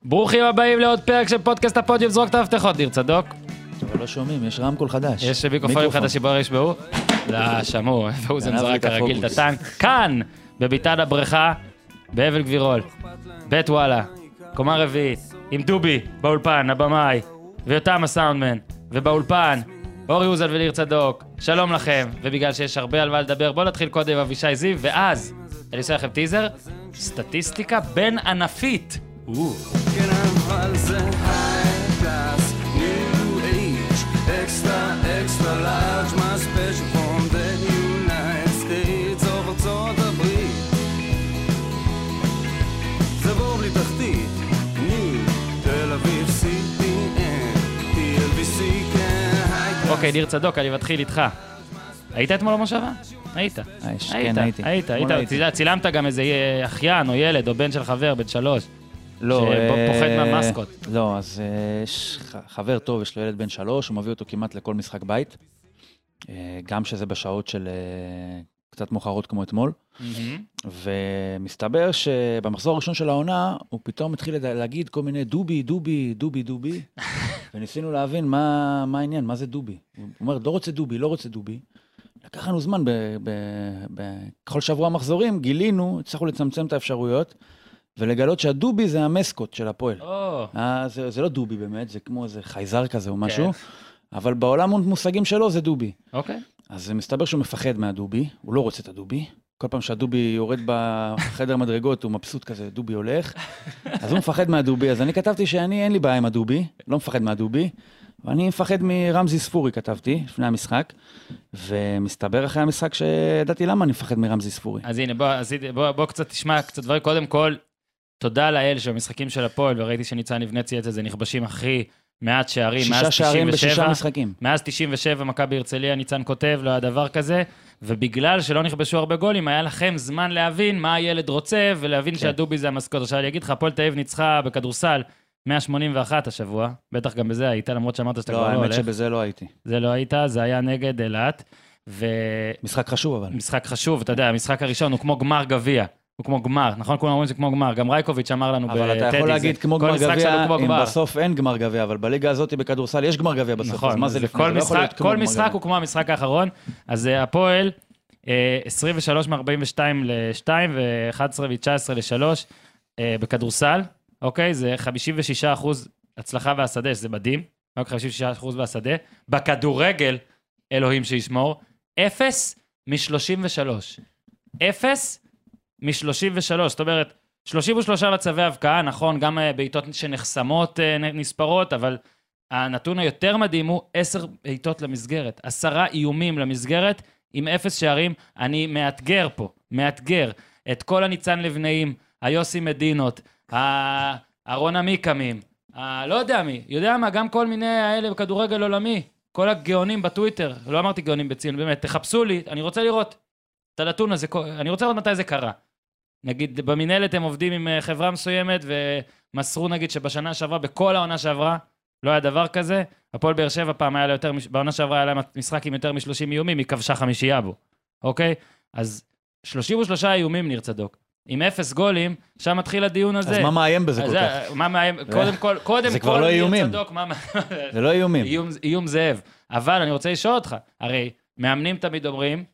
ברוכים הבאים לעוד פרק של פודקאסט הפודיום, זרוק את ההבטחות, ניר צדוק. אבל לא שומעים, יש רמקול חדש. יש מיקרופונים חדשים בואו ישמעו. לא, שמעו, ואוזן זרק הרגיל את הטנק. כאן, בביתן הבריכה, באבל גבירול, בית וואלה, קומה רביעית, עם דובי, באולפן, הבמאי, ויותם הסאונדמן, ובאולפן, אורי אוזל וניר צדוק. שלום לכם, ובגלל שיש הרבה על מה לדבר, בואו נתחיל קודם אבישי זיו, ואז, אני אעשה לכם טיזר, סטטיסטיקה בין ענפית. extra large, my special from the United States of ארצות הברית. זה בור בלי תחתית, ניו, תל אביב, CTN, TLBC, כן, הייתה. אוקיי, ניר צדוק, אני מתחיל איתך. היית אתמול במושבה? היית. כן, הייתי. היית. צילמת גם איזה אחיין או ילד או בן של חבר, בן 3. לא, שפוחד מהמסקוט. לא, אז יש חבר טוב, יש לו ילד בן 3, הוא מביא אותו כמעט לכל משחק בית, גם שזה בשעות של קצת מאוחרות כמו אתמול, ומסתבר שבמחזור הראשון של העונה, הוא פתאום התחיל להגיד כל מיני דובי, וניסינו להבין מה העניין, מה זה דובי. הוא אומר, לא רוצה דובי. לקח לנו זמן, בכל שבוע מחזורים, גילינו, הצלחנו לצמצם את האפשרויות, ולגלות שהדובי זה המסקוט של הפועל. זה לא דובי באמת, זה כמו איזה חייזר כזה או משהו, אבל בעולם מושגים שלו זה דובי. אוקיי. אז מסתבר שהוא מפחד מהדובי, הוא לא רוצה את הדובי. כל פעם שהדובי יורד בחדר מדרגות, הוא מבסוט כזה, דובי הולך. אז הוא מפחד מהדובי, אז אני כתבתי אין לי בעיה עם הדובי, לא מפחד מהדובי, ואני מפחד מרמזי ספורי, כתבתי, לפני המשחק, ומסתבר אחרי המשחק שידעתי למה אני מפחד מרמזי ספורי. אז הנה, בוא קצת תשמע, קצת דברים. קודם כל, תודה לאל שבמשחקים של הפועל, וראיתי שניצן לבנה ציית את זה, נכבשים הכי מעט שערים, 6 שערים ב6 משחקים. מאז 97, מכבי הרצליה, ניצן כותב, לא היה דבר כזה, ובגלל שלא נכבשו הרבה גולים, היה לכם זמן להבין מה הילד רוצה, ולהבין שהדובי זה המסקוט. עכשיו אני אגיד לך, הפועל תל אביב ניצחה בכדורסל 181 השבוע, בטח גם בזה היית, למרות שאמרת שאתה כבר לא הולך. לא, האמת שבזה לא הייתי. זה לא היית, זה היה נגד אילת. משחק חשוב אבל. משחק חשוב, אתה יודע, המשחק הראשון הוא כמו גמר גביע. הוא כמו גמר, נכון? כולם אומרים שזה כמו גמר. גם רייקוביץ' אמר לנו בטדי. אבל אתה יכול להגיד כמו גמר גביע, אם בסוף אין גמר גביע, אבל בליגה הזאת בכדורסל יש גמר גביע בסוף. נכון, אז מה זה לפני? כל משחק הוא כמו המשחק האחרון. אז הפועל 23 מ-42 ל-2 ו-11 ו-19 ל-3 בכדורסל, אוקיי? זה 56% הצלחה והשדה, שזה מדהים. רק 56% והשדה. בכדורגל, אלוהים שישמור, 0 מ-33. 0 מ-33, זאת אומרת, 33 מצבי הבקעה, נכון, גם בעיטות שנחסמות נספרות, אבל הנתון היותר מדהים הוא 10 בעיטות למסגרת, 10 איומים למסגרת, עם 0 שערים. אני מאתגר את כל הניצן לבנאים, היוסי מדינות, הרון המיקמים, לא יודע מה, גם כל מיני האלה בכדורגל עולמי, כל הגאונים בטוויטר, לא אמרתי גאונים בציון, באמת, תחפשו לי, אני רוצה לראות את הנתון הזה, אני רוצה לראות מתי זה קרה. נגיד, במנהלת הם עובדים עם חברה מסוימת, ומסרו נגיד שבשנה שעברה, בכל העונה שעברה, לא היה דבר כזה. הפועל באר שבע פעם היה לה יותר, בעונה שעברה היה לה משחק עם יותר מ-30 איומים, היא כבשה 5 בו. אוקיי? אז 33 איומים, ניר צדוק. עם 0 גולים, שם מתחיל הדיון הזה. אז מה מאיים בזה כל כך? מה מאיים? קודם זה כבר לא איומים. צדוק, זה לא איומים. איום זאב. אבל אני רוצה לשאול אותך, הרי מאמנים תמיד אומרים,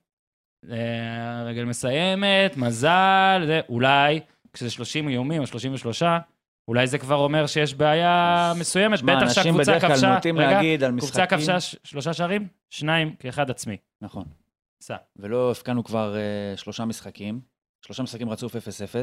רגל מסיימת, מזל, זה, אולי, כשזה 30 איומים או 33, אולי זה כבר אומר שיש בעיה מסוימת, בטח שהקבוצה כבשה, קבוצה כבשה 3 שערים, 2 כאחד עצמי. נכון. ולא הפקענו כבר 3 משחקים רצוף 0-0.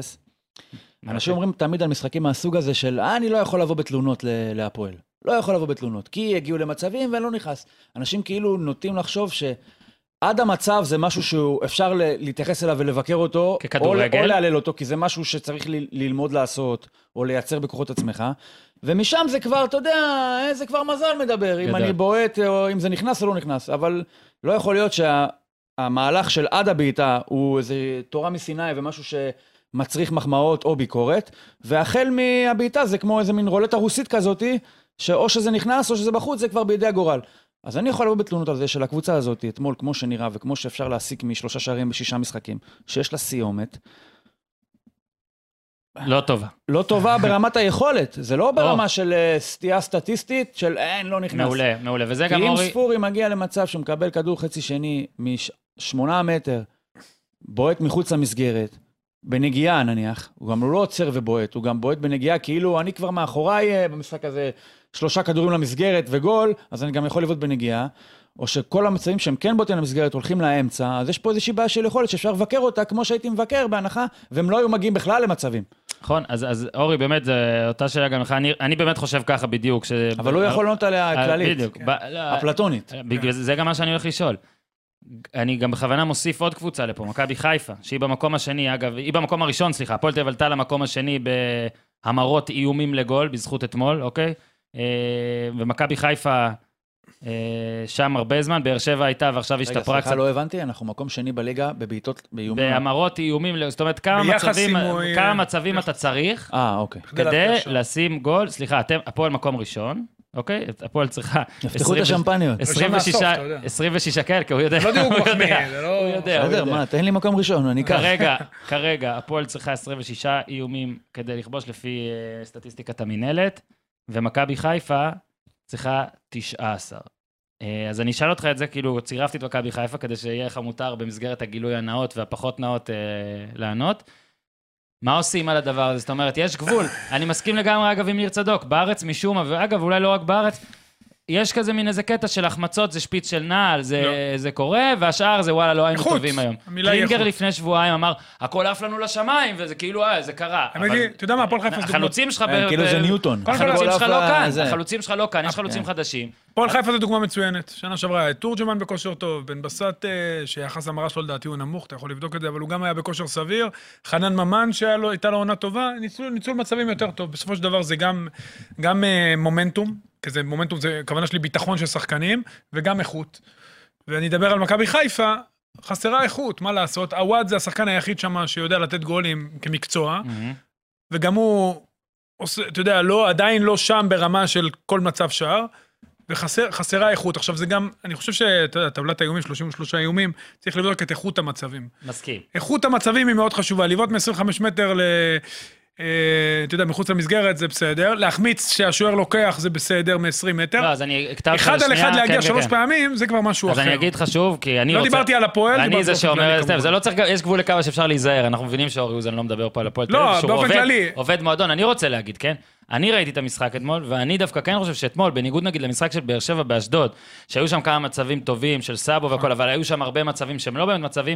אנשים אומרים תמיד על משחקים מהסוג הזה של, אני לא יכול לבוא בתלונות להפועל. לא יכול לבוא בתלונות, כי הגיעו למצבים ואני לא נכנס. אנשים כאילו נוטים לחשוב עד המצב זה משהו שאפשר להתייחס אליו ולבקר אותו, או להלל אותו, כי זה משהו שצריך ללמוד לעשות, או לייצר בכוחות עצמך, ומשם זה כבר, אתה יודע, זה כבר מזל מדבר, אם אני בועט, או אם זה נכנס או לא נכנס, אבל לא יכול להיות שהמהלך של עד הבעיטה, הוא איזה תורה מסיני, ומשהו שמצריך מחמאות או ביקורת, והחל מהבעיטה זה כמו איזה מין רולטה רוסית כזאת, שאו שזה נכנס או שזה בחוץ, זה כבר בידי הגורל. אז אני יכול לבוא בתלונות על זה של הקבוצה הזאת, אתמול, כמו שנראה, וכמו שאפשר להסיק מ3 שערים ב6 משחקים, שיש לה סיומת, לא טובה. לא טובה ברמת היכולת, זה לא ברמה של סטייה סטטיסטית, של אין, לא נכנס. מעולה, מעולה, וזה גם כי אם אורי... ספורי מגיע למצב שהוא מקבל כדור חצי שני מ8 מטר, בועט מחוץ למסגרת, בנגיעה נניח, הוא גם לא עוצר ובועט, הוא גם בועט בנגיעה, כאילו אני כבר מאחוריי במשחק הזה 3 כדורים למסגרת וגול, אז אני גם יכול לבעוט בנגיעה, או שכל המצבים שהם כן בועטים למסגרת הולכים לאמצע, אז יש פה איזושהי בעיה של יכולת שאפשר לבקר אותה כמו שהייתי מבקר בהנחה, והם לא היו מגיעים בכלל למצבים. נכון, אז אורי, באמת, זו אותה שאלה גם לך, אני באמת חושב ככה בדיוק. אבל הוא יכול לענות עליה כללית, בדיוק. אפלטונית. זה גם מה שאני הולך לשאול. אני גם בכוונה מוסיף עוד קבוצה לפה, מכבי חיפה, שהיא במקום השני, אגב, היא במקום הראשון, סליחה, הפועל תל אביב עלתה למקום השני בהמרות איומים לגול, בזכות אתמול, אוקיי? ומכבי חיפה שם הרבה זמן, באר שבע הייתה ועכשיו השתפרה קצת. רגע, סליחה, לא הבנתי, אנחנו מקום שני בליגה בבעיטות באיומים. בהמרות איומים, זאת אומרת, כמה מצבים אתה צריך, אוקיי. כדי לשים גול, סליחה, הפועל מקום ראשון, אוקיי? הפועל צריכה... נפתחו את השמפניות. 26 כאלה, כי הוא יודע. לא דיוק מחמיא, זה לא... הוא יודע. בסדר, מה, תן לי מקום ראשון, אני אקח. כרגע, הפועל צריכה 26 איומים כדי לכבוש לפי סטטיסטיקת המנהלת, ומכבי חיפה צריכה 19. אז אני אשאל אותך את זה, כאילו צירפתי את מכבי חיפה, כדי שיהיה לך מותר במסגרת הגילוי הנאות והפחות נאות לענות. מה עושים על הדבר הזה? זאת אומרת, יש גבול. אני מסכים לגמרי, אגב, עם ניר צדוק. בארץ משום, ואגב, אולי לא רק בארץ, יש כזה מין איזה קטע של החמצות, זה שפיץ של נעל, זה קורה, והשאר זה וואלה, לא היינו טובים היום. קלינגר לפני שבועיים אמר, הכל עף לנו לשמיים, וזה כאילו, זה קרה. אתה יודע מה, הפועל חיפה זה דוגמה... החלוצים שלך... כאילו זה ניוטון. החלוצים שלך לא כאן, החלוצים שלך לא כאן, יש חלוצים חדשים. הפועל חיפה זה דוגמה מצוינת. שנה שעברה, תורג'מן בכושר טוב, בן בסט, שיחס המרה שלו לדעתי הוא נמוך, אתה יכול לבדוק את זה, אבל הוא גם היה בכושר סביר. חנן ממן, שהייתה לו עונה טובה, ניצול מצבים יותר טוב. בסופו של דבר זה גם מומנטום, כזה מומנטום זה כוונה שלי ביטחון של שחקנים, וגם איכות. ואני אדבר על מכבי חיפה, חסרה איכות, מה לעשות? עווד זה השחקן היחיד שם שיודע לתת גולים כמקצוע, וגם הוא, אתה יודע, עדיין לא שם ברמה של כל מצב שער, וחסרה איכות. עכשיו זה גם, אני חושב שטבלת האיומים, 33 איומים, צריך לבדוק את איכות המצבים. מסכים. איכות המצבים היא מאוד חשובה, לבעוט מ-25 מטר אתה יודע, מחוץ למסגרת זה בסדר, להחמיץ שהשוער לוקח זה בסדר מ-20 מטר. לא, אז אני אכתב לך אחד על אחד להגיע 3 פעמים, זה כבר משהו אחר. אז אני אגיד חשוב, כי אני רוצה... לא דיברתי על הפועל, אני זה שאומר, זה לא צריך, יש גבול לכמה שאפשר להיזהר, אנחנו מבינים שאורי אוזן לא מדבר פה על הפועל תל אביב, לא, באופן כללי. עובד מועדון, אני רוצה להגיד, כן? אני ראיתי את המשחק אתמול, ואני דווקא כן חושב שאתמול, בניגוד נגיד למשחק של באר שבע באשדוד, שהיו שם כמה מצבים טובים של סאבו וכל, אבל היו שם הרבה מצבים שהם לא באמת מצבים,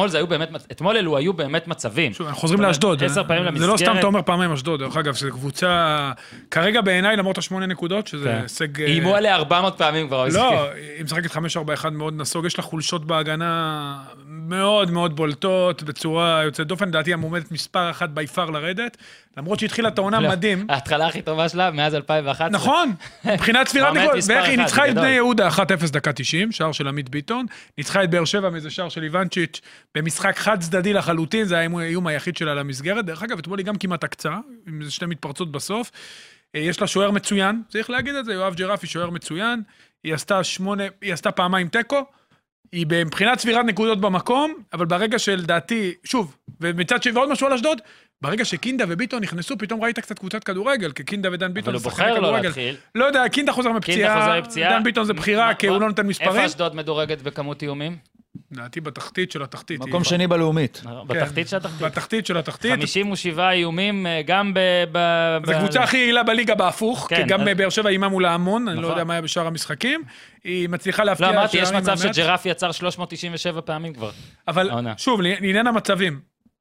אתמול אלו היו באמת מצבים. אנחנו חוזרים לאשדוד. 10 פעמים למסגרת. זה לא סתם אתה אומר פעמיים אשדוד, דרך אגב, שזו קבוצה, כרגע בעיניי, למרות 8 נקודות, שזה הישג... איימו עליה 400 פעמים כבר. לא, היא משחקת 5-4-1 מאוד נסוג, יש לה חולשות בהגנה מאוד מאוד בולטות, בצורה יוצאת דופן, דעתי המועמדת מספר 1 ביפר לרדת, למרות שהתחילה את העונה מדהים. ההתחלה הכי טובה שלה מאז 2011. נכון, מבחינת ספירת נקודות, ואיך היא ניצחה את בני יהודה 1-0 דקה 90, שער של עמית ביטון, ניצחה את באר שבע מאיזה שער של איוונצ'יץ' במשחק חד צדדי לחלוטין, זה האיום היחיד שלה למסגרת, דרך אגב, אתמול היא גם כמעט הקצה, עם איזה 2 מתפרצות בסוף, יש לה שוער מצוין, צריך להגיד את זה, יואב ג'רפי שוער מצוין, היא עשתה פעמיים טקו, היא מבחינת ספירת נקודות במקום, אבל ברגע שלדעתי, שוב, ומצד ועוד משהו על אשדוד, ברגע שקינדה וביטון נכנסו, פתאום ראית קצת קבוצת כדורגל, כי קינדה ודן ביטון אבל הוא בוחר לא להתחיל. לא יודע, קינדה חוזר מפציעה, דן ביטון זה בחירה, כי הוא לא נותן מספרים. איפה אשדוד מדורגת בכמות איומים? לדעתי בתחתית של התחתית. מקום שני בלאומית. בתחתית של התחתית. בתחתית של התחתית. 57 איומים, גם זו קבוצה הכי יעילה בליגה בהפוך, כי גם באר שבע אימה מול ההמון, אני לא יודע מה היה בשאר המשחקים, היא מצליחה להפתיע... לא, אמרתי, יש מצב שג'רפי יצר 397 פעמים כבר. אבל שוב, לעניין המצבים,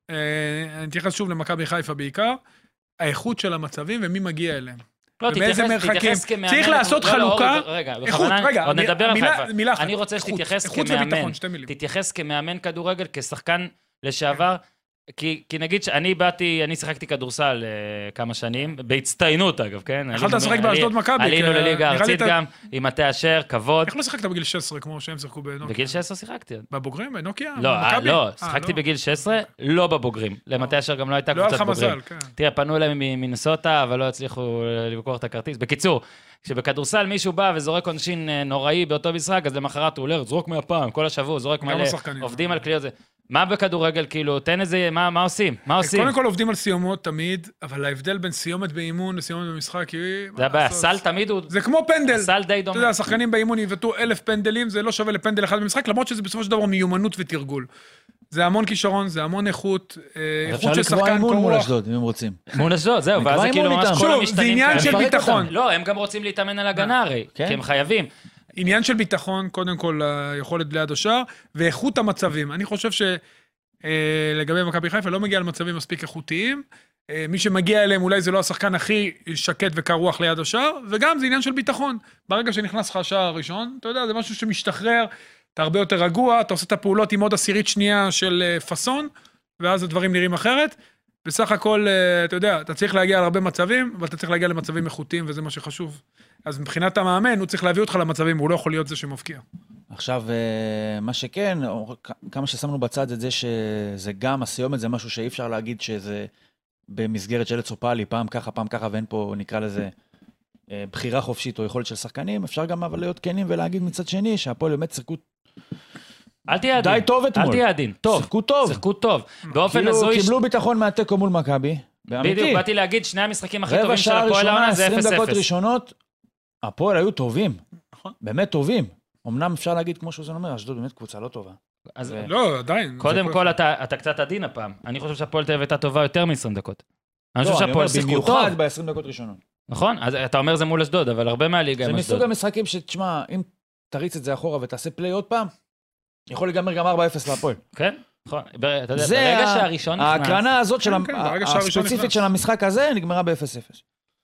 אני אתייחס שוב למכבי חיפה בעיקר, האיכות של המצבים ומי מגיע אליהם. לא, תתייחס כמאמן. צריך לעשות חלוקה. איכות, רגע, עוד נדבר על חיפה. מילה אחת. אני רוצה שתתייחס כמאמן. תתייחס כמאמן כדורגל, כשחקן לשעבר. כי נגיד שאני שיחקתי כדורסל כמה שנים, בהצטיינות אגב, כן? יכולת לשחק באשדוד מכבי. עלינו לליגה הארצית גם, עם מטה אשר, כבוד. איך לא שיחקת בגיל 16 כמו שהם שיחקו בנוקיה? בגיל 16 שיחקתי. בבוגרים? בנוקיה? לא, שיחקתי בגיל 16, לא בבוגרים. למטה אשר גם לא הייתה קבוצת בוגרים. תראה, פנו אליהם ממינסוטה, אבל לא הצליחו לבקור את הכרטיס. בקיצור, כשבכדורסל מישהו בא וזורק עונשין נוראי באותו משחק, אז למחרת הוא עולה, זרוק מהפעם, כל השבוע, זורק מלא, עובדים על כליות זה. מה בכדורגל, כאילו, תן איזה, מה עושים? מה עושים? קודם כל עובדים על סיומות תמיד, אבל ההבדל בין סיומת באימון לסיומת במשחק היא... זה הבעיה, סל תמיד הוא... זה כמו פנדל. סל די אתה דומה. יודע, השחקנים באימון יבטאו 1,000 פנדלים, זה לא שווה לפנדל אחד במשחק, למרות שזה בסופו של דבר מיומנות ותרגול. זה המון כישרון, זה המון איכות, אפשר איכות של לקבוע שחקן אימון מול קורח. אשדוד, אם הם רוצים. מול אשדוד, זהו, ואז זה נקבע כאילו אימון ממש איתם. כל שוב, המשתנים. זה עניין של לפרק ביטחון. אותם. לא, הם גם רוצים להתאמן על הגנה הרי, כן. כי הם חייבים. עניין של ביטחון, קודם כל, היכולת ליד השער, ואיכות המצבים. אני חושב שלגבי מכבי חיפה לא מגיע למצבים מספיק איכותיים. מי שמגיע אליהם אולי זה לא השחקן הכי שקט וקר רוח ליד השער, וגם זה עניין של ביטחון. ברגע שנכנס לך השער הראשון, אתה יודע, זה משהו שמשתחרר, אתה הרבה יותר רגוע, אתה עושה את הפעולות עם עוד עשירית שנייה של פסון, ואז הדברים נראים אחרת. בסך הכל, אתה יודע, אתה צריך להגיע להרבה מצבים, אבל אתה צריך להגיע למצבים איכותיים, וזה מה שחשוב. אז מבחינת המאמן, הוא צריך להביא אותך למצבים, הוא לא יכול להיות זה שמפקיע. עכשיו, מה שכן, כמה ששמנו בצד את זה שזה גם הסיומת, זה משהו שאי אפשר להגיד שזה במסגרת של צופלי, פעם ככה, ואין פה, נקרא לזה, בחירה חופשית או יכולת של שחקנים, אפשר גם אבל להיות כנים ולהגיד מצד שני, שהפועל באמת שיחקו אל תהיה עדין. די טוב אתמול. אל תהיה עדין. טוב. שיחקו טוב. שיחקו טוב. באופן כאילו הזוי... קיבלו ביטחון מהתיקו מול מכבי. בדיוק, באתי להגיד, שני המשחקים הכי טובים רבע של שעה הפועל ראשונה, העונה זה 20 דקות 0-0. ראשונות, הפועל היו טובים. נכון. באמת טובים. אמנם אפשר להגיד, כמו שזה אומר, אשדוד באמת קבוצה לא טובה. אז לא, עדיין. קודם כל, אתה קצת עדין הפעם. אני חושב שהפועל תל אביב הייתה טובה יותר מ-20 דקות. אני לא, חושב אני אומר, שהפועל שיחקו טוב. במיוחד ב-20 דקות ראשונות. נכון? אז אתה אומר זה מול אשדוד, אבל הרבה מהליגה זה עם מסוג אשדוד. המשחקים שתשמע, אם תריץ את זה אחורה ותעשה פליי עוד פעם, יכול להיגמר גם 4-0 להפועל. כן? נכון. אתה יודע, זה ברגע שהראשון נכנס... ההקרנה הזאת של כן, ברגע שהראשון הספציפית נכנס. של המשחק הזה נגמרה ב-0-0.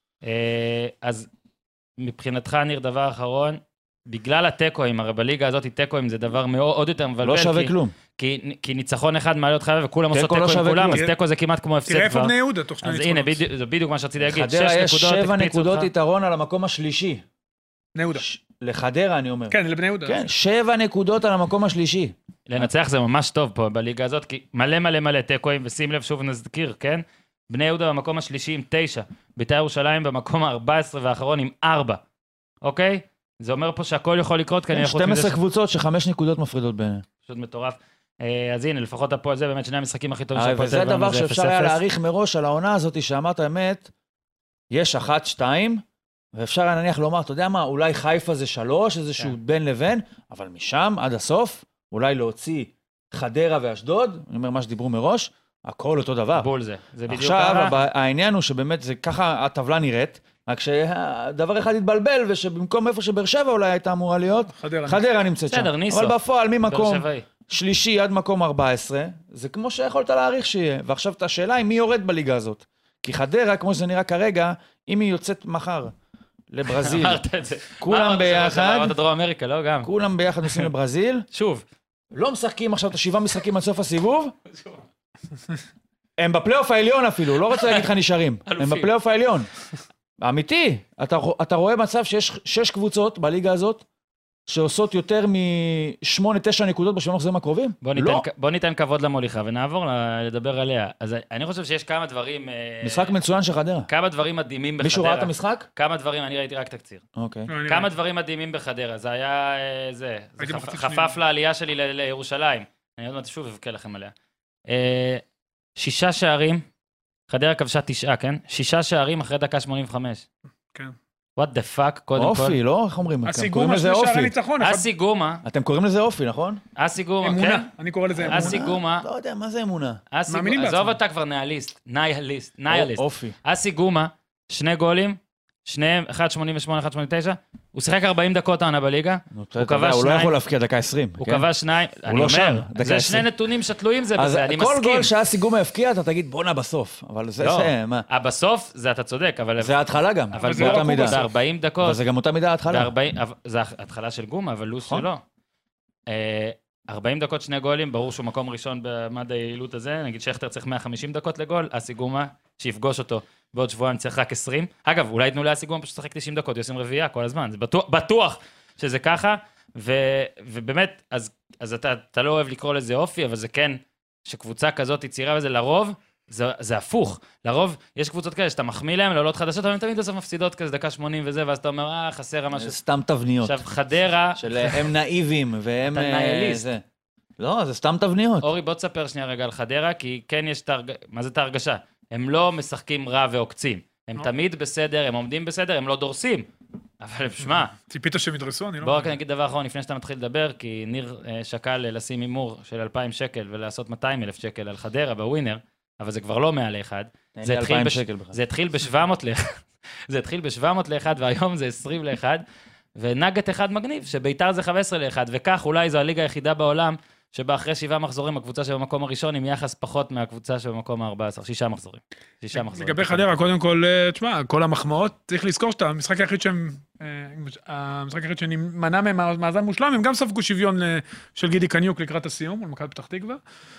אז מבחינתך, ניר, דבר אחרון, בגלל הטקואים, הרי בליגה הזאת טקואים זה דבר עוד יותר מבלבל. לא שווה כלום. כי ניצחון אחד מעלה אותך וכולם עושות תיקו לא טקו עם שווה כולם, כלום. אז טקו זה כמעט כמו הפסד תראה איפה כבר. בני יהודה תוך שני אז ניצחונות. הנה, זה בדיוק מה שרציתי להגיד. לחדרה יש 7 הקפיצו נקודות אותך. יתרון על המקום השלישי. בני יהודה. לחדרה אני אומר. כן, לבני יהודה. כן, 7 נקודות על המקום השלישי. לנצח זה ממש טוב פה בליגה הזאת, כי מלא טקואים, ושים לב שוב נזכיר, כן? בני יהודה במקום השלישי עם 9, בית"ר ירושלים במקום ה-14 והאחרון עם 4, אוקיי? זה אומר פה שהכל יכול לקרות, כנראה חוץ מזה 12 קבוצות ש5 נקודות מפרידות ביניהן. פשוט מטורף. אז הנה, לפחות הפועל זה באמת שני המשחקים הכי טובים וזה שהפועל דבר זה שאפשר היה 0-0. להעריך מראש על העונה הזאת, שאמרת אמת, יש 1-2, ואפשר היה נניח לומר, אתה יודע מה, אולי חיפה זה 3, איזשהו בין לבין, אבל משם עד הסוף, אולי להוציא חדרה ואשדוד, אני אומר מה שדיברו מראש, הכל אותו דבר. בול זה בדיוק עכשיו, ככה. העניין הוא שבאמת זה ככה הטבלה נראית, רק שדבר אחד התבלבל, ושבמקום איפה שבאר שבע אולי הייתה אמורה להיות, חדרה נמצאת שם. בסדר, ניסו. אבל בפועל ממקום באר שבעי. שלישי עד מקום 14, זה כמו שיכולת להעריך שיהיה. ועכשיו את השאלה היא מי יורד בליגה הזאת. כי חדרה, כמו שזה נראה כרגע, אם היא יוצאת מחר לברזיל, אמרת את זה. כולם ביחד, אמרת דרום אמריקה, לא? גם. כולם ביחד נוסעים לברזיל, שוב. לא משחקים עכשיו את 7 משחקים עד סוף הסיבוב, הם בפלייאוף העליון אפילו, לא רוצה להגיד לך נשארים, הם אלופים. בפלייאוף העליון. אמיתי, אתה רואה מצב שיש 6 קבוצות בליגה הזאת, שעושות יותר מ8-9 נקודות בשבועיים מחזורים הקרובים? בוא ניתן כבוד למוליכה ונעבור לדבר עליה. אז אני חושב שיש כמה דברים... משחק מצוין של חדרה. כמה דברים מדהימים בחדרה. מישהו ראה את המשחק? כמה דברים, אני ראיתי רק תקציר. אוקיי. כמה דברים מדהימים בחדרה. זה היה... זה הייתי מחצית חפף לעלייה שלי לירושלים. אני עוד מעט שוב אבכה לכם עליה. 6 שערים, חדרה כבשה 9, כן? 6 שערים אחרי דקה 85. כן. What the fuck, קודם כל. אופי, לא? איך אומרים? אתם קוראים הסיגומה לזה של שער אופי. הניצחון. אסי גומה, אתם קוראים לזה אופי, נכון? אסי גומה, כן? אמונה. אני קורא לזה אמונה. אסי גומה, לא יודע, מה זה אמונה? מאמינים עזוב בעצמם. אותה כבר ניהליסט, אופי. אסי גומה, 2 גולים, שניהם, 1.88, 1.89, הוא שיחק 40 דקות העונה בליגה, הוא הוא כבש לא שניים. יכול להפקיע דקה 20. הוא כן? כבש 2, אני לא שם, אומר, דקה זה 20. שני נתונים שתלויים זה אז בזה, אני כל מסכים. גול שאסי גומה יפקיע, אתה תגיד בונה בסוף. אבל זה, לא, מה? בסוף זה אתה צודק, אבל... זה ההתחלה גם. אבל זה לא באותה רק מידה. הוא ב-40 דקות, אבל זה גם אותה מידה ההתחלה. זה ההתחלה של גומה, אבל לו"ז נכון. שלו. 40 דקות 2 גולים, ברור שהוא מקום ראשון במד היעילות הזה, נגיד שכטר צריך 150 דקות לגול, אסי גומה, שיפגוש אותו בעוד שבועיים צריך רק 20. אגב, אולי יתנו לאסי גומה פשוט לשחק 90 דקות, יוסים רביעייה כל הזמן, זה בטוח שזה ככה, ובאמת, אז אתה לא אוהב לקרוא לזה אופי, אבל זה כן, שקבוצה כזאת יצירה וזה לרוב, זה הפוך. לרוב, יש קבוצות כאלה שאתה מחמיא להם, לעולות חדשות, אבל הם תמיד בסוף מפסידות כזה דקה 80 וזה, ואז אתה אומר, חסר משהו. סתם תבניות. עכשיו, חדרה... הם נאיבים, והם... אתה ניהליסט. זה. לא, זה סתם תבניות. אורי, בוא תספר שנייה רגע על חדרה, כי כן יש מה זה את ההרגשה? הם לא משחקים רע ועוקצים. הם תמיד בסדר, הם עומדים בסדר, הם לא דורסים. אבל שמע, ציפית שהם ידרסו? אני לא... בוא רק נגיד דבר אחרון לפני שאתה מתחיל לדבר, כי ניר שקל לשים הימור של 2,000 שקל ולעשות 200,000 שקל על חדרה בווינר, אבל זה כבר לא 100 ל-1. זה התחיל ב-700 ל-1. זה התחיל ב-700 ל-1, והיום זה 20 ל-1. ונגט אחד מגניב, שביתר זה 15 ל-1, וכך אולי זו הליגה היחידה בעולם, שבה אחרי 7 מחזורים, הקבוצה שבמקום הראשון, עם יחס פחות מהקבוצה שבמקום ה-14, 6 מחזורים. 6 מחזורים. לגבי חדרה, קודם כל, תשמע, כל המחמאות, צריך לזכור שאתה, המשחק היחיד שנמנע מהם מאזן מושלם, הם גם ספגו שוויון של גידי קניוק לקראת הסיום, מול מכבי פתח תקווה.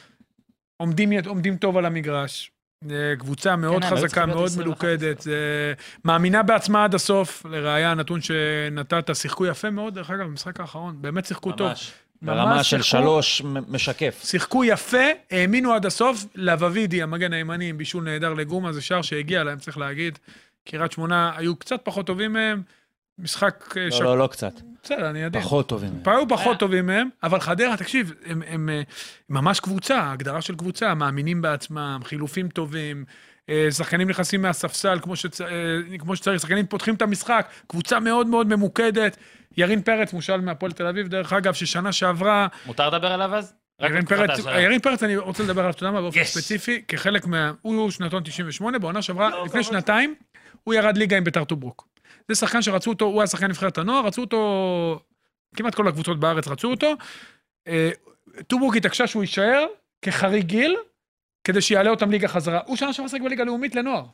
עומדים טוב על המגרש. קבוצה מאוד חזקה, מאוד מלוכדת, מאמינה בעצמה עד הסוף, לראיה הנתון שנתת, שיחקו יפה מאוד, דרך אגב, במשחק האחרון, באמת שיחקו טוב. ברמה של 3 משקף. שיחקו יפה, האמינו עד הסוף, לבבידי, המגן הימני, עם בישול נהדר לגומה, זה שער שהגיע להם, צריך להגיד, קריית שמונה היו קצת פחות טובים מהם, משחק... לא קצת. בסדר, אני יודע. פחות טובים מהם. היו פחות טובים מהם, אבל חדרה, תקשיב, הם ממש קבוצה, הגדרה של קבוצה, מאמינים בעצמם, חילופים טובים, שחקנים נכנסים מהספסל, כמו שצריך, שחקנים פותחים את המשחק, קבוצה מאוד מאוד ממוקדת, ירין פרץ, מושל מהפועל תל אביב, דרך אגב, ששנה שעברה... מותר לדבר עליו אז? ירין פרץ, אני רוצה לדבר עליו, אתה יודע מה, באופן ספציפי, כחלק הוא שנתון 98, בעונה שעברה, לפני שנתיים, הוא ירד ליגה עם ביתר טוברוק. זה שחקן שרצו אותו, הוא היה שחקן נבחרת הנוער, רצו אותו, כמעט כל הקבוצות בארץ רצו אותו, טוברוק התעקשה שהוא יישאר כחריג גיל, כדי שיעלה אותם ליגה חזרה. הוא שנה שעברה שחק בליגה לאומית לנוער.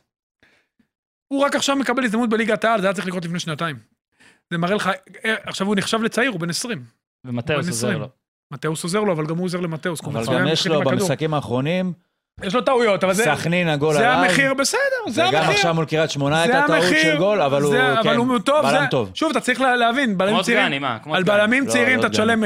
הוא רק עכשיו מקבל הזדמנות בליגת העל, זה היה צריך לקרות לפני שנתיים. זה מראה לך, עכשיו הוא נחשב לצעיר, הוא בן 20. ומתאוס עוזר לו. מתאוס עוזר לו, אבל גם הוא עוזר למתאוס. אבל גם יש לו במשחקים האחרונים, יש לו טעויות, אבל זה... סכנין, הגול עליו. זה המחיר, בסדר, זה המחיר. וגם עכשיו מול קריית שמונה הייתה טעות של גול, אבל הוא, כן, בלם טוב. שוב, אתה צריך להבין, בלמים צעירים, על בלמים צעירים אתה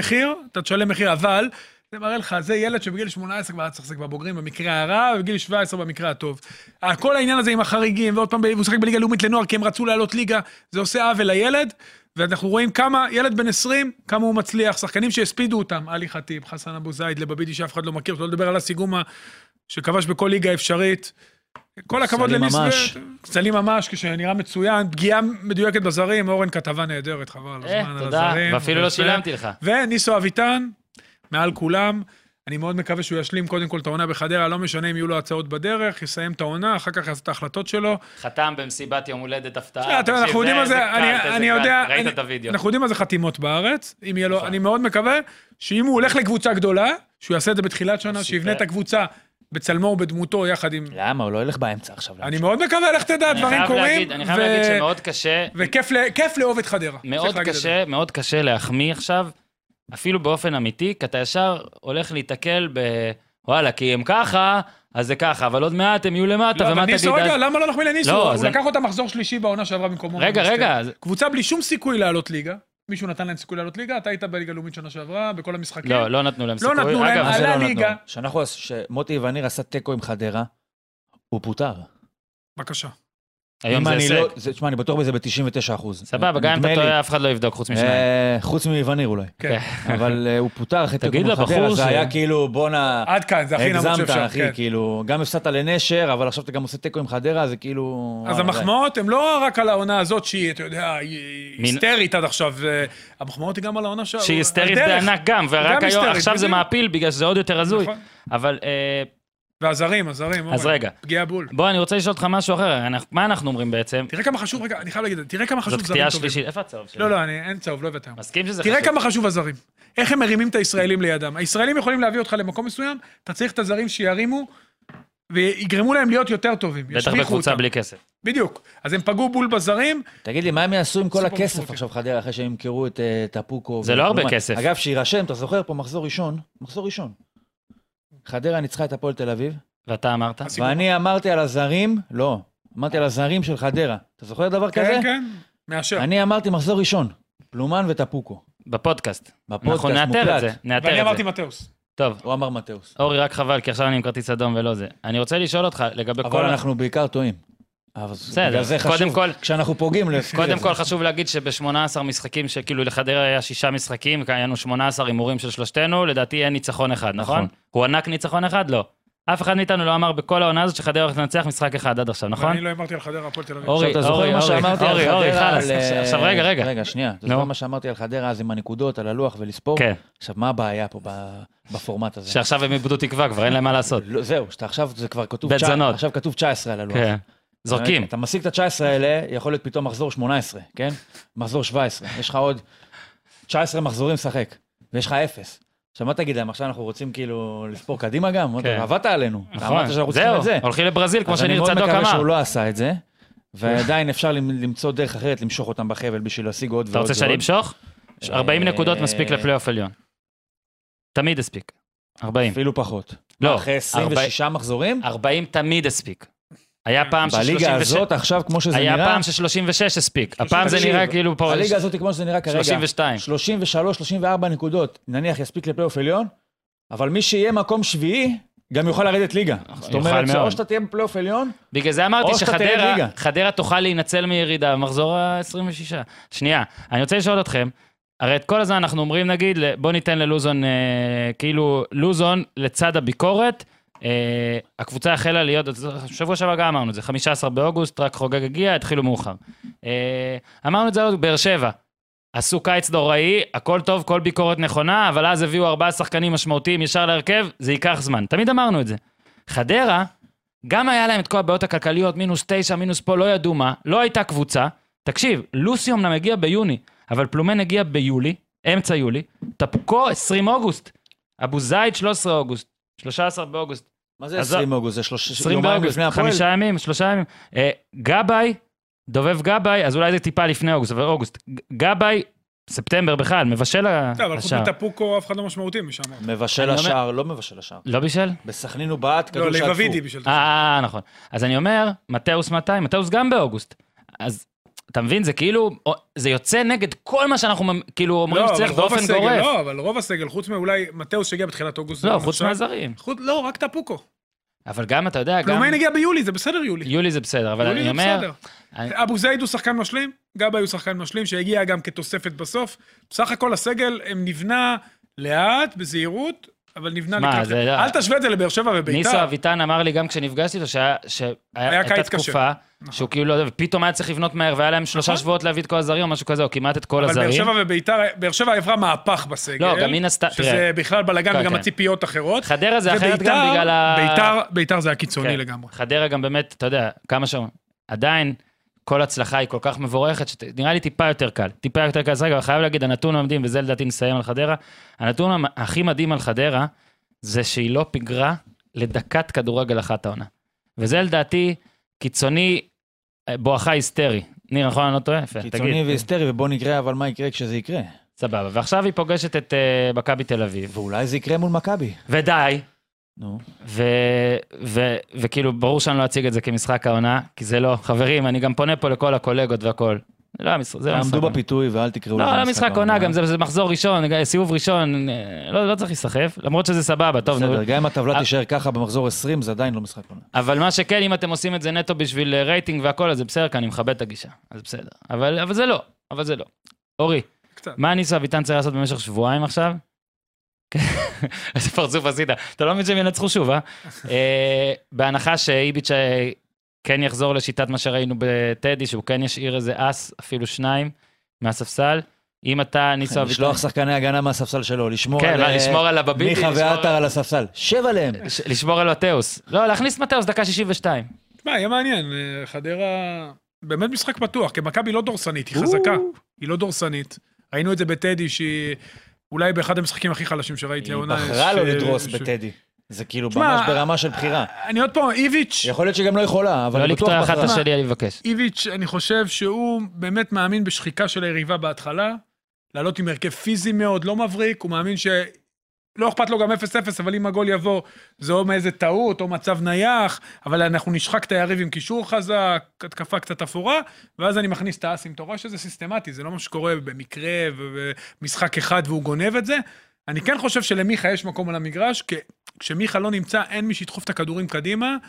תשלם מחיר, אבל זה מראה לך, זה ילד שבגיל 18 כבר צריך לשחק בבוגרים, במקרה הרע, ובגיל 17 במקרה הטוב. כל העניין הזה עם החריגים, ועוד פעם הוא שחק בליגה לאומית לנוער, כי הם רצו לעלות ליגה, זה עושה עוול לילד, ואנחנו רואים כמה, ילד בן 20, כמה הוא מצליח, שחקנים שהספידו אותם, עלי חטיב, חסן אבו זייד, לבבידי שאף אחד לא מכיר, לא לדבר על הסיגומה שכבש בכל ליגה אפשרית. כל הכבוד לניסווה, סלים ממש, כשנראה מצוין, פגיעה מדויקת בזרים, אורן כתבה נהדרת, חבל, הזמן על הזרים. ואפילו לא שילמתי לך. וניסו אביטן, מעל כולם, אני מאוד מקווה שהוא ישלים קודם כל את העונה בחדרה, לא משנה אם יהיו לו הצעות בדרך, יסיים את העונה, אחר כך יעשה את ההחלטות שלו. חתם במסיבת יום הולדת הפתעה. אנחנו יודעים מה זה, אני יודע, ראית את הוידאו. אנחנו יודעים מה זה חתימות בארץ, אני מאוד מקווה שאם הוא הולך לקבוצה גדולה, שהוא יעשה את זה בתחילת שנה, שיבנה את הקבוצה בצלמו ובדמותו יחד עם... למה? הוא לא ילך באמצע עכשיו. אני מאוד מקווה, לך תדע, דברים קורים. אני חייב להגיד שמאוד קשה... וכיף לאהוב את חדרה. מאוד קשה להחמיא עכשיו, אפילו באופן אמיתי, כי אתה ישר הולך להתקל וואלה, כי הם ככה, אז זה ככה, אבל עוד מעט הם יהיו למטה, ומה תגיד... רגע, למה לא נחמיא לניסו? הוא לקח אותה מחזור שלישי בעונה שעברה במקומו. רגע. קבוצה בלי שום סיכוי לעלות ליגה. מישהו נתן להם סיכוי לעלות ליגה, אתה היית בליגה לאומית שנה שעברה, בכל המשחקים. לא נתנו להם סיכוי. לא נתנו להם, עלה ליגה. שמוטי וניר עשה טקו עם חדרה, הוא פוטר. בבקשה. היום זה הישג. תשמע, אני בטוח בזה ב-99%. סבבה, גם אם אתה טועה, אף אחד לא יבדוק, חוץ משניים. חוץ מווניר אולי. כן. אבל הוא פוטר אחרי טקו עם חדרה, זה היה כאילו, בואנה... עד כאן, זה הכי נמוך שאפשר. הגזמת, אחי, כאילו, גם הפסדת לנשר, אבל עכשיו אתה גם עושה טקו עם חדרה, זה כאילו... אז המחמאות הן לא רק על העונה הזאת שהיא, אתה יודע, היא היסטרית עד עכשיו, המחמאות היא גם על העונה שהיא היסטרית בענק גם, ורק היום, עכשיו זה מעפיל, בגלל שזה עוד יותר הזוי. אבל... והזרים, אז רגע, פגיעה בול. בוא, אני רוצה לשאול אותך משהו אחר, מה אנחנו אומרים בעצם? תראה כמה חשוב, רגע, אני חייב להגיד, תראה כמה חשוב זרים טובים. זאת קטיעה שלישית, איפה הצהוב שלי? לא, אין צהוב, לא הבאתם. מסכים שזה חשוב. תראה כמה חשוב הזרים. איך הם מרימים את הישראלים לידם. הישראלים יכולים להביא אותך למקום מסוים, אתה צריך את הזרים שירימו, ויגרמו להם להיות יותר טובים. בטח בקבוצה בלי כסף. בדיוק. אז הם פגעו בול בזרים. תגיד לי, מה הם יעשו עם כל הכסף עכשיו חדרה, אחרי שהם ימכרו את טפוקו? זה לא הרבה כסף. אגב, שירשם, אתה זוכר פה מחזור ראשון. חדרה ניצחה את הפועל תל אביב. ואתה אמרת? ואני אמרתי על הזרים, אמרתי על הזרים של חדרה. אתה זוכר דבר כזה? כן, מאשר. אני אמרתי מחזור ראשון, פלומן וטפוקו. בפודקאסט. אנחנו נאתר את זה. ואני אמרתי מתאוס. טוב. הוא אמר מתאוס. אורי, רק חבל, כי עכשיו אני עם כרטיס אדום ולא זה. אני רוצה לשאול אותך לגבי כל... אבל אנחנו בעיקר טועים. בסדר, בגלל זה קודם חשוב, כל- כשאנחנו פוגעים להזכיר את קודם זה. כל חשוב להגיד שב-18 משחקים, שכאילו לחדרה היה 6 משחקים, היינו 18 הימורים של שלושתנו, לדעתי אין ניצחון אחד, נכון? נכון. הוא ענק ניצחון אחד? לא. אף אחד מאיתנו לא אמר בכל העונה הזאת שחדרה הולכת לנצח משחק אחד עד עכשיו, נכון? אני לא אמרתי על חדרה, הפועל תל אביב. אורי, עכשיו, אתה זוכר מה שאמרתי על אורי, חדרה? חלאס. עכשיו רגע. רגע, שנייה. אתה נו. זוכר מה שאמרתי על חדרה אז עם הנקודות, על הלוח ולספור? כן, עכשיו, מה הבעיה פה בפורמט הזה? שעכשיו הם איבדו תקווה, כבר אין להם מה לעשות. לא, זהו, שאתה עכשיו, זה כבר כתוב, בית זונות. עכשיו כתוב 19 על הלוח. כן, זורקים. אתה משיג את ה-19 האלה, יכול להיות פתאום מחזור 18, כן? מחזור 17. יש לך עוד 19 מחזורים לשחק, ויש לך 0. עכשיו, מה תגיד להם? עכשיו אנחנו רוצים כאילו לספור קדימה גם? כן. עבדת עלינו. אתה נכון, אמרת שאנחנו צריכים את זה. זהו, הולכים לברזיל, כמו שניר צדוק אז אני מאוד מקווה אמר. שהוא לא עשה את זה, ועדיין אפשר למצוא דרך אחרת למשוך אותם בחבל בשביל להשיג עוד ועוד אתה ועוד. רוצה שאני אמשוך? 40 נקודות מספיק לפלייאוף עליון. תמיד הספיק. 40. אפילו פחות. לא, אחרי 26 מחזורים? 40 תמיד הספיק. היה פעם בליגה הזאת עכשיו, כמו שזה היה נראה, פעם ש-36 הספיק. הפעם זה נראה כאילו פה... הליגה הזאת כמו שזה נראה כרגע, 32. 33, 34 נקודות, נניח יספיק לפלייאוף עליון, אבל מי שיהיה מקום שביעי, גם יוכל לרדת ליגה. זאת אומרת מאוד. שאו שאתה תהיה בפלייאוף עליון, בגלל זה אמרתי או שאתה תהיה ליגה. שחדרה תוכל להינצל מירידה במחזור ה-26. שנייה, אני רוצה לשאול אתכם, הרי את כל הזמן אנחנו אומרים נגיד, בוא ניתן ללוזון, כאילו לוזון לצד הביקורת, הקבוצה החלה להיות, שבוע שעבר גם אמרנו את זה, 15 באוגוסט, רק חוגג הגיע, התחילו מאוחר. אמרנו את זה עוד באר שבע, עשו קיץ נוראי, הכל טוב, כל ביקורת נכונה, אבל אז הביאו 4 שחקנים משמעותיים ישר להרכב, זה ייקח זמן. תמיד אמרנו את זה. חדרה, גם היה להם את כל הבעיות הכלכליות, -9, פה, לא ידעו מה, לא הייתה קבוצה. תקשיב, לוסי אמנם הגיע ביוני, אבל פלומן הגיע ביולי, אמצע יולי, טפוקו 20 אוגוסט, אבו זייד 13 אוגוסט, 13 באוגוסט. מה זה 20 אוגוסט? זה 20 יומיים באוגוסט, לפני הפועל? 5 ימים, 3 ימים. גבאי, דובב גבאי, אז אולי זה טיפה לפני אוגוסט, אבל אוגוסט. גבאי, ספטמבר בכלל, מבשל אבל חוץ השער. מטפוקו אף אחד לא משמעותי משם. מבשל השער, לא מבשל השער. לא בישל? בסכנין הוא בעט, לא, כדור שעטפו. לבבידי בשביל זה. נכון. אז אני אומר, מתאוס מתי? מתאוס גם באוגוסט. אז אתה מבין, זה כאילו, זה יוצא נגד כל מה שאנחנו כאילו אומרים שצריך באופן גורף. לא, אבל רוב הסגל, חוץ מאולי מתאוס שהגיע בתחילת אוגוסט. לא, חוץ מהזרים. לא, רק טפוקו. אבל גם, אתה יודע, גם... פלומן הגיע ביולי, זה בסדר יולי. יולי זה בסדר, אבל יולי אני זה אומר... בסדר. אבו זייד הוא שחקן משלים, גבאי הוא שחקן משלים, שהגיע גם כתוספת בסוף. בסך הכל הסגל הם נבנה לאט, בזהירות, אבל נבנה לקראת... אל תשווה את זה לבאר שבע וביתר. ניסו אביטן אמר לי גם כשנפגשתי איתו, שהייתה תקופה, שהוא כאילו, ופתאום היה צריך לבנות מהר, והיה להם 3 שבועות להביא את כל הזרים, או משהו כזה, או כמעט את כל הזרים. אבל באר שבע וביתר, באר שבע עברה מהפך בסגל. לא, גם מן הסתם, שזה בכלל בלגן וגם הציפיות אחרות. חדרה זה אחרת גם בגלל ביתר זה הקיצוני לגמרי. חדרה גם באמת, אתה יודע, כמה שם, עדיין, כל הצלחה היא כל כך מבורכת, שנראה לי טיפה יותר קל. אבל חייב להגיד, הנתון המדהים, וזה לדעתי נסיים על חדרה, הנתון הכי מדהים על חדרה, זה שהיא לא פיגרה לדקת כדורגל אחת העונה. וזה לדעתי קיצוני, בואכה היסטרי. ניר, נכון, אני לא טועה? קיצוני והיסטרי, ובוא נקרא, אבל מה יקרה כשזה יקרה? סבבה, ועכשיו היא פוגשת את מכבי תל אביב. ואולי זה יקרה מול מכבי. ודי. נו. וכאילו, ברור שאני לא אציג את זה כמשחק העונה, כי זה לא, חברים, אני גם פונה פה לכל הקולגות והכל. זה לא משחק עונה. עמדו בפיתוי ואל תקראו לזה משחק עונה. לא, משחק עונה, גם זה מחזור ראשון, סיבוב ראשון, לא צריך להיסחף, למרות שזה סבבה, טוב. בסדר, גם אם הטבלה תישאר ככה במחזור 20, זה עדיין לא משחק עונה. אבל מה שכן, אם אתם עושים את זה נטו בשביל רייטינג והכל, אז זה בסדר, כי אני מכבד את הגישה, אז בסדר. אבל זה לא. אורי, מה ניסו אביטן צריך לעשות במשך שבועיים עכשיו? איזה פרצוף עשית. אתה לא מבין שהם ינצחו שוב, בהנחה שאיביץ' כן יחזור לשיטת מה שראינו בטדי, שהוא כן ישאיר איזה אס, אפילו 2 מהספסל. אם אתה ניסו אביטן... לשלוח שחקני הגנה מהספסל שלו, לשמור על הבביבי. מיכה ועטר על הספסל. 7 להם. לשמור על מתאוס. לא, להכניס מתאוס, דקה 62. תשמע, יהיה מעניין. חדרה... באמת משחק פתוח, כי מכבי לא דורסנית, היא חזקה. היא לא דורסנית. ראינו את זה בטדי, שהיא אולי באחד המשחקים הכי חלשים שראיתי העונה. היא בחרה לו לדרוס בטדי. זה כאילו ממש ברמה של בחירה. אני עוד פעם, איביץ'... יכול להיות שגם לא יכולה, אבל לא בטוח בחרה. לקטוע אחת השלי, אני מבקש. איביץ', אני חושב שהוא באמת מאמין בשחיקה של היריבה בהתחלה, לעלות עם הרכב פיזי מאוד, לא מבריק, הוא מאמין לא אכפת לו גם 0-0, אבל אם הגול יבוא, זה או מאיזה טעות, או מצב נייח, אבל אנחנו נשחק את היריב עם קישור חזק, התקפה קצת אפורה, ואז אני מכניס את האסים. אתה רואה שזה סיסטמטי, זה לא מה שקורה במקרה, ובמשחק אחד והוא גונב את זה. אני כן חושב שלמיכה יש מקום על המגרש, כשמיכה לא נמצא, אין מי שידחוף את הכדורים קדימה,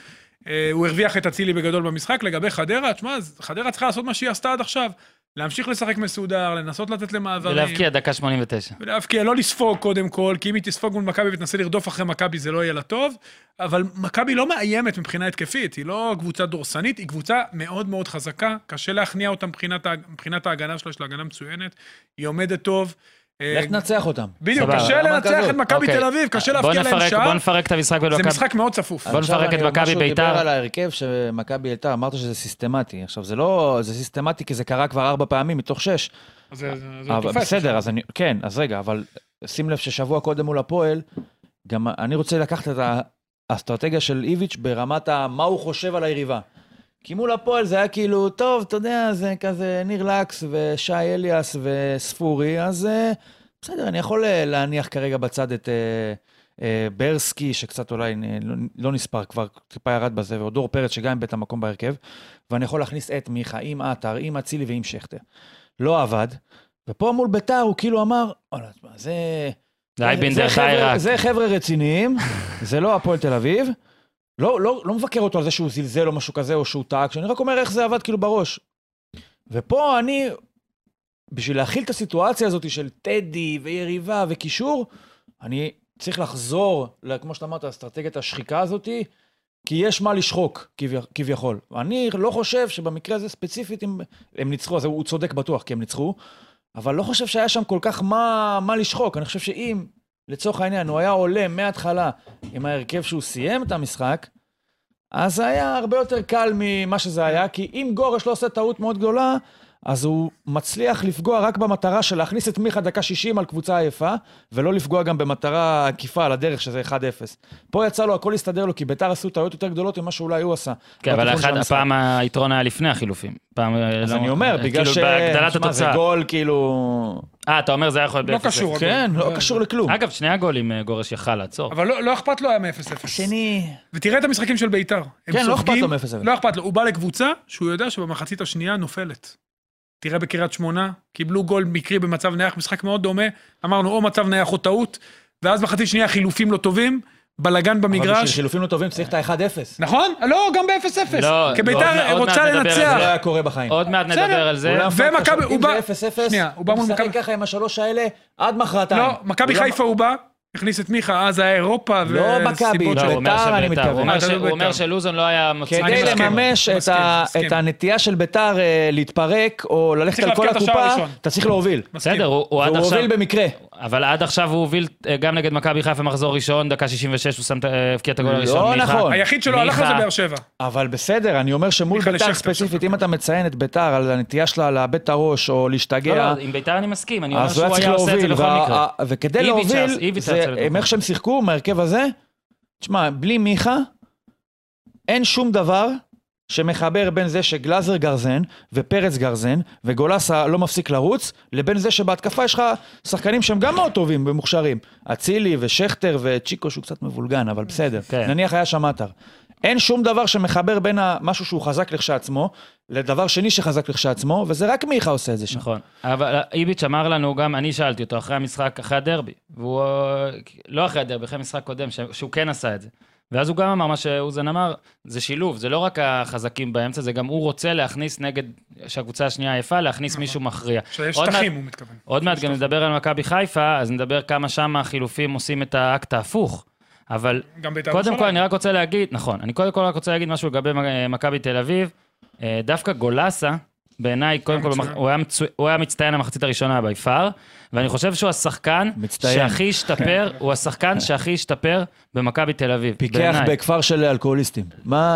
הוא הרוויח את אצילי בגדול במשחק. לגבי חדרה, תשמע, חדרה צריכה לעשות מה שהיא עשתה עד עכשיו. להמשיך לשחק מסודר, לנסות לתת למעברים. ולהבקיע דקה 89. ולהבקיע, לא לספוג קודם כל, כי אם היא תספוג מול מכבי ותנסה לרדוף אחרי מכבי, זה לא יהיה לה טוב. אבל מכבי לא מאיימת מבחינה התקפית, היא לא קבוצה דורסנית, היא קבוצה מאוד מאוד חזקה, קשה להכניע אותה מבחינת ההגנה שלה, יש לה הגנה מצוינת, היא עומדת טוב. לך תנצח אותם. בדיוק, קשה לנצח את מכבי תל אביב, קשה להבקיע להם שער. בוא נפרק את המשחק זה משחק מאוד צפוף. בוא נפרק את מכבי ביתר. דיבר על ההרכב שמכבי ביתר, אמרת שזה סיסטמטי. עכשיו, זה סיסטמטי כי זה קרה כבר 4 פעמים מתוך 6. זה תופס. בסדר, כן, אז רגע, אבל שים לב ששבוע קודם מול הפועל, גם אני רוצה לקחת את האסטרטגיה של איביץ' ברמת מה הוא חושב על היריבה. כי מול הפועל זה היה כאילו, טוב, אתה יודע, זה כזה ניר לקס ושי אליאס וספורי, אז בסדר, אני יכול להניח כרגע בצד את ברסקי, שקצת אולי לא נספר, כבר טיפה ירד בזה, ודור פרץ שגם עם בית המקום בהרכב, ואני יכול להכניס את מיכה עם עטר, עם אצילי ועם שכטר. לא עבד, ופה מול ביתר הוא כאילו אמר, זה חבר'ה רציניים, זה לא הפועל תל אביב, לא מבקר אותו על זה שהוא זלזל או משהו כזה, או שהוא טעק, שאני רק אומר איך זה עבד כאילו בראש. ופה אני, בשביל להכיל את הסיטואציה הזאת של טדי ויריבה וקישור, אני צריך לחזור, כמו שאתה אמרת, האסטרטגיית השחיקה הזאת, כי יש מה לשחוק, כביכול. אני לא חושב שבמקרה הזה ספציפית, הם ניצחו, אז הוא צודק בטוח, כי הם ניצחו, אבל לא חושב שהיה שם כל כך מה לשחוק. אני חושב שאם, לצורך העניין, הוא היה עולה מההתחלה עם ההרכב שהוא סיים את המשחק, אז זה היה הרבה יותר קל ממה שזה היה, כי אם גורש לא עושה טעות מאוד גדולה, אז הוא מצליח לפגוע רק במטרה של להכניס את מיכה דקה 60 על קבוצה עייפה, ולא לפגוע גם במטרה עקיפה על הדרך, שזה 1-0. פה יצא לו, הכל הסתדר לו, כי ביתר עשו טעויות יותר גדולות ממה שאולי הוא עשה. כן, אבל הפעם היתרון היה לפני החילופים. אז אני אומר, בגלל זה גול כאילו... אתה אומר זה היה יכול להיות לא קשור. כן, לא קשור לכלום. אגב, 2 הגולים גורש יכל לעצור. אבל לא אכפת לו היה מ-0-0. שני... ותראה את המשחקים של ביתר. כן, לא אכפת לו מ-0-0. לא אכפת לו, הוא בא לקבוצה שהוא יודע שבמחצית השנייה נופלת. תראה בקריית שמונה, קיבלו גול מקרי במצב נייח, משחק מאוד דומה, אמרנו או מצב נייח או טעות, ואז בחצי שנייה חילופים לא טובים, בלגן במגרש. אבל בשביל חילופים לא טובים צריך את ה-1-0. נכון? לא, גם ב-0-0. כי ביתר רוצה לנצח. זה לא היה קורה בחיים. עוד מעט נדבר על זה. ומכבי, הוא בא... שנייה, הוא בא מול מכבי. ככה עם השלוש האלה, עד מחרתיים. לא, מכבי חיפה הוא בא, הכניס את מיכה, אז היה אירופה לא מכבי, ביתר אני מתכוון. הוא אומר שלוזון לא היה מוציא. כדי לממש את הנטייה של ביתר להתפרק, או ללכת על כל הקופה, אתה צריך להוביל. בסדר, הוא עד עכשיו... הוא הוביל במקרה. אבל עד עכשיו הוא הוביל גם נגד מכבי חיפה מחזור ראשון, דקה 66, הוא הבקיע את הגול הראשון. לא נכון. היחיד שלו הלך לזה באר שבע. אבל בסדר, אני אומר שמול ביתר ספציפית, אם אתה מציין את ביתר על הנטייה שלה לאבד את הראש או להשתגע... לא, עם ביתר אני מסכים, אני אומר שהוא היה עושה את זה בכל מקרה. וכדי להוביל, איך שהם שיחקו מהרכב הזה, תשמע, בלי מיכה, אין שום דבר שמחבר בין זה שגלאזר גרזן ופרץ גרזן וגולסה לא מפסיק לרוץ, לבין זה שבהתקפה יש לך שחקנים שהם גם מאוד טובים ומוכשרים. אצילי ושכטר וצ'יקו שהוא קצת מבולגן, אבל בסדר. כן. נניח היה שם עטר. אין שום דבר שמחבר בין משהו שהוא חזק לכשעצמו, לדבר שני שחזק לכשעצמו, וזה רק מיכה עושה את זה שם. נכון. אבל איביץ' אמר לנו גם, אני שאלתי אותו אחרי המשחק, אחרי הדרבי, והוא לא אחרי הדרבי, אחרי המשחק קודם, שהוא כן עשה את זה. ואז הוא גם אמר מה שאוזן אמר, זה שילוב, זה לא רק החזקים באמצע, זה גם הוא רוצה להכניס נגד, שהקבוצה השנייה עייפה, להכניס מישהו מכריע. שיש שטחים, הוא מתכוון. עוד מעט גם נדבר על מכבי חיפה, אז נדבר כמה שם החילופים עושים את האקט ההפוך. אבל קודם כל אני רק רוצה להגיד, נכון, אני קודם כל רק רוצה להגיד משהו לגבי מכבי תל אביב, דווקא גולסה, בעיניי, קודם כל, הוא היה מצטיין המחצית הראשונה ביפר, ואני חושב שהוא השחקן שהכי השתפר, הוא השחקן שהכי השתפר במכבי תל אביב. פיקח בכפר של אלכוהוליסטים.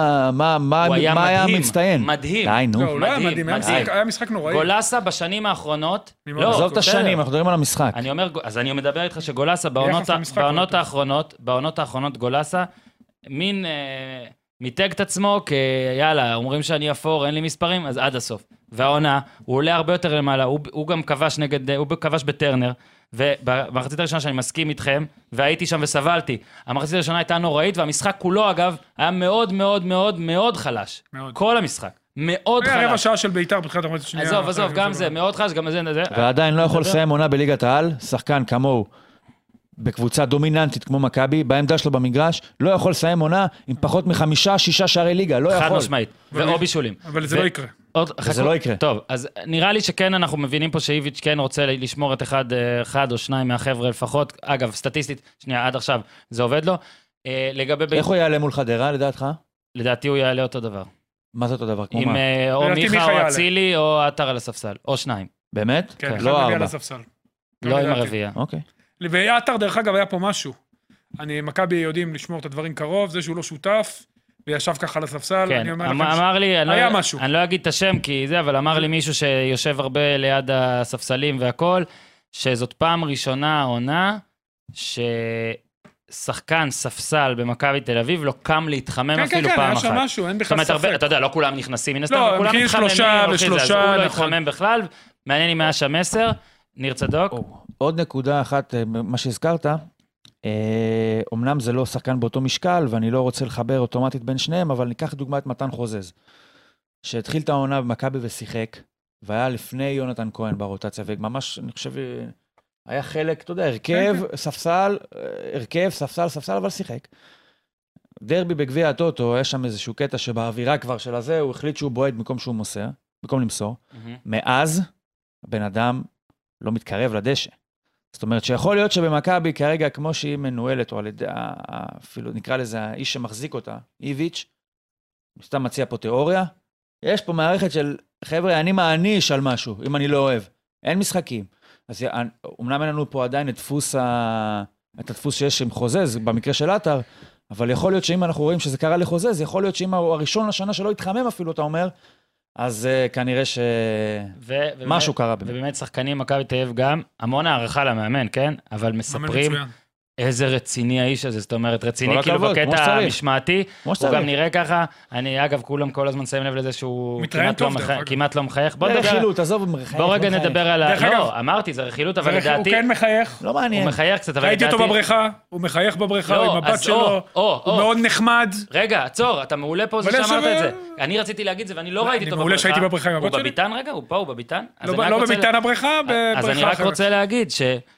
מה היה מצטיין? מדהים. די, נו. לא, לא היה מדהים, היה משחק נוראי. גולסה בשנים האחרונות, עזוב את השנים, אנחנו מדברים על המשחק. אז אני מדבר איתך שגולסה, בעונות האחרונות גולסה, מין... מיתג את עצמו, כי יאללה, אומרים שאני אפור, אין לי מספרים, אז עד הסוף. והעונה, הוא עולה הרבה יותר למעלה, הוא גם כבש הוא כבש בטרנר, ובמחצית הראשונה שאני מסכים איתכם, והייתי שם וסבלתי, המחצית הראשונה הייתה נוראית, והמשחק כולו, אגב, היה מאוד מאוד מאוד מאוד חלש. מאוד. כל המשחק. מאוד חלש. היה רבע שעה של ביתר בתחילת המחצית השנייה. עזוב, גם זה, מאוד חלש, גם זה. ועדיין לא יכול לסיים עונה בליגת העל, שחקן כמוהו. בקבוצה דומיננטית כמו מכבי, בעמדה שלו במגרש, לא יכול לסיים עונה עם פחות מ5-6 שערי ליגה, לא יכול. חד משמעית, ואו בישולים. אבל זה לא יקרה. וזה לא יקרה. טוב, אז נראה לי שכן אנחנו מבינים פה שאיביץ' כן רוצה לשמור את אחד או שניים מהחבר'ה לפחות. אגב, סטטיסטית, שנייה, עד עכשיו זה עובד לו. לגבי... איך הוא יעלה מול חדרה, לדעתך? לדעתי הוא יעלה אותו דבר. מה זה אותו דבר? כמו עם מה? או מיכה או אצילי או עטר על הספסל, או שניים. באמת? כן, אחד לא מביא 4. על הספסל. לא עם הרביעייה. אוקיי. ועטר, דרך אגב, היה פה משהו. מכבי יודעים לשמור את הדברים קרוב, זה שהוא לא שותף, וישב ככה על הספסל, כן, אני אומר לכם אמר לי, היה משהו. אני לא אגיד את השם כי זה, אבל אמר לי מישהו שיושב הרבה ליד הספסלים והכל, שזאת פעם ראשונה עונה, ששחקן ספסל במכבי תל אביב לא קם להתחמם אפילו פעם אחת. כן, היה שם משהו, אין בכלל זאת אומרת, ספק. אתה יודע, לא כולם נכנסים, מן הסתם, לא, כולם מכיר מתחממים, שלושה הולכים לזה, ושלושה, אז הוא לא נכון. התחמם בכלל, מעניין אם היה שם 10, ניר צדוק. עוד נקודה אחת, מה שהזכרת, אמנם זה לא שחקן באותו משקל, ואני לא רוצה לחבר אוטומטית בין שניהם, אבל ניקח דוגמא את מתן חוזז, שהתחיל את העונה במכבי ושיחק, והיה לפני יונתן כהן ברוטציה, וממש, אני חושב, היה חלק, אתה יודע, הרכב, ספסל, ספסל, אבל שיחק. דרבי בגביע הטוטו, יש שם איזשהו קטע שבאווירה כבר של הזה, הוא החליט שהוא בועט במקום שהוא מוסר, במקום למסור. מאז, הבן אדם לא מתקרב לדשא. זאת אומרת שיכול להיות שבמכבי כרגע, כמו שהיא מנוהלת, או על ידי, אפילו נקרא לזה, האיש שמחזיק אותה, איביץ', סתם מציע פה תיאוריה, יש פה מערכת של, חבר'ה, אני מעניש על משהו, אם אני לא אוהב. אין משחקים. אז אומנם אין לנו פה עדיין את הדפוס שיש עם חוזז, במקרה של עטר, אבל יכול להיות שאם אנחנו רואים שזה קרה לחוזז, יכול להיות שאם הוא הראשון לשנה שלא התחמם אפילו, אתה אומר, אז כנראה שמשהו קרה באמת. ובאמת שחקנים מכבי תל אביב גם, המון הערכה למאמן, כן? אבל מספרים איזה רציני האיש הזה, זאת אומרת, רציני כאילו בקטע המשמעתי, הוא גם נראה ככה, אני אגב כולם כל הזמן שמים לב לזה שהוא כמעט לא מחייך. זה רכילות, עזוב, בוא רגע נדבר על לא, אמרתי, זה רכילות, אבל לדעתי... הוא כן מחייך. לא מעניין. הוא מחייך קצת, אבל ראיתי לדעתי... אותו בבריכה, הוא מחייך בבריכה עם הבת שלו, הוא מאוד נחמד. רגע, עצור, אתה מעולה פה זה שאמרת את זה. אני רציתי להגיד זה ואני לא ראיתי אותו מעולה שהייתי בבריכה עם הבת שלי. הוא בביתן רגע? הוא פה, הוא בביתן? לא בביתן הבריכה, בבריכה אחרת. אז אני רק רוצה להגיד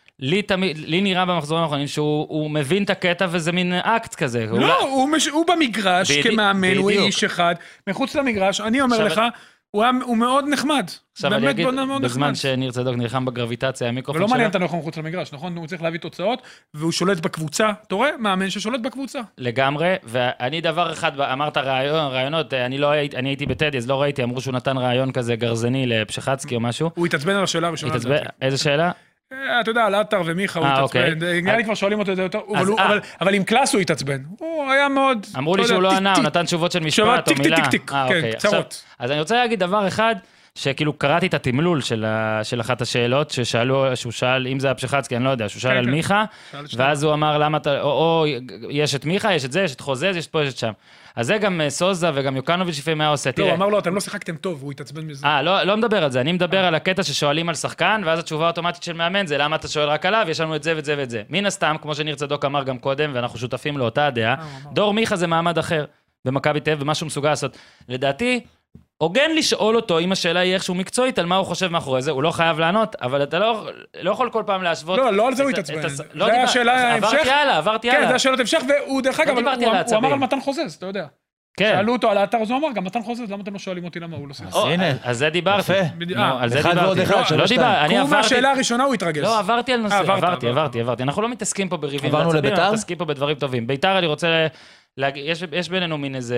לי נראה במחזורים האחרונים שהוא מבין את הקטע וזה מין אקט כזה. לא, הוא במגרש כמאמן, הוא איש אחד, מחוץ למגרש, אני אומר לך, הוא מאוד נחמד. עכשיו אני אגיד, בזמן שניר צדוק נלחם בגרביטציה, המיקרופון שלו... ולא מעניין אותנו איך הוא מחוץ למגרש, נכון? הוא צריך להביא תוצאות, והוא שולט בקבוצה. אתה רואה? מאמן ששולט בקבוצה. לגמרי, ואני דבר אחד, אמרת רעיונות, אני הייתי בטדי, אז לא ראיתי, אמרו שהוא נתן רעיון כזה גרזני לפשחצקי או משהו. הוא התעצבן על השאלה הראשונה. איזה שאלה? אתה יודע, על עטר ומיכה הוא התעצבן, נראה לי כבר שואלים אותו את זה יותר, אבל עם קלאס הוא התעצבן, הוא היה מאוד... אמרו לי שהוא לא ענה, הוא נתן תשובות של משפט או מילה. טיק, כן, קצרות. אז אני רוצה להגיד דבר אחד, שכאילו קראתי את התמלול של אחת השאלות, שהוא שאל, אם זה היה פשחצקי, אני לא יודע, שהוא שאל על מיכה, ואז הוא אמר למה אתה, או יש את מיכה, יש את זה, יש את חוזז, יש פה, יש את שם. אז זה גם סוזה וגם יוקנוביץ' לפעמים היה עושה, לא, הוא אמר לו, אתם לא שיחקתם טוב, הוא התעצבן מזה. לא מדבר על זה, אני מדבר על הקטע ששואלים על שחקן, ואז התשובה האוטומטית של מאמן זה למה אתה שואל רק עליו, יש לנו את זה ואת זה ואת זה. מן הסתם, כמו שניר צדוק אמר גם קודם, ואנחנו שותפים לאותה הדעה, דור מיכה זה מעמד אחר במכבי תל אביב, ומה שהוא מסוגל לעשות. לדעתי, הוגן לשאול אותו, אם השאלה היא איכשהו מקצועית, על מה הוא חושב מאחורי זה, הוא לא חייב לענות, אבל אתה לא יכול כל פעם להשוות... לא על זה הוא התעצבן. זה היה שאלה המשך. עברתי הלאה. כן, זה היה שאלות המשך, והוא דרך אגב, הוא אמר על מתן חוזז, אתה יודע. שאלו אותו על האתר, אז הוא אמר, גם מתן חוזז, למה אתם לא שואלים אותי למה הוא לא שיחק? הנה. אז זה דיברתי. על זה דיברתי. לא דיברתי, הוא מהשאלה הראשונה הוא התרגז. לא, עברתי על נושא, עברתי. אנחנו לא מתעסקים פה בריבים, עברנו לביתר? אנחנו מתעסקים פה בדברים טובים. ביתר אני רוצה להגיד, יש בינינו מין איזה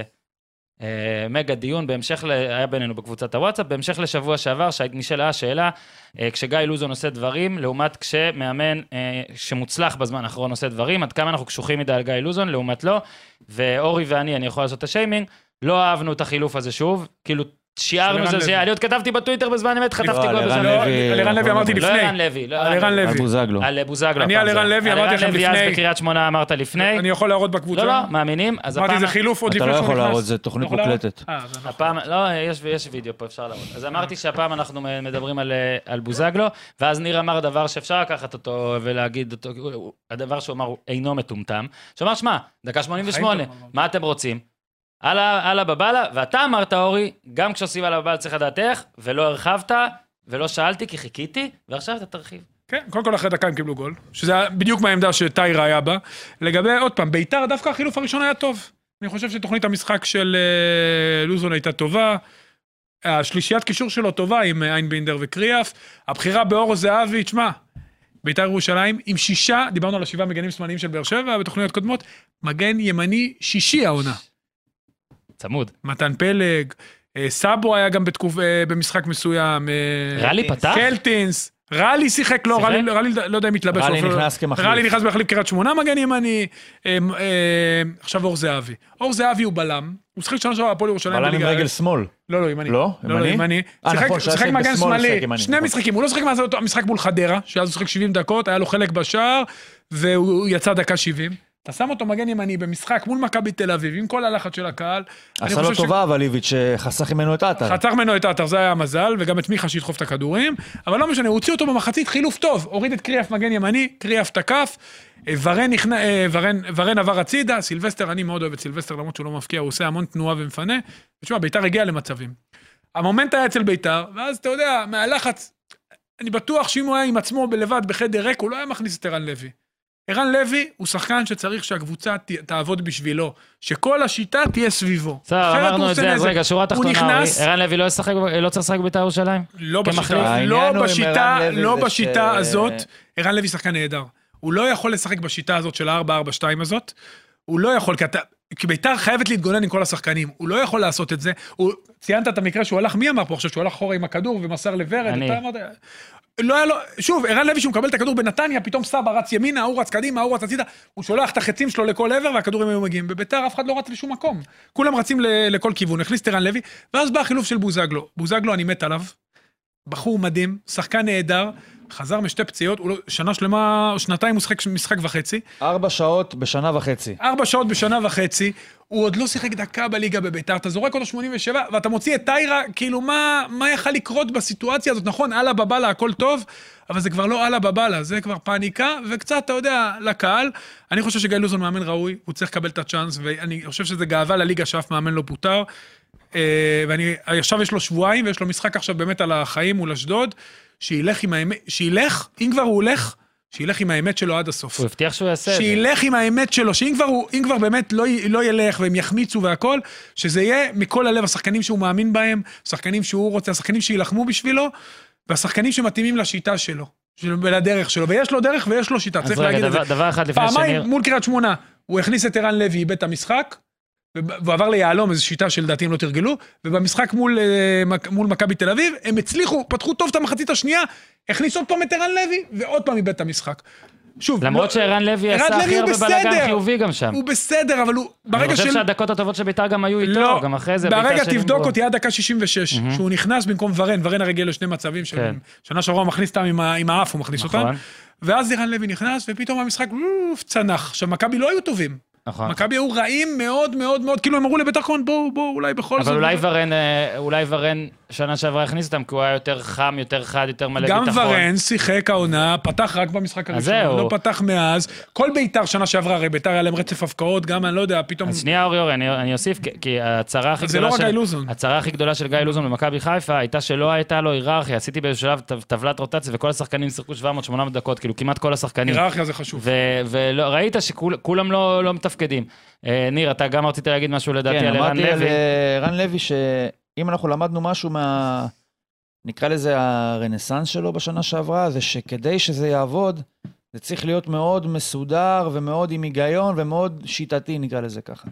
מגה דיון, היה בינינו בקבוצת הוואטסאפ, בהמשך לשבוע שעבר, שנשאלה השאלה, כשגיא לוזון עושה דברים, לעומת כשמאמן שמוצלח בזמן האחרון עושה דברים, עד כמה אנחנו קשוחים מדי על גיא לוזון, לעומת לא, ואורי ואני יכול לעשות את השיימינג, לא אהבנו את החילוף הזה שוב, כאילו שיערנו זה, אני עוד כתבתי בטוויטר בזמן אמת, חטפתי גול בזמן. על ערן לוי אמרתי לפני. לא ערן לוי. על בוזגלו. על בוזגלו. אני על ערן לוי אמרתי לכם לפני. אז בקריית שמונה אמרת לפני. אני יכול להראות בקבוצה. לא, מאמינים. אמרתי זה חילוף עוד לפני שהוא נכנס. אתה לא יכול להראות, זה תוכנית מוקלטת. הפעם, לא, יש וידאו פה, אפשר להראות. אז אמרתי שהפעם אנחנו מדברים על בוזגלו, ואז ניר אמר דבר שאפשר לקחת אותו ולהגיד אותו, הדבר שהוא אמר אינו מטומטם. שאמר, שמע, דקה 88, מה אתם רוצים? הלאה בבאללה, ואתה אמרת, אורי, גם כשעושים הלאה בבאללה צריך לדעת איך, ולא הרחבת, ולא שאלתי כי חיכיתי, ועכשיו אתה תרחיב. כן, קודם כל אחרי דקה הם קיבלו גול, שזה היה בדיוק מהעמדה שטיירה היה בה. לגבי, עוד פעם, ביתר דווקא החילוף הראשון היה טוב. אני חושב שתוכנית המשחק של לוזון הייתה טובה, השלישיית קישור שלו טובה עם איינבינדר וקריאף, הבחירה באור זהבי, תשמע, ביתר ירושלים עם 6, דיברנו על 7 מגנים שמאליים של באר שבע בתוכניות קודמות, מגן ימני 6 העונה. צמוד. מתן פלג, סאבו היה גם במשחק מסוים, רלי פתח? קלטינס, רלי שיחק, לא, רלי לא יודע אם מתלבש. רלי נכנס כמחליף. רלי נכנס בהחליף קריית שמונה מגן ימני, עכשיו אור זהבי. אור זהבי הוא בלם, הוא שיחק שנה שעברה הפועל ירושלים. בלם עם רגל שמאל. לא, ימני. לא? ימני. שיחק מגן שמאלי, שני משחקים, הוא לא שיחק משחק מול חדרה, שאז הוא שיחק 70 דקות, היה לו חלק בשער, והוא יצא דקה 70. אתה שם אותו מגן ימני במשחק מול מכבי תל אביב, עם כל הלחץ של הקהל. עשה לו טובה, אבל איביץ' שחסך ממנו את האתר. חסך ממנו את האתר, זה היה מזל, וגם את מיכה שידחוף את הכדורים, אבל לא משנה, הוא הוציא אותו במחצית, חילוף טוב, הוריד את קריאף מגן ימני, קריאף תקף, ורן עבר הצידה, סילבסטר, אני מאוד אוהב את סילבסטר, למרות שהוא לא מפקיע, הוא עושה המון תנועה ומפנה, ותשמע, ביתר הגיע למצבים. המומנט היה אצל ביתר, ואז אתה יודע, מהלחץ, אני בטוח שאם הוא היה עם עצמו בלבד בחדר ריק, הוא לא היה מכניס את ערן לוי. ערן לוי הוא שחקן שצריך שהקבוצה תעבוד בשבילו, שכל השיטה תהיה סביבו. אמרנו את זה, אז רגע, שורה תחתונה, ערן לוי לא צריך לשחק בית"ר ירושלים? לא בשיטה הזאת, ערן לוי שחקן נהדר. הוא לא יכול לשחק בשיטה הזאת של 4-4-2 הזאת, הוא לא יכול, כי בית"ר חייבת להתגונן עם כל השחקנים, הוא לא יכול לעשות את זה, ציינת את המקרה שהוא הלך, מי אמר פה עכשיו, שהוא הלך חורה עם הכדור ומסר לוורד, לא היה לו, שוב, ערן לוי שהוא מקבל את הכדור בנתניה, פתאום סבא רץ ימינה, הוא רץ קדימה, הוא רץ הצידה, הוא שולח את החצים שלו לכל עבר, והכדורים היו מגיעים. בביתר אף אחד לא רץ לשום מקום. כולם רצים לכל כיוון, הכניס את ערן לוי, ואז בא החילוף של בוזגלו. בוזגלו, אני מת עליו, בחור מדהים, שחקן נהדר, חזר משתי פציעות, שנה שלמה, שנתיים הוא משחק וחצי. 4 שעות בשנה וחצי. 4 שעות בשנה וחצי, הוא עוד לא שיחק דקה בליגה בביתר, אתה זורק אותו 87, ואתה מוציא את טיירה, כאילו מה יכל לקרות בסיטואציה הזאת, נכון, אללה בבאללה, הכל טוב, אבל זה כבר לא אללה בבאללה, זה כבר פאניקה, וקצת, אתה יודע, לקהל, אני חושב שגיא לוזון מאמן ראוי, הוא צריך לקבל את הצ'אנס, ואני חושב שזה גאווה לליגה שאף מאמן לא פוטר, עכשיו יש לו שבועיים, ויש לו משחק עכשיו באמת על החיים מול אשדוד, שילך, אם כבר הוא הולך, שילך עם האמת שלו עד הסוף. הוא הבטיח שהוא יעשה את זה. שילך עם האמת שלו, שאם כבר באמת לא ילך והם יחמיצו והכל, שזה יהיה מכל הלב, השחקנים שהוא מאמין בהם, השחקנים שהוא רוצה, השחקנים שילחמו בשבילו, והשחקנים שמתאימים לשיטה שלו, ולדרך שלו, ויש לו דרך ויש לו שיטה, צריך להגיד את זה. דבר אחד לפני שניר. פעמיים מול קריית שמונה, הוא הכניס את ערן לוי, איבד את המשחק, והוא עבר ליעלום, איזו שיטה שלדעתי הם לא תרגלו, ובמשחק מול מכבי תל אביב, הם הצליחו, פתחו טוב את המחצית השנייה, הכניסו עוד פעם את ערן לוי, ועוד פעם איבד את המשחק. שוב, למרות שערן לוי עשה הכי הרבה בלגן חיובי גם שם. הוא בסדר, אבל הוא, ברגע אני חושב שהדקות הטובות של בית"ר גם היו איתו, גם אחרי זה. ברגע תבדוק אותי עד דקה 66, שהוא נכנס במקום ורן הרגל לשני מצבים, שנה שעברה הוא מכניס אותם עם האף, הוא מכניס אותם, ואז ערן לוי נכנס, ופתאום המשחק צנח. עכשיו, מכבי לא היו טובים. מכבי היו רעים מאוד מאוד מאוד, כאילו הם אמרו לבית"ר כהן, בואו, אולי בכל זאת. אבל אולי ורן שנה שעברה הכניס אותם, כי הוא היה יותר חם, יותר חד, יותר מלא ביטחון. גם ורן שיחק העונה, פתח רק במשחק הראשון, לא פתח מאז. כל בית"ר שנה שעברה, הרי בית"ר היה להם רצף הפקעות, גם אני לא יודע, פתאום... אז שנייה אורי, אני אוסיף, כי הצרה הכי גדולה של גיא לוזון במכבי חיפה, הייתה שלא הייתה לו היררכיה, עשיתי באיזשהו שלב טבלת רוטציה, וכל השחקנים שיחקו 700-800 דקות, כאילו כמעט כל השחקנים. היררכיה זה חשוב. וראית שכולם לא מתפקדים. ניר, אתה גם רצית להגיד משהו לדעתי על ערן לוי. אמרתי על ערן לוי שאם אנחנו למדנו משהו נקרא לזה הרנסנס שלו בשנה שעברה, זה שכדי שזה יעבוד, זה צריך להיות מאוד מסודר ומאוד עם היגיון ומאוד שיטתי, נקרא לזה ככה.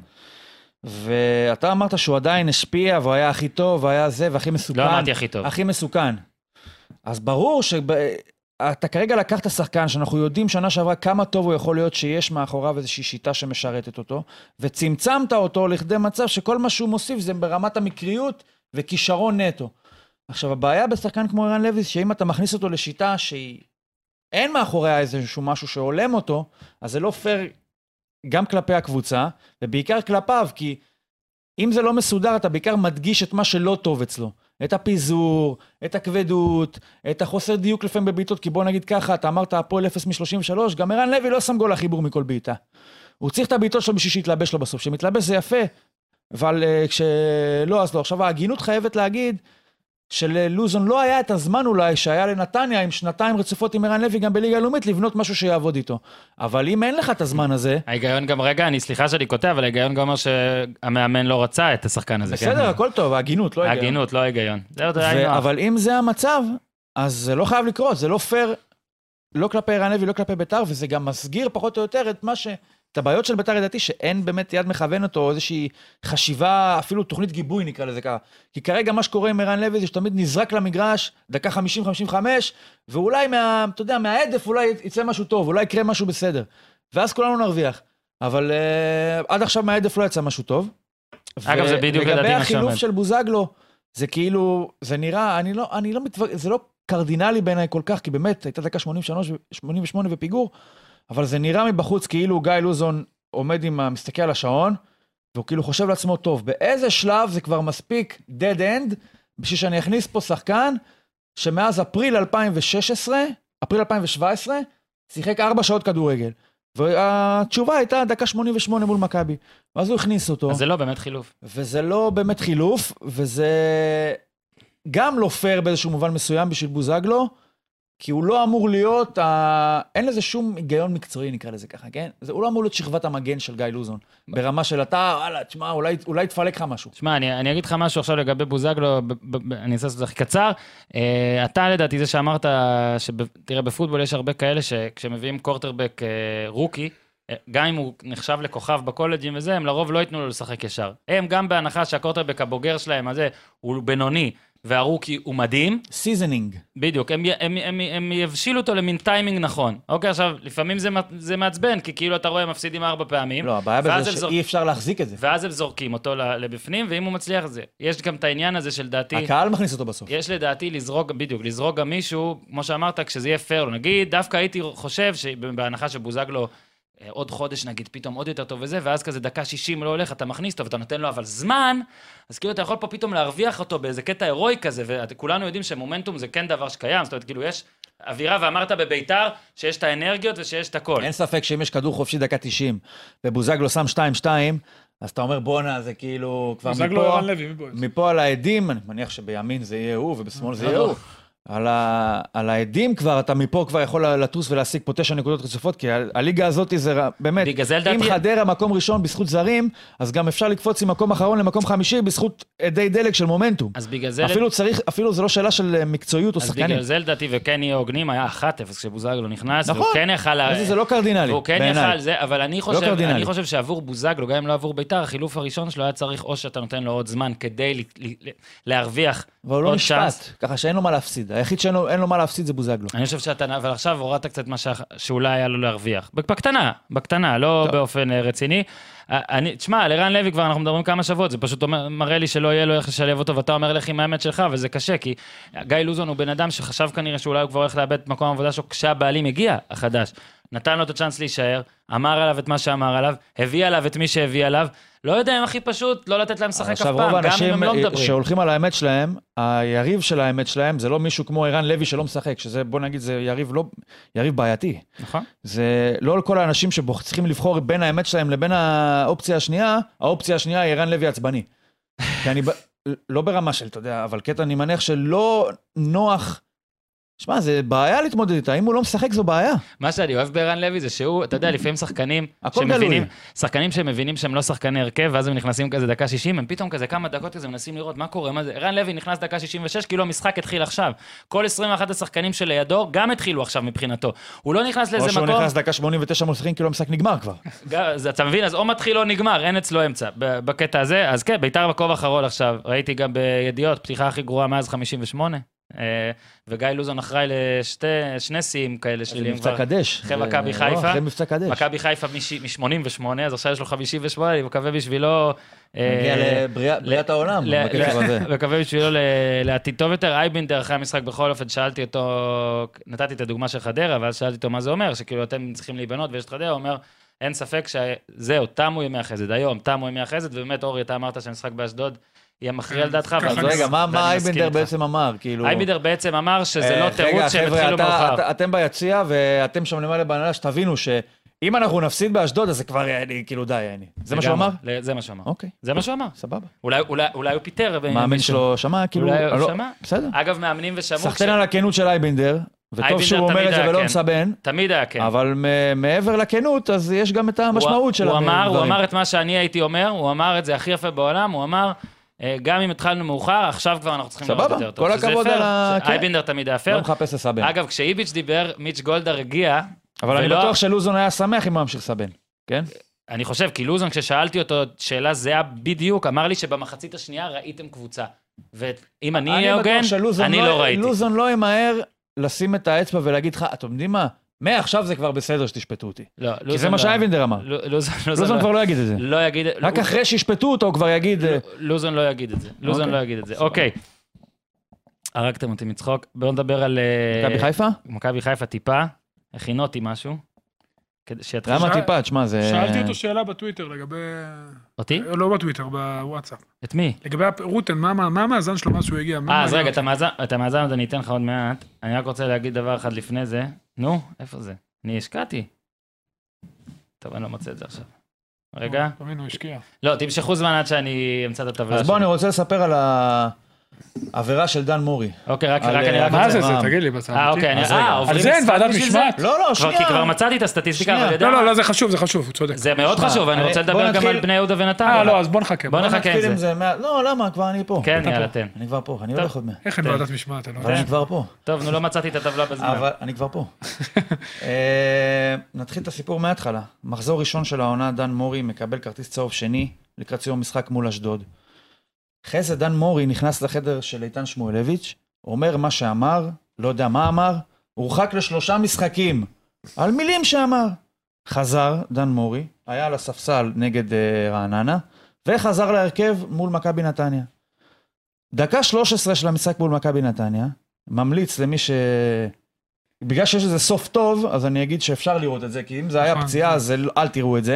ואתה אמרת שהוא עדיין השפיע והוא היה הכי טוב, והיה זה והכי מסוכן. לא אמרתי הכי טוב. הכי מסוכן. אז ברור אתה כרגע לקחת שחקן שאנחנו יודעים שנה שעברה כמה טוב הוא יכול להיות שיש מאחוריו איזושהי שיטה שמשרתת אותו, וצמצמת אותו לכדי מצב שכל מה שהוא מוסיף זה ברמת המקריות וכישרון נטו. עכשיו הבעיה בשחקן כמו ערן לוי, שאם אתה מכניס אותו לשיטה שהיא אין מאחוריה איזשהו משהו שעולם אותו, אז זה לא פייר גם כלפי הקבוצה, ובעיקר כלפיו, כי אם זה לא מסודר, אתה בעיקר מדגיש את מה שלא טוב אצלו. את הפיזור, את הכבדות, את החוסר דיוק לפעמים בביתות, כי בוא נגיד ככה, אתה אמרת הפועל 0 מ-33, גם ערן לוי לא שם גול החיבור מכל ביתה. הוא צריך את הביתות שלו בשביל שיתלבש לו בסוף. שמתלבש זה יפה, אבל כשלא, אז לא. עכשיו ההגינות חייבת להגיד, שללוזון לא היה את הזמן אולי שהיה לנתניה עם 2 רצופות עם ערן לוי גם בליגה הלאומית לבנות משהו שיעבוד איתו. אבל אם אין לך את הזמן הזה... ההיגיון גם, רגע, סליחה שאני קוטע, אבל ההיגיון גם אומר שהמאמן לא רצה את השחקן הזה. בסדר, הכל טוב, ההגינות, לא ההיגיון. ההגינות, לא ההיגיון. אבל אם זה המצב, אז זה לא חייב לקרות, זה לא פייר, לא כלפי ערן לוי, לא כלפי בית"ר, וזה גם מסגיר פחות או יותר את הבעיות של בית"ר לדעתי, שאין באמת יד מכוונת או איזושהי חשיבה, אפילו תוכנית גיבוי נקרא לזה ככה. כי כרגע מה שקורה עם ערן לוי זה שתמיד נזרק למגרש, דקה 50-55, ואולי אתה יודע, מהעדף אולי יצא משהו טוב, אולי יקרה משהו בסדר. ואז כולנו נרוויח. אבל עד עכשיו מהעדף לא יצא משהו טוב. אגב, זה בדיוק לדעתי מה לגבי החילוף של בוזגלו, זה כאילו, זה נראה, זה לא קרדינלי בעיניי כל כך, כי באמת הייתה דקה 88 ופיגור, אבל זה נראה מבחוץ כאילו גיא לוזון עומד מסתכל על השעון, והוא כאילו חושב לעצמו, טוב, באיזה שלב זה כבר מספיק dead end, בשביל שאני אכניס פה שחקן, שמאז אפריל 2017, שיחק 4 שעות כדורגל. והתשובה הייתה דקה 88 מול מכבי. ואז הוא הכניס אותו. אז זה לא באמת חילוף. וזה לא באמת חילוף, וזה גם לא פייר באיזשהו מובן מסוים בשביל בוזגלו, כי הוא לא אמור להיות, אין לזה שום היגיון מקצועי, נקרא לזה ככה, כן? הוא לא אמור להיות שכבת המגן של גיא לוזון. ברמה של אתה, וואלה, תשמע, אולי תפלק לך משהו. תשמע, אני אגיד לך משהו עכשיו לגבי בוזגלו, אני אעשה את זה הכי קצר. אתה לדעתי זה שאמרת, תראה, בפוטבול יש הרבה כאלה שכשמביאים קורטרבק רוקי, גם אם הוא נחשב לכוכב בקולג'ים וזה, הם לרוב לא ייתנו לו לשחק ישר. הם גם בהנחה שהקורטרבק הבוגר שלהם הזה הוא בינוני, והרוקי הוא מדהים. סיזנינג. בדיוק, הם יבשילו אותו למין טיימינג נכון. אוקיי, עכשיו, לפעמים זה מעצבן, כי כאילו אתה רואה, הם מפסידים 4 פעמים. לא, הבעיה בזה שאי אפשר להחזיק את זה. ואז הם זורקים אותו לבפנים, ואם הוא מצליח זה. יש גם את העניין הזה של דעתי... הקהל מכניס אותו בסוף. יש לדעתי לזרוק גם מישהו, כמו שאמרת, כשזה יהיה פייר, נגיד, דווקא הייתי חושב שבהנחה שבוזגלו עוד חודש נגיד, פתאום עוד יותר טוב וזה, ואז כזה דקה 60 לא הולך, אתה מכניס אותו, ואתה נותן לו אבל זמן, אז כאילו אתה יכול פה פתאום להרוויח אותו באיזה קטע הירואי כזה, וכולנו יודעים שמומנטום זה כן דבר שקיים, זאת אומרת, כאילו יש אווירה, ואמרת בביתר שיש את האנרגיות ושיש את הכל. אין ספק שאם יש כדור חופשי דקה 90, ובוזגלו שם 2-2, אז אתה אומר בונה, זה כאילו כבר מפה על העדים, אני מניח שבימין זה יהיה הוא, ובשמאל זה יהיה הוא. על העדים כבר, אתה מפה כבר יכול לטוס ולהשיג פה 9 נקודות רצופות, כי הליגה הזאת זה באמת, אם חדרה מקום ראשון בזכות זרים, אז גם אפשר לקפוץ ממקום אחרון למקום חמישי בזכות עדי דלק של מומנטום. אפילו זה לא שאלה של מקצועיות או שחקנים. אז בגלל זה לדעתי, וכן יהיה הוגנים, היה 1-0 כשבוזגלו נכנס, והוא כן יכל... זה לא קרדינלי, והוא כן יכל זה, אבל אני חושב שעבור בוזגלו, גם אם לא עבור ביתר, החילוף הראשון שלו היה צריך או שאתה נותן לו עוד זמן כדי להרוויח עוד צ'אנס. ככה שאין לו מה להפסיד. היחיד שאין לו מה להפסיד זה בוזגלו. אני חושב שאתה, אבל עכשיו הורדת קצת מה שאולי היה לו להרוויח. בקטנה, לא באופן רציני. תשמע, על ערן לוי כבר אנחנו מדברים כמה שבועות, זה פשוט מראה לי שלא יהיה לו איך לשלב אותו, ואתה אומר לך עם האמת שלך, וזה קשה, כי גיא לוזון הוא בן אדם שחשב כנראה שאולי הוא כבר הולך לאבד את מקום העבודה שלו, כשהבעלים הגיע החדש. נתן לו את הצ'אנס להישאר, אמר עליו את מה שאמר עליו, הביא עליו את מי שהביא עליו, לא יודע אם הכי פשוט לא לתת להם לשחק אף פעם, גם אם הם לא מדברים. שהולכים על האמת שלהם, היריב של האמת שלהם, זה לא מישהו כמו ערן לוי שלא משחק, שזה בוא נגיד זה יריב בעייתי. נכון. זה לא כל האנשים שצריכים לבחור בין האמת שלהם לבין האופציה השנייה, האופציה השנייה היא ערן לוי עצבני. כי אני לא ברמה של, אתה יודע, אבל קטע אני מניח שלא נוח, שמע, זה בעיה להתמודד איתה, אם הוא לא משחק זו בעיה. מה שאני אוהב בערן לוי זה שהוא, אתה יודע, לפעמים שחקנים שמבינים שהם לא שחקני הרכב, ואז הם נכנסים כזה דקה 60, הם פתאום כזה כמה דקות כזה מנסים לראות מה קורה, מה זה, ערן לוי נכנס דקה 66, כאילו המשחק התחיל עכשיו. כל 21 השחקנים שלידו גם התחילו עכשיו מבחינתו. הוא לא נכנס לאיזה מקום. או שהוא נכנס דקה 89 מול כאילו המשחק נגמר כבר. אז אתה מבין, אז או מתחיל או נגמר, אין אצלו אמצע. בקטע הזה, אז כן, בית"ר בקוב אחרון עכשיו, ראיתי גם בידיעות, פתיחה הכי גרועה מאז 58. וגיא לוזון אחראי לשני שיאים כאלה שלילים כבר. מבצע קדש. אחרי מכבי חיפה. מכבי חיפה מ-88, אז עכשיו יש לו 58, אני מקווה בשבילו... מגיע לבריאת העולם. מקווה בשבילו לעתיד טוב יותר. אייבינדר אחרי המשחק בכל אופן, שאלתי אותו, נתתי את הדוגמה של חדרה, ואז שאלתי אותו מה זה אומר, שכאילו אתם צריכים להיבנות ויש את חדרה, הוא אומר, אין ספק שזהו, תמו ימי החסד, היום תמו ימי החסד, ובאמת אורי, אתה אמרת שהמשחק באשדוד יהיה מכריע לדעתך. אז רגע, מה אייבינדר בעצם אמר? אייבינדר בעצם אמר שזה לא תירוץ שהם התחילו מאוחר. אתם ביציע ואתם שם למעלה בהנהלה שתבינו אם אנחנו נפסיד באשדוד, אז זה כבר כאילו די, זה מה שהוא אמר? זה מה שהוא אמר. אוקיי. זה מה שהוא אמר. סבבה. אולי הוא פיטר. מאמן שלו שמע, כאילו... אולי הוא שמע. בסדר. אגב, מאמנים ושמעו... סחטן על הכנות של אייבינדר, וטוב שהוא אומר את זה ולא מסבן. תמיד היה כן. אבל מעבר לכנות, אז יש גם את המשמעות של הדברים. הוא אמר את מה שאני הייתי אומר, הוא אמר את זה הכי יפה בעולם, הוא אמר, גם אם התחלנו מאוחר, עכשיו כבר אנחנו צריכים לראות יותר טוב. כל הכבוד על ה... אייבינדר תמיד היה פייר. לא מחפש לסבן. אגב, כשאיביץ' דיבר, מיץ' גולדהר הגיע... אבל אני בטוח שלוזון היה שמח אם הוא ממשיך לסבן, כן? אני חושב, כי לוזון, כששאלתי אותו שאלה זהה בדיוק, אמר לי שבמחצית השנייה ראיתם קבוצה. ואם אני אהיה הוגן, אני לא ראיתי. לוזון לא ימהר לשים את האצבע ולהגיד לך, אתם יודעים מה? עכשיו זה כבר בסדר שתשפטו אותי. כי זה מה שאייבינדר אמר. לוזון כבר לא יגיד את זה. לא יגיד... רק אחרי שישפטו אותו הוא כבר יגיד... לוזון לא יגיד את זה. לוזון לא יגיד את זה. אוקיי. הרגתם אותי מצחוק. בואו נדבר על... מכבי חיפה? מכבי חיפה טיפה. הכינותי משהו. למה טיפה? תשמע, זה... שאלתי אותו שאלה בטוויטר לגבי... אותי? לא בטוויטר, בוואטסאפ. את מי? לגבי רוטן, מה המאזן שלו מאז שהוא הגיע? אז רגע, את המאזן עוד אני אתן לך עוד מעט. אני רק רוצה להגיד דבר אחד לפני זה. נו, איפה זה? אני השקעתי. טוב, אני לא מוצא את זה עכשיו. רגע. תמיד הוא השקיע. לא, תמשכו זמן עד שאני אמצא את הטבלה. אז בוא, אני רוצה לספר על העבירה של דן מורי. אוקיי, רק אני רק... מה זה? תגיד לי בצד. אוקיי, על זה אין ועדת משמעת? לא, שנייה. כי כבר מצאתי את הסטטיסטיקה, אבל לא, זה חשוב, הוא צודק. זה מאוד חשוב, אני רוצה לדבר גם על בני יהודה ונתניה. לא, אז בוא נחכה. בוא נחכה עם זה. לא, למה? כבר אני פה. כן, יאללה, תן. אני כבר פה, אני הולך עוד מעט. איך אין ועדת משמעת? אבל אני כבר פה. טוב, נו, לא מצאתי את הטבלה בזמן. אבל אני כבר פה. נתחיל את הסיפור מההתחלה. מחזור ראשון של העונה, דן מורי מקבל כרטיס צהוב שני לקראת סיום משחק מול אשדוד. אחרי זה דן מורי נכנס לחדר של איתן שמואלביץ', אומר מה שאמר, לא יודע מה אמר, הורחק ל3 משחקים, על מילים שאמר. חזר דן מורי, היה על הספסל נגד רעננה, וחזר להרכב מול מכבי נתניה. דקה 13 של המשחק מול מכבי נתניה, ממליץ למי בגלל שיש איזה סוף טוב, אז אני אגיד שאפשר לראות את זה, כי אם זה היה פציעה, אז אל תראו את זה.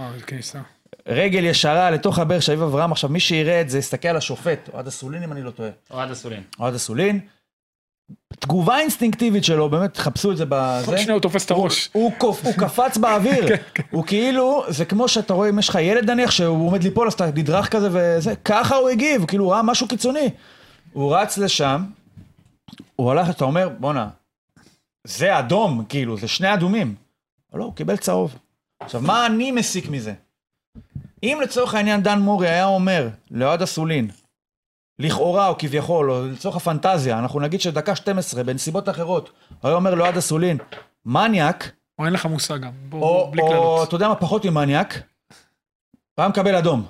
רגל ישרה לתוך הבאר של אביב אברהם, עכשיו מי שיראה את זה, יסתכל על השופט, אוהד אסולין אם אני לא טועה. אוהד אסולין. תגובה אינסטינקטיבית שלו, באמת חפשו את זה בזה. עוד שנייה הוא תופס את הראש. הוא קפץ באוויר. הוא כאילו, זה כמו שאתה רואה, אם יש לך ילד נניח, שהוא עומד ליפול, אז אתה נדרך כזה וזה, ככה הוא הגיב, כאילו הוא ראה משהו קיצוני. הוא רץ לשם, הוא הלך, אתה אומר, בונה, זה אדום, כאילו, זה 2 אדומים. אבל לא, הוא קיבל צהוב. עכשיו, מה אני מסיק מזה? אם לצורך העניין דן מורי היה אומר לאוהד אסולין, לכאורה או כביכול, או לצורך הפנטזיה, אנחנו נגיד שדקה 12, בנסיבות אחרות, היה אומר לאוהד אסולין, מניאק, או אין לך מושג גם, או אתה יודע מה, פחות ממניאק, פעם מקבל אדום.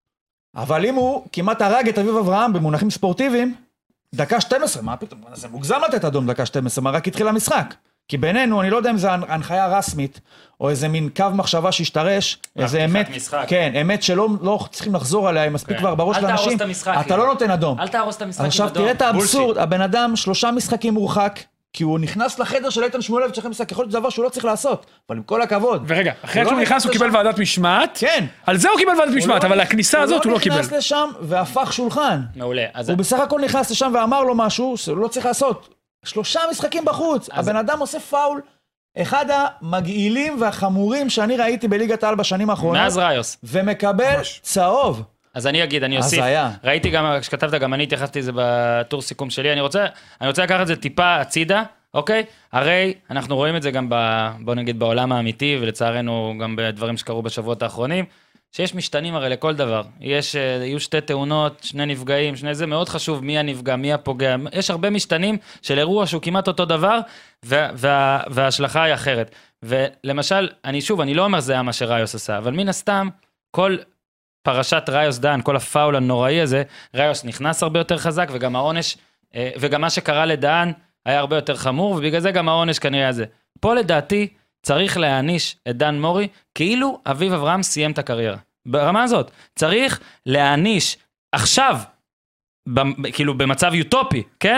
אבל אם הוא כמעט הרג את אביב אברהם במונחים ספורטיביים, דקה 12, מה פתאום? זה מוגזם לתת אדום דקה 12, מה רק התחיל המשחק. כי בינינו, אני לא יודע אם זה הנחיה רסמית, או איזה מין קו מחשבה שהשתרש, איזה אמת, כן, אמת שלא צריכים לחזור עליה, מספיק כבר בראש לאנשים, אתה לא נותן אדום. אל תהרוס את המשחק. עכשיו תראה את האבסורד, הבן אדם 3 משחקים מורחק, כי הוא נכנס לחדר של איתן שמואלביץ' אחרי משחק, יכול להיות דבר שהוא לא צריך לעשות, אבל עם כל הכבוד. ורגע, אחרי שהוא נכנס הוא קיבל ועדת משמעת, כן. על זה הוא קיבל ועדת משמעת, אבל הכניסה הזאת הוא לא קיבל. הוא לא נכנס לשם והפך שולחן. מעולה. הוא בסך הכל נכנס לשם ואמר לו משהו שהוא לא צריך לעשות. 3 משחקים בחוץ, הבן אדם עושה פאול, אחד המגעילים והחמורים שאני ראיתי בליגת העל בשנים האחרונות. מאז ראיוס. ומקבל צהוב. אז אני אגיד, אני אוסיף. ראיתי גם, כשכתבת, גם אני התייחסתי לזה בטור סיכום שלי, אני רוצה לקחת את זה טיפה הצידה, אוקיי? הרי אנחנו רואים את זה גם בוא נגיד בעולם האמיתי, ולצערנו גם בדברים שקרו בשבועות האחרונים, שיש משתנים הרי לכל דבר. יהיו 2 תאונות, 2 נפגעים, 2 זה מאוד חשוב מי הנפגע, מי הפוגע. יש הרבה משתנים של אירוע שהוא כמעט אותו דבר, וההשלכה היא אחרת. ולמשל, אני לא אומר זה מה שראיוס עשה, אבל מן הסתם, כל פרשת ראיוס דן, כל הפאול הנוראי הזה, ראיוס נכנס הרבה יותר חזק, וגם העונש, וגם מה שקרה לדן, היה הרבה יותר חמור, ובגלל זה גם העונש כנראה הזה. פה לדעתי, צריך להעניש את דן מורי, כאילו אביב אברהם סיים את הקריירה. ברמה הזאת, צריך להעניש עכשיו, כאילו במצב יוטופי, כן?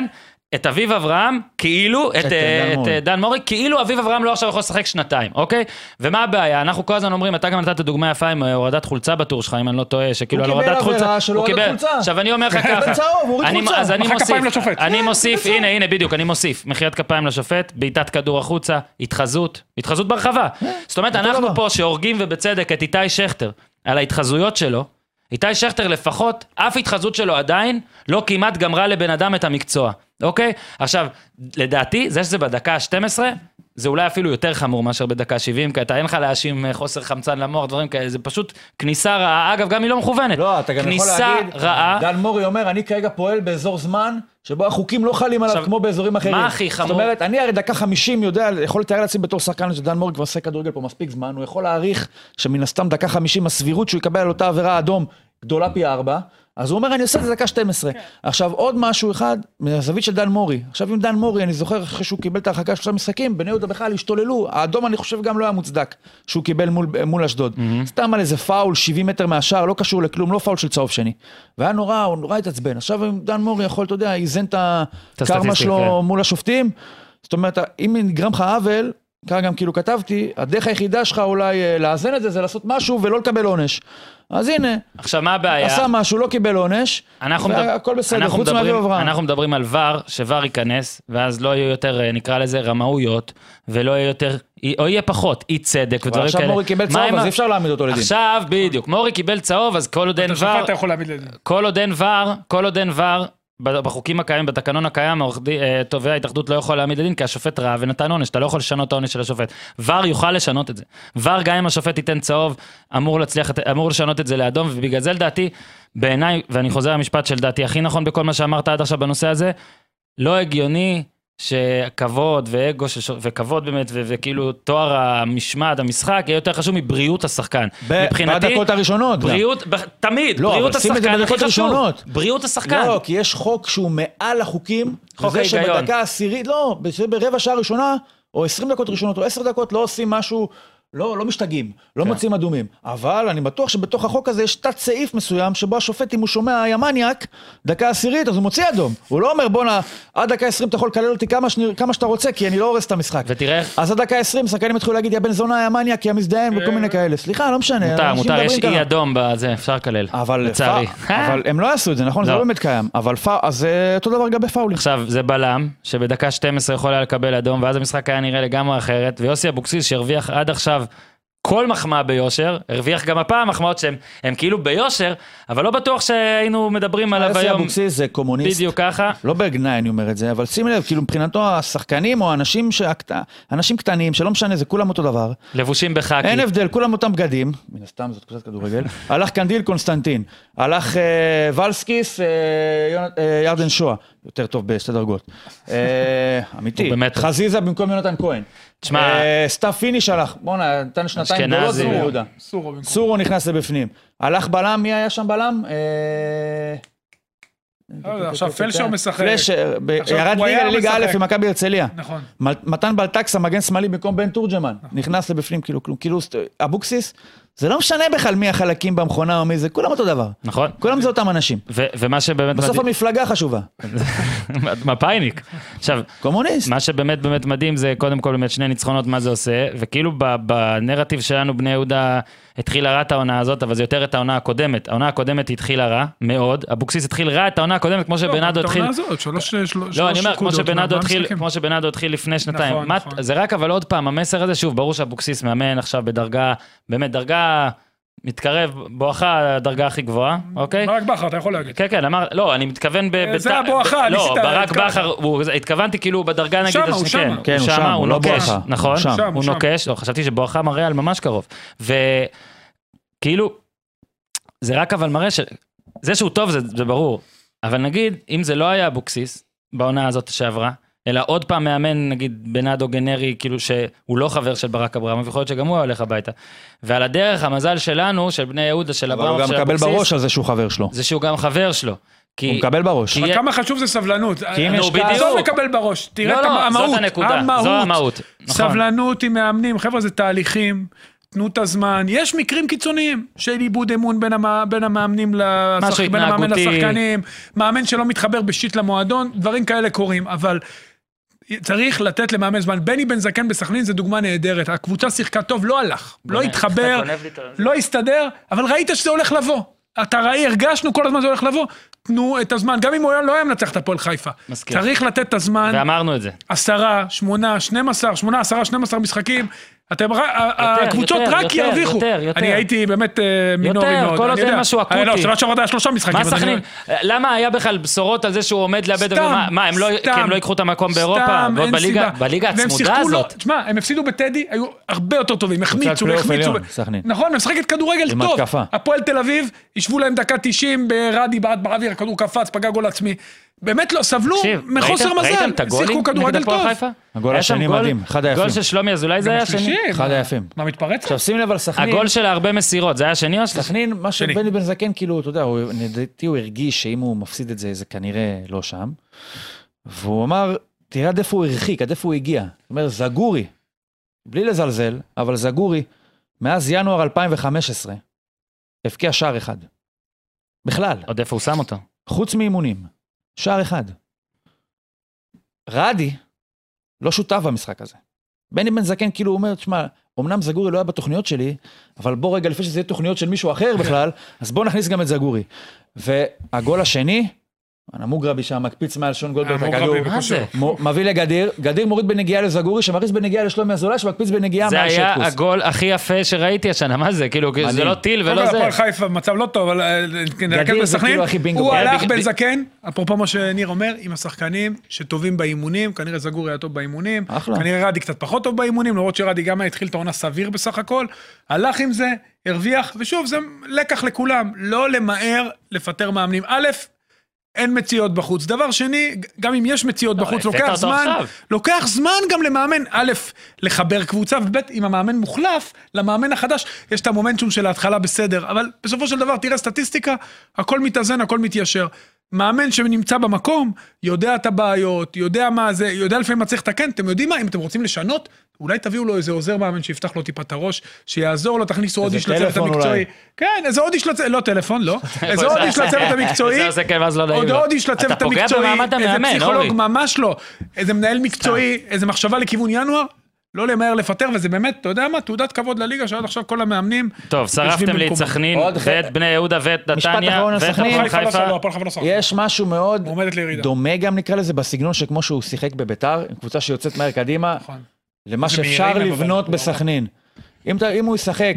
את אביב אברהם, כאילו, את דן מורי, כאילו אביב אברהם לא עכשיו יכול לשחק שנתיים, אוקיי? ומה הבעיה? אנחנו כל הזמן אומרים, אתה גם נתת דוגמה יפה עם הורדת חולצה בטור שלך, אם אני לא טועה, שכאילו על הורדת חולצה, הוא קיבל, עכשיו אני אומר לך ככה, אז אני מוסיף, הנה בדיוק, אני מוסיף, מחיית כפיים לשופט, בעיטת כדור החוצה, התחזות ברחבה. זאת אומרת, אנחנו פה שהורגים ובצדק את איתי שכטר, על ההתחזויות שלו, איתי שכטר לפחות, אף התחזות שלו עדיין לא כמעט גמרה לבן אדם את המקצוע, אוקיי? עכשיו, לדעתי, זה שזה בדקה ה-12, זה אולי אפילו יותר חמור מאשר בדקה 70, כי אתה אין לך להאשים חוסר חמצן למוח, דברים כאלה, זה פשוט כניסה רעה, אגב, גם היא לא מכוונת. לא, אתה גם יכול להגיד, דן מורי אומר, אני כרגע פועל באזור זמן, שבו החוקים לא חלים עליו כמו באזורים אחרים. מה הכי חמור? זאת אומרת, אני הרי דקה 50 יודע, יכול לתאר לעצמי בתור שחקן שדן מורי כבר עושה כדורגל פה מספיק זמן, הוא יכול להעריך שמן הסתם דקה 50 הסבירות שהוא יקבל על אותה עבירה אדום גדולה פי 4, אז הוא אומר, אני עושה את זה דקה 12. עכשיו, עוד משהו אחד, מהזווית של דן מורי. עכשיו, עם דן מורי, אני זוכר אחרי שהוא קיבל את ההרחקה 3 משחקים, בני יהודה בכלל השתוללו. האדום, אני חושב, גם לא היה מוצדק, שהוא קיבל מול אשדוד. סתם על איזה פאול, 70 מטר מהשאר, לא קשור לכלום, לא פאול של צהוב שני. והיה נורא, הוא נורא התעצבן. עכשיו, עם דן מורי יכול, אתה יודע, איזן את הקרמה שלו מול השופטים. זאת אומרת, אם נגרם לך עוול, ככה גם כאילו כתבתי, הדרך היחידה שלך אולי לאזן את זה, זה לעשות משהו ולא לקבל עונש. אז הנה, עכשיו מה הבעיה? עשה משהו, לא קיבל עונש, והכל בסדר, חוץ מאביב אברהם. אנחנו מדברים על ור, שוור ייכנס, ואז לא יהיו יותר, נקרא לזה, רמאויות, ולא יהיה יותר, או יהיה פחות, אי צדק ודברים כאלה. עכשיו מורי קיבל צהוב, אז אי אפשר להעמיד אותו לדין. עכשיו, בדיוק, מורי קיבל צהוב, אז כל עוד אין ור, כל עוד אין ור, בחוקים הקיימים, בתקנון הקיים, תובע ההתאחדות לא יכול להעמיד לדין, כי השופט רע ונתן עונש, אתה לא יכול לשנות את העונש של השופט. ור יוכל לשנות את זה. ור גם אם השופט ייתן צהוב, אמור לשנות את זה לאדום, ובגלל זה לדעתי, בעיניי, ואני חוזר למשפט של דעתי, הכי נכון בכל מה שאמרת עד עכשיו בנושא הזה, לא הגיוני שכבוד ואגו, וכבוד באמת, וכאילו תואר המשמעת, המשחק, יהיה יותר חשוב מבריאות השחקן. מבחינתי, בדקות הראשונות. תמיד, בריאות השחקן הכי חשוב. בריאות השחקן. לא, כי יש חוק שהוא מעל החוקים, וזה שבדקה העשירית, לא, ברבע שעה ראשונה, או 20 דקות ראשונות, או 10 דקות, לא עושים משהו, לא משתגעים, לא מוצאים אדומים. אבל אני בטוח שבתוך החוק הזה יש תת סעיף מסוים, שבו השופט, אם הוא שומע היה מניאק, דקה עשירית, אז הוא מוציא אדום. הוא לא אומר, בוא עד דקה 20 אתה יכול לקלל אותי כמה שאתה רוצה, כי אני לא הורס את המשחק. ותראה. אז עד דקה 20, שחקנים התחילו להגיד, יא בן זונה היה מניאק, יא מזדהם, וכל מיני כאלה. סליחה, לא משנה. מותר, יש אי אדום בזה, אפשר לקלל. אבל הם לא עשו את זה, נכון? זה לא באמת קיים. אבל אז אותו דבר גם בפאולים. עכשיו, זה בלם, שבדקה 12 יכול היה לקבל אדום, ואז המשחק היה נראה לגמרי אחרת, ויוסי אבוקסיס שהרוויח עד עכשיו כל מחמאה ביושר, הרוויח גם הפעם מחמאות שהם כאילו ביושר, אבל לא בטוח שהיינו מדברים עליו היום. יוסי אבוקסיס זה קומוניסט. בדיוק ככה. לא בגנאי אני אומר את זה, אבל שימי לב, כאילו מבחינתו השחקנים או אנשים קטנים, שלא משנה, זה כולם אותו דבר. לבושים בחקי. אין הבדל, כולם אותם בגדים, מן הסתם זאת קצת כדורגל, הלך קנדיל קונסטנטין, הלך ולסקיס, ירדן שואה, יותר טוב בשתי דרגות. אמיתי, חזיזה במקום יונתן כהן. סטאפ פיניש הלך, בוא נתן שנתיים גדולות זו יהודה. סורו נכנס לבפנים. הלך בלם, מי היה שם בלם? עכשיו פלשר משחק. ירד ליגה א' עם מכבי הרצליה. נכון. מתן בלטקס, המגן שמאלי במקום בן תורג'מן. נכנס לבפנים כאילו אבוקסיס. זה לא משנה בכלל מי החלקים במכונה או מי זה, כולם אותו דבר. נכון. כולם זה אותם אנשים. ומה שבאמת... בסוף המפלגה חשובה. מפאיניק. עכשיו, קומוניסט. מה שבאמת באמת מדהים זה קודם כל באמת שני ניצחונות מה זה עושה, וכאילו בנרטיב שלנו בני יהודה התחילה רע את העונה הזאת, אבל זה יותר את העונה הקודמת. העונה הקודמת התחילה רע מאוד, אבוקסיס התחיל רע את העונה הקודמת, כמו שבנאדו התחיל... לא, את העונה הזאת, לא, אני אומר, כמו שבנאדו התחיל לפני שנתיים. זה רק אבל עוד פעם, המסר הזה, שוב, ברור שאבוקסיס מאמן עכשיו בדרגה, באמת דרגה מתקרב בואכה הדרגה הכי גבוהה, אוקיי? ברק בכר, אתה יכול להגיד. כן, כן, אמר, לא, אני מתכוון זה הבואכה, לא, ברק בכר, התכוונתי כאילו בדרגה נגיד, הוא שם, כן, הוא שם, הוא נוקש, לא נכון? הוא נוקש, חשבתי שבואכה מראה על ממש קרוב. וכאילו, זה רק אבל מראה זה שהוא טוב זה ברור, אבל נגיד, אם זה לא היה אבוקסיס, בעונה הזאת שעברה, אלא עוד פעם מאמן, נגיד, בנאדו גנרי, כאילו שהוא לא חבר של ברק אברהם, ויכול להיות שגם הוא הולך הביתה. ועל הדרך, המזל שלנו, של בני יהודה, של אברהם, אבל הוא גם מקבל בראש על זה שהוא חבר שלו. זה שהוא גם חבר שלו. הוא מקבל בראש. אבל כמה חשוב זה סבלנות. כי אם יש כעס... לא מקבל בראש. תראה את המהות. זאת הנקודה, זו המהות. סבלנות עם מאמנים. חבר'ה, זה תהליכים. תנו את הזמן, יש מקרים קיצוניים של איבוד אמון בין המאמנים לשחקנים, מאמן שלא מתחבר בשיט למועדון, דברים כאלה קורים, אבל צריך לתת למאמן זמן. בני בן זקן בסכנין זה דוגמה נהדרת, הקבוצה שיחקה טוב, לא הלך, לא התחבר, לא הסתדר, אבל ראית שזה הולך לבוא. אתה ראי, הרגשנו כל הזמן זה הולך לבוא, תנו את הזמן, גם אם הוא לא היה מנצח את הפועל חיפה. צריך לתת את הזמן. ואמרנו את זה. 10, 8, 12 משחקים, הקבוצות רק ירוויחו. אני הייתי באמת מינורי מאוד. יותר, כל עוד זה משהו אקוטי. לא, שנה שעברה היה 3 משחקים. מה סכנין? למה היה בכלל בשורות על זה שהוא עומד לאבד? מה, הם לא ייקחו את המקום באירופה? ועוד בליגה הצמודה הזאת? תשמע, הם הפסידו בטדי, היו הרבה יותר טובים, החמיצו. נכון, הם משחקת כדורגל טוב. הפועל תל אביב, ישבו להם דקה 90 ברדי, בעד באוויר, הכדור קפץ, פגע גול עצמי. באמת לא, סבלו מחוסר מזל, שיחקו כדורגל טוב. הגול השני מדהים, אחד היפים. גול של שלומי אזולאי זה היה השני? אחד היפים. מה מתפרץ? עכשיו שים לב על סכנין. הגול של הרבה מסירות, זה היה השני או שני? סכנין, מה שבני בן זקן, כאילו, אתה יודע, נדעתי הוא הרגיש שאם הוא מפסיד את זה, זה כנראה לא שם. והוא אמר, תראה עד איפה הוא הרחיק, עד איפה הוא הגיע. זאת אומרת, זגורי, בלי לזלזל, אבל זגורי, מאז ינואר 2015, הבקיע שער אחד. בכלל. עוד איפה הוא שם אותו? חוץ מאימונים. שער אחד. רדי לא שותף במשחק הזה. בני בן זקן כאילו אומר, תשמע, אמנם זגורי לא היה בתוכניות שלי, אבל בוא רגע לפני שזה יהיה תוכניות של מישהו אחר בכלל, אז בוא נכניס גם את זגורי. והגול השני, המוגרבי שם מקפיץ מעל שון גולדברג את הכדור, מביא לגדיר, גדיר מוריד בנגיעה לזגורי, שמריץ בנגיעה לשלומי אזולאי, שמקפיץ בנגיעה מעל שטקוס. זה היה הגול הכי יפה שראיתי השנה, מה זה? כאילו, זה לא טיל ולא זה. הפועל חיפה מצב לא טוב, אבל גדיר זה כאילו הכי בינגו. הוא הלך בן זקן, אפרופו מה שניר אומר, עם השחקנים שטובים באימונים, כנראה זגורי היה טוב באימונים, כנראה רדי קצת פחות טוב באימונים, למרות שרדי גם התחיל את העונה סביר בסך הכל, הלך עם זה, הרוויח, ושוב, זה לקח לכולם, לא למהר לפטר מאמנים. א', אין מציאות בחוץ. דבר שני, גם אם יש מציאות בחוץ, לוקח זמן גם למאמן, א', לחבר קבוצה, וב', אם המאמן מוחלף, למאמן החדש, יש את המומנטום של ההתחלה בסדר, אבל בסופו של דבר, תראה סטטיסטיקה, הכל מתאזן, הכל מתיישר. מאמן שנמצא במקום, יודע את הבעיות, יודע מה זה, יודע לפעמים מה צריך לתקן, אתם יודעים מה, אם אתם רוצים לשנות, אולי תביאו לו איזה עוזר מאמן שיפתח לו טיפה את הראש, שיעזור לו, תכניסו עוד איש לצוות המקצועי. כן, איזה עוד איש לצוות, לא טלפון, לא. איזה עוד איש לצוות המקצועי, עוד איש לצוות המקצועי, איזה פסיכולוג, ממש לא. איזה מנהל מקצועי, איזה מחשבה לכיוון ינואר, לא למהר לפטר, וזה באמת, אתה יודע מה, תעודת כבוד לליגה, שעד עכשיו כל המאמנים... טוב, שרפתם לי את סכנין, ואת בני יהודה ואת נתניה, ואת הפועל חיפה. יש משהו מאוד דומה גם נקרא לזה, בסגנון שכמו שהוא שיחק בביתר, עם קבוצה שיוצאת מהר קדימה, למה שאפשר לבנות בסכנין. אם הוא ישחק,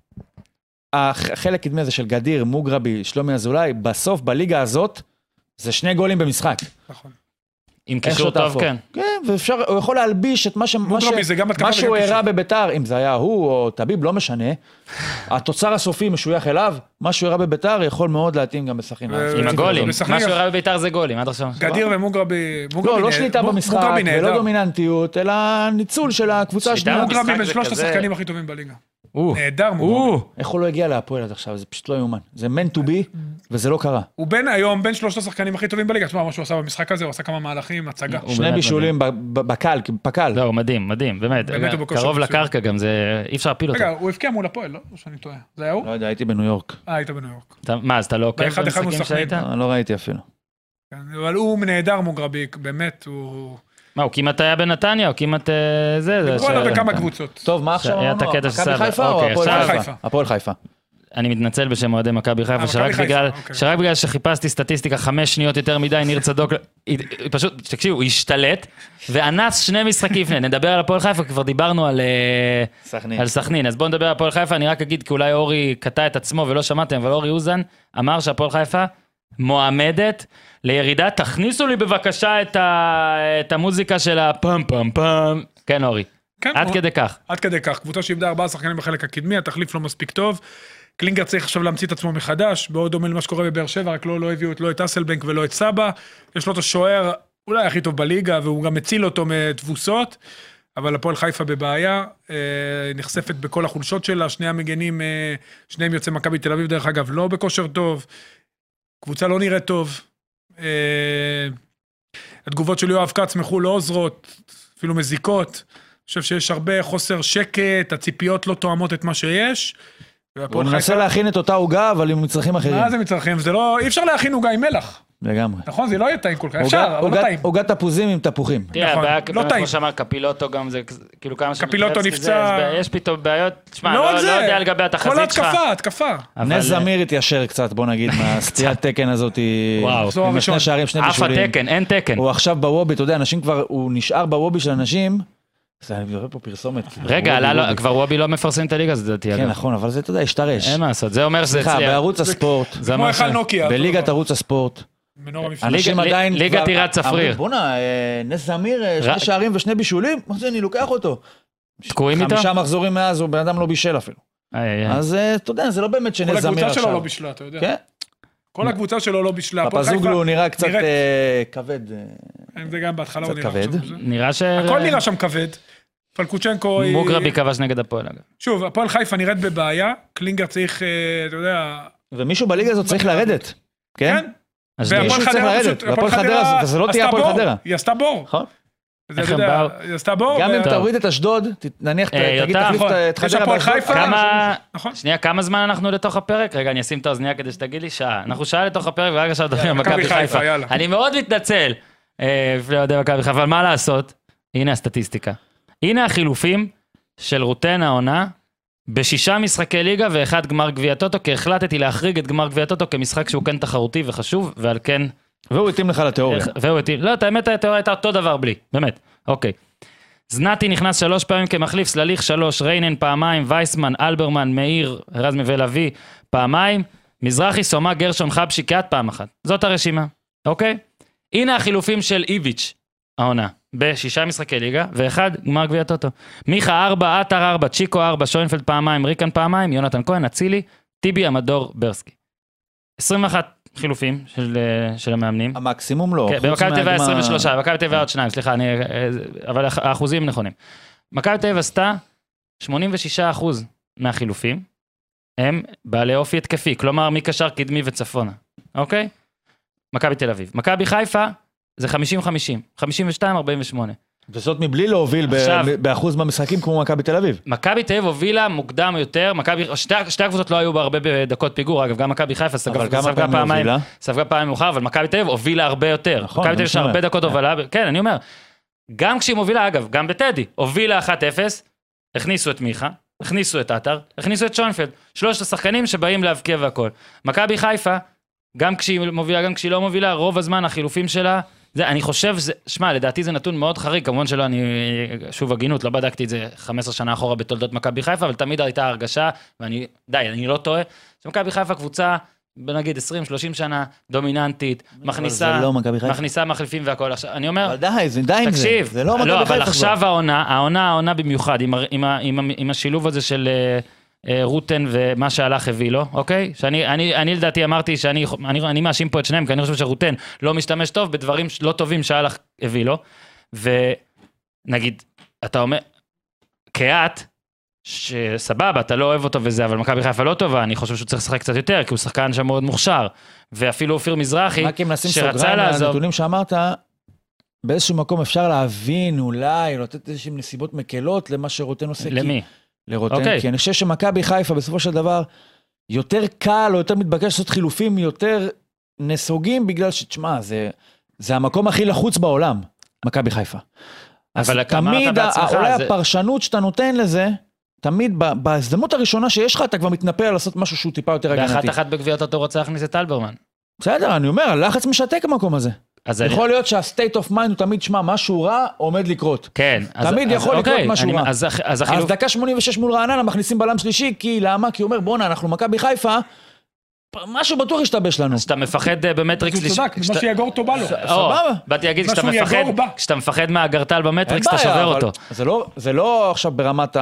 החלק קדמי הזה של גדיר, מוגרבי, שלומי אזולאי, בסוף בליגה הזאת, זה 2 גולים במשחק. נכון. עם קישור טוב, כן. כן, ואפשר, הוא יכול להלביש את מה שהוא הראה בביתר, אם זה היה הוא או טביב, לא משנה. התוצר הסופי משוייך אליו, מה שהוא הראה בביתר יכול מאוד להתאים גם בסכנין. עם הגולים, מה שהוא הראה בביתר זה גולים, עד עכשיו. גדיר ומוגרבי... לא שליטה במשחק, ולא דומיננטיות, אלא ניצול של הקבוצה השנייה. מוגרבי בין 3 השחקנים הכי טובים בליגה. נהדר מוגרבי. איך הוא לא הגיע להפועל עד עכשיו, זה פשוט לא יאומן. זה meant to be, וזה לא קרה. הוא היום בין 3 השחקנים הכי טובים בליגה. תשמע, מה שהוא עשה במשחק הזה, הוא עשה כמה מהלכים, הצגה. 2 בישולים פקל. לא, מדהים, מדהים, באמת. קרוב לקרקע גם, זה אי אפשר להפיל אותו. רגע, הוא הבקיע מול הפועל, לא? שאני טועה. זה היה הוא? לא יודע, הייתי בניו יורק. היית בניו יורק. מה, אז אתה לא עוקב במשחקים שהיית? לא ראיתי אפילו. אבל הוא נהדר מוגרבי, באמת, הוא... מה, הוא כמעט היה בנתניה, הוא כמעט זה... הוא עלה בכמה קבוצות. טוב, מה עכשיו אמרנו? מכבי חיפה או הפועל חיפה? אני מתנצל בשם אוהדי מכבי חיפה, שרק בגלל שחיפשתי סטטיסטיקה 5 שניות יותר מדי, ניר צדוק, פשוט, תקשיבו, הוא השתלט, ואנס 2 משחקים לפני, נדבר על הפועל חיפה, כבר דיברנו על סכנין, אז בואו נדבר על הפועל חיפה, אני רק אגיד, כי אולי אורי קטע את עצמו ולא שמעתם, אבל אורי אוזן אמר שהפועל חיפה מועמדת לירידה, תכניסו לי בבקשה את המוזיקה של הפאם פאם פאם, כן אורי, עד כדי כך. עד כדי כך, קבוצה שאיבדה 4 שחקנים בחלק הקדמי, התחליף לא מספיק טוב, קלינגר צריך עכשיו להמציא את עצמו מחדש, בעוד דומה למה שקורה בבאר שבע, רק לא הביאו לא את אסלבנק ולא את סבא, יש לו את השוער אולי הכי טוב בליגה, והוא גם מציל אותו מתבוסות, אבל הפועל חיפה בבעיה, נחשפת בכל החולשות שלה, 2 המגנים, 2 יוצאי מכבי תל אביב, דרך אגב, לא בכושר טוב, קבוצה לא נראית טוב, התגובות של יואב כץ מחול לא עוזרות, אפילו מזיקות, חושב שיש הרבה חוסר שקט, הציפיות לא תואמות את מה שיש. הוא מנסה להכין את אותה עוגה, אבל עם מצרכים אחרים. מה זה מצרכים? זה לא, אי אפשר להכין עוגה עם מלח. לגמרי. נכון, זה לא יהיה טעים כל כך. אפשר, אבל לא טעים. עוגת תפוזים עם תפוחים. תראה, נכון, הבעיה, לא טעים. כמו שאמר, קפילוטו גם זה, כאילו כמה קפילוטו נפצע. יש פתאום בעיות, תשמע, לא רק לא זה. יודע לגבי התחזית שלך. כל התקפה. נס זמיר התיישר קצת, בוא נגיד, מהסטיית תקן הזאת, וואו. עם שני שערים, שני אף בישולים. התקן, אין תקן. הוא עכשיו בוובי, אתה יודע, אנשים כבר, הוא נשאר בוובי של אנשים, אני רואה פה פרסומת. רגע, כבר וובי לא מפרסם את הליגה, זה דעתי. כן, נכון, אבל זה, אתה יודע, השתרש. אין מה לעשות, זה אומר שזה סליחה, אצלי. בערוץ הספורט, כמו היכל נוקיה. בליגת ערוץ הספורט, אנשים עדיין... ליגת טירת צפריר. בוא'נה, נס זמיר, שני שערים ושני בישולים, מה זה, אני לוקח אותו. תקועים איתו? 5 מחזורים מאז, הוא בן אדם לא בישל אפילו. אז אתה יודע, זה לא באמת שנס כל זמיר הקבוצה שלו לא עכשיו. בישלה, אתה יודע. כן, כל הקבוצה שלו לא בישלה. פפזוגלו נראה קצת כבד. זה גם בהתחלה הוא קצת נראה. כבד. נראה ש... הכל נראה שם כבד. פלקוצ'נקו... מוגרבי כבש נגד הפועל, אגב. שוב, הפועל חיפה נראית בבעיה, קלינגר צריך, אתה יודע... ומישהו בליגה הזאת צריך לרדת. כן? והפועל חדרה פשוט... והפועל חדרה, זה לא תהיה הפועל חדרה. היא עשתה בור. נכון. איך הם באו? היא עשתה בור. גם אם תוריד את אשדוד, נניח, תגיד, תחליף את חדרה באשדוד. שנייה, כמה זמן אנחנו לתוך הפרק? רגע, אני אשים את האוזניה כדי שתגיד לי שעה. אנחנו שעה לתוך הפרק, ורגע עכשיו מדברים על מכבי חיפה. אני מאוד מתנצל, לפני אוהדי מכבי חיפה, אבל מה לעשות? הנה הסטטיסטיקה. הנה החילופים של רוטן העונה, ב6 משחקי ליגה ו1 גמר גביע טוטו, כי החלטתי להחריג את גמר גביע טוטו כמשחק שהוא כן תחרותי וחשוב, ועל כן... והוא התאים לך לתיאוריה. והוא התאים, לא, האמת התיאוריה הייתה אותו דבר בלי, באמת, אוקיי. זנתי נכנס 3 פעמים כמחליף, סלליך 3, ריינן פעמיים, וייסמן, אלברמן, מאיר, רזמי ולוי פעמיים, מזרחי, סומה, גרשון, חבשי, כעת פעם אחת. זאת הרשימה, אוקיי? הנה החילופים של איביץ' העונה, ב6 משחקי ליגה, ו1 גמר גביע טוטו. מיכה 4, עטר 4, צ'יקו 4, שוינפלד פעמיים, ריקן פעמיים, יונתן כהן, אצילי, טיבי, המדור, ברסקי. 21 חילופים של המאמנים. המקסימום לא. במכבי טבע 23, במכבי טבע עוד 2, סליחה, אבל האחוזים נכונים. מכבי טבע עשתה 86% מהחילופים, הם בעלי אופי התקפי, כלומר מקשר קדמי וצפונה, אוקיי? מכבי תל אביב. מכבי חיפה זה 50-50, 52-48. וזאת מבלי להוביל באחוז מהמשחקים כמו מכבי תל אביב. מכבי תל אביב הובילה מוקדם יותר, שתי הקבוצות לא היו בהרבה בדקות פיגור, אגב, גם מכבי חיפה ספגה פעמים מאוחר, אבל מכבי תל אביב הובילה הרבה יותר. מכבי תל אביב יש הרבה דקות הובלה, כן, אני אומר, גם כשהיא מובילה, אגב, גם בטדי, הובילה 1-0, הכניסו את מיכה, הכניסו את עטר, הכניסו את שוינפלד, 3 השחקנים שבאים להבקיע והכל. מכבי חיפה, גם כשהיא מובילה, גם כשהיא לא מובילה, רוב הזמן החילופים שלה, אני חושב, שמע, לדעתי זה נתון מאוד חריג, כמובן שלא, אני, שוב הגינות, לא בדקתי את זה 15 שנה אחורה בתולדות מכבי חיפה, אבל תמיד הייתה הרגשה, אני לא טועה, שמכבי חיפה קבוצה, בנגיד 20-30 שנה, דומיננטית, מכניסה מחליפים והכל, אני אומר, אבל די עם זה, זה לא מכבי חיפה. אבל עכשיו העונה במיוחד, עם השילוב הזה של רוטן ומה שהלך הביא לו, אוקיי? שאני לדעתי אמרתי שאני מאשים פה את שניהם, כי אני חושב שרוטן לא משתמש טוב בדברים לא טובים שהלך הביא לו, ונגיד, אתה אומר, כעת, שסבבה, אתה לא אוהב אותו וזה, אבל מכבי חיפה לא טובה, אני חושב שהוא צריך לשחק קצת יותר, כי הוא שחקן שם מאוד מוכשר, ואפילו אופיר מזרחי, שרצה לעזוב. הנתונים שאמרת, באיזשהו מקום אפשר להבין, אולי, לתת איזושהי נסיבות מקלות למה שרוטן עושה. למי? לרוטן, כי אני חושב שמכבי חיפה בסופו של דבר יותר קל או יותר מתבקש לעשות חילופים יותר נסוגים, בגלל שתשמע, זה המקום הכי לחוץ בעולם, מכבי חיפה. אז תמיד, אולי הפרשנות שאתה נותן לזה, תמיד בהזדמנות הראשונה שיש לך, אתה כבר מתנפל לעשות משהו שהוא טיפה יותר הגנתי. באחת בגביעות אתה רוצה להכניס את אלברמן. בסדר, אני אומר, הלחץ משתק המקום הזה. יכול להיות שה-state of mind הוא תמיד שמה, משהו רע עומד לקרות. כן. תמיד יכול לקרות משהו רע. אז דקה 86 מול רעננה, מכניסים בלם שלישי, כי למה? כי הוא אומר, בוא'נה, אנחנו מכבי חיפה, משהו בטוח ישתבש לנו. אז אתה מפחד במטריקס... זה צודק, מה שיגור טובה לו. סבבה. באתי להגיד שאתה מפחד מהגרטל במטריקס, אתה שובר אותו. זה לא עכשיו ברמת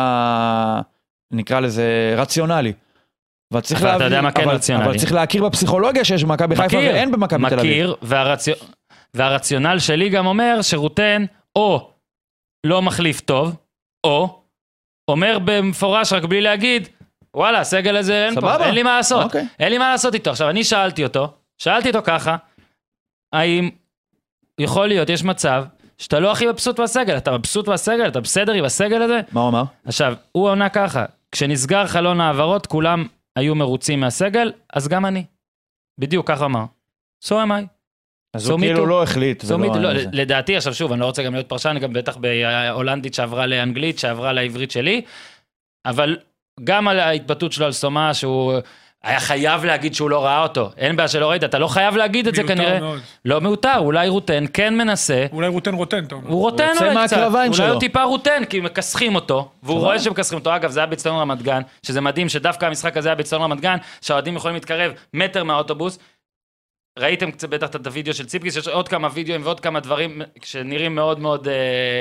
נקרא לזה רציונלי. אבל צריך להכיר בפסיכולוגיה שיש במכבי חיפה ואין במכבי תל אביב. מכיר, והרציונל שלי גם אומר שרוטן או לא מחליף טוב, או אומר במפורש רק בלי להגיד, וואלה, הסגל הזה אין פה, אין לי מה לעשות. אין לי מה לעשות איתו. עכשיו, אני שאלתי אותו ככה, האם יכול להיות, יש מצב, שאתה לא הכי מבסוט מהסגל, אתה מבסוט מהסגל, אתה בסדר עם הסגל הזה? מה הוא אמר? עכשיו, הוא עונה ככה, כשנסגר חלון העברות, כולם היו מרוצים מהסגל, אז גם אני. בדיוק, ככה אמר. So am I. אז הוא כאילו לא החליט. לדעתי, עכשיו שוב, אני לא רוצה גם להיות פרשן, גם בטח בהולנדית שעברה לאנגלית, שעברה לעברית שלי, אבל גם על ההתבטאות שלו על סומה, שהוא היה חייב להגיד שהוא לא ראה אותו. אין בעיה שלא ראית, אתה לא חייב להגיד את זה כנראה. לא מיותר, אולי רוטן כן מנסה. אולי רוטן, טוב. הוא רוטן אולי קצת, אולי הוא טיפה רוטן, כי מקסחים אותו, והוא רואה שמקסחים אותו. אגב, זה היה באצטדיון רמת גן, שזה מדהים שדווקא המשחק הזה היה באצטדיון רמת גן, שהאוהדים יכולים להתקרב מטר מהאוטובוס. ראיתם קצת בטח את הוידאו של ציפקיס, יש עוד כמה וידאוים ועוד כמה דברים שנראים מאוד מאוד,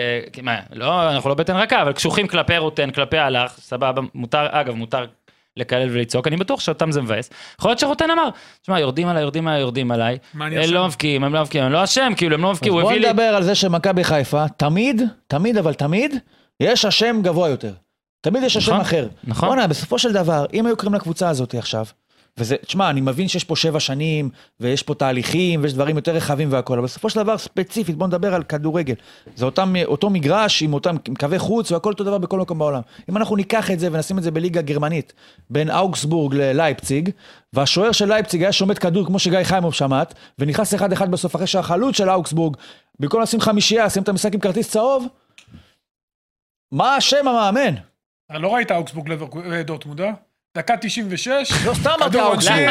לא, אנחנו לא בטן רכה, אבל קשוחים כלפי רוטן, כלפי הלך, סבבה, מותר לקלל ולצעוק, אני בטוח שאותם זה מבאס. יכול להיות שרוטן אמר, תשמע, יורדים עליי, הם לא מבקיעים, הם לא אשם, כאילו הם לא מבקיעו, בוא נדבר על זה שמכבי חיפה, תמיד, יש השם גבוה יותר. תמיד יש השם אחר. נכון. בוא'נה, בסופו של דבר, אם היו קוראים לקבוצה הזאת עכשיו, וזה, תשמע, אני מבין שיש פה 7 שנים, ויש פה תהליכים, ויש דברים יותר רחבים והכל, אבל בסופו של דבר ספציפית, בוא נדבר על כדורגל. זה אותו מגרש, עם אותם קווי חוץ, והכל אותו דבר בכל מקום בעולם. אם אנחנו ניקח את זה ונשים את זה בליגה גרמנית, בין אוגסבורג ללייפציג, והשוער של לייפציג היה שומט כדור, כמו שגיא חיימוב שמעת, ונכנס 1-1 בסוף, אחרי שהחלוץ של אוגסבורג, במקום לשים 5, שים את המשחק עם כרטיס צהוב, מה השם המאמן? לא ראית אוגסבורג דורטמונד, דקה 96, לא סתם כדור עונשין,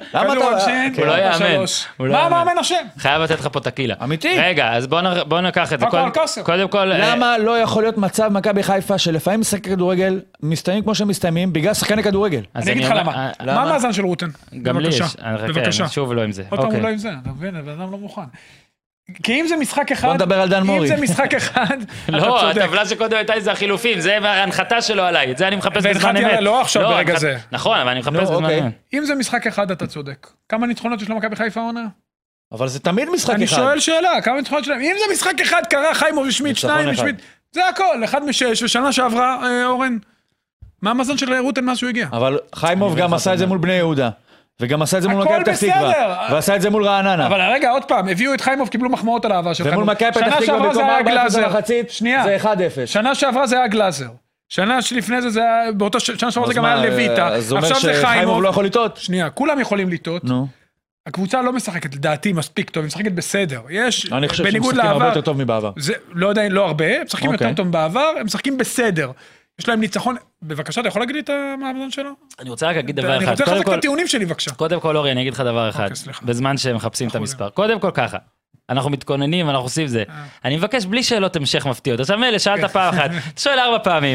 הוא לא יאמן. מה המאמן השם? חייב לתת לך פה תקילה. אמיתי? רגע, אז בוא ניקח את זה. קודם כל... למה לא יכול להיות מצב מכבי חיפה שלפעמים משחקי כדורגל מסתיימים כמו שהם מסתיימים בגלל שחקני כדורגל? אני אגיד לך למה. מה המאזן של רוטן? גם לי יש. בבקשה. שוב לא עם זה. עוד פעם הוא לא עם זה, אתה מבין? אדם לא מוכן. כי אם זה משחק אחד... בוא נדבר על דן מורי. אם זה משחק אחד, לא, הטבלה שקודם הייתה זה החילופים, זה ההנחתה שלו עליי, את זה אני מחפש בזמן אמת. לא עכשיו ברגע זה. נכון, אבל אני מחפש בזמן אמת. אם זה משחק אחד, אתה צודק. כמה ניצחונות יש למכבי חיפה עונה? אבל זה תמיד משחק אחד. אני שואל שאלה, כמה ניצחונות שלהם? אם זה משחק אחד, קרה חיימוב ושמיט, 2 ושמיט, זה הכל, 1 מ-6, ושנה שעברה, אורן, מה המאזן של רוטן מאז שהוא הגיע? אבל חיימוב גם עשה את זה מול בני יהודה. וגם עשה את זה מול מכבי פתח תקווה, ועשה את זה מול רעננה. אבל רגע, עוד פעם, הביאו את חיימוב, קיבלו מחמאות על האהבה של חיימוב. ומול מכבי פתח תקווה במקום 4 במחצית, זה 1-0. שנה שעברה זה היה גלאזר. שנה שלפני זה היה, באותה שנה שעברה זה גם היה לויטה. אז זה אומר שחיימוב לא יכול לטעות. שנייה, כולם יכולים לטעות. הקבוצה לא משחקת, לדעתי, מספיק טוב, היא משחקת בסדר. יש, אני חושב שהם משחקים הרבה יותר טוב מבעבר. לא יודע, לא הרבה, הם משחקים יותר טוב מבעבר, הם משחקים בסדר. יש להם ניצחון, בבקשה, אתה יכול להגיד לי את המאזן שלו? אני רוצה רק להגיד דבר אחד. אני רוצה לחזק את הטיעונים שלי, בבקשה. קודם כל, אורי, אני אגיד לך דבר אחד, בזמן שמחפשים את המספר. קודם כל ככה, אנחנו מתכוננים, אנחנו עושים זה. אני מבקש בלי שאלות המשך מפתיעות. עכשיו מילא, שאלת פעם אחת, אתה שואל 4 פעמים,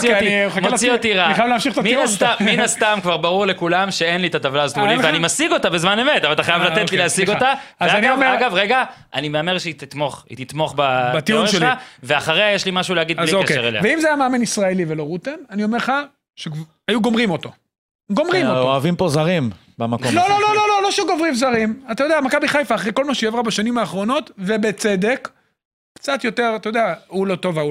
מוציא אותי רע. מן הסתם כבר ברור לכולם שאין לי את הטבלה הזאת מולי, ואני משיג אותה בזמן אמת, אבל אתה חייב לתת לי להשיג אותה. אגב, רגע, אני מאמר שהיא תתמוך בתיאוריה שלה, ואחריה יש לי משהו להגיד בלי קשר אליה. ואם זה היה מאמן ישראלי ולא רוטן, אני אומר לך שהיו גומרים אותו. אוהבים פה זרים במקום. לא שגוברים זרים. אתה יודע, מכבי חיפה, אחרי כל מה שהיא עברה בשנים האחרונות, ובצדק, קצת יותר, אתה יודע, הוא לא טוב,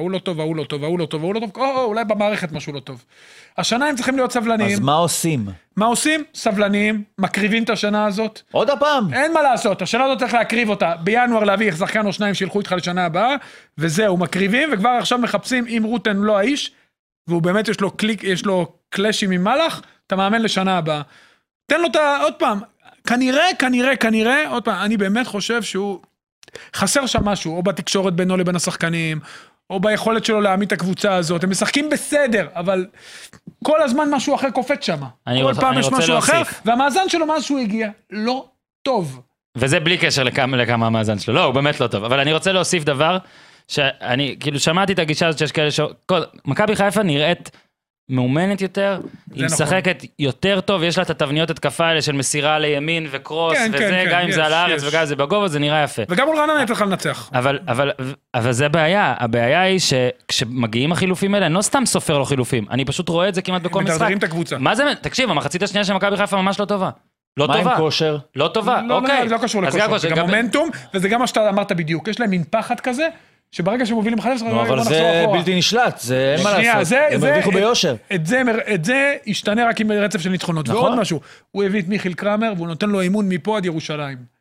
אולי במערכת משהו לא טוב. השנה הם צריכים להיות סבלניים. אז מה עושים? מה עושים? סבלניים, מקריבים את השנה הזאת. עוד הפעם. אין מה לעשות, השנה הזאת צריך להקריב אותה. בינואר להביא שחקן או 2 שילכו איתך לשנה הבאה, וזהו, מקריבים, וכבר עכשיו מחפשים, אם רוטן לא האיש, והוא באמת יש לו קלאשים עם מלאך, אתה מאמן לשנה הבאה. תן לו עוד פעם, כנראה, עוד פעם, אני באמת חושב שהוא חסר שם משהו, או בתקשורת בינו לבין השחקנים, או ביכולת שלו להעמיד את הקבוצה הזאת, הם משחקים בסדר, אבל כל הזמן משהו אחר קופץ שם. כל פעם יש משהו אחר, והמאזן שלו מאז שהוא הגיע, לא טוב. וזה בלי קשר לכמה המאזן שלו, לא, הוא באמת לא טוב, אבל אני רוצה להוסיף דבר, שאני כאילו שמעתי את הגישה הזאת שיש כאלה מכבי חיפה נראית מאומנת יותר, היא משחקת יותר טוב, יש לה את התבניות התקפה האלה של מסירה לימין וקרוס, וזה גם אם זה על הארץ וגם זה בגובה, זה נראה יפה. וגם מול רעננה הייתה לך לנצח. אבל זה בעיה, הבעיה היא שכשמגיעים החילופים האלה, אני לא סתם סופר לו חילופים, אני פשוט רואה את זה כמעט בכל משחק. מדרדרים את הקבוצה. מה זה, תקשיב, המחצית השנייה של מכבי חיפה ממש לא טובה. לא טובה. מה עם כושר? לא טובה, אוקיי. לא קשור לכושר, זה גם מומנטום, וזה גם מה שאתה אמרת בדיוק, יש להם מין פחד כזה, שברגע שמובילים 1-0, אבל זה בלתי נשלט, זה אין מה לעשות, הם הרוויחו ביושר. את זה ישתנה רק עם רצף של ניצחונות, ועוד משהו, הוא הביא את מיכיל קרמר, והוא נותן לו אימון מפה עד ירושלים.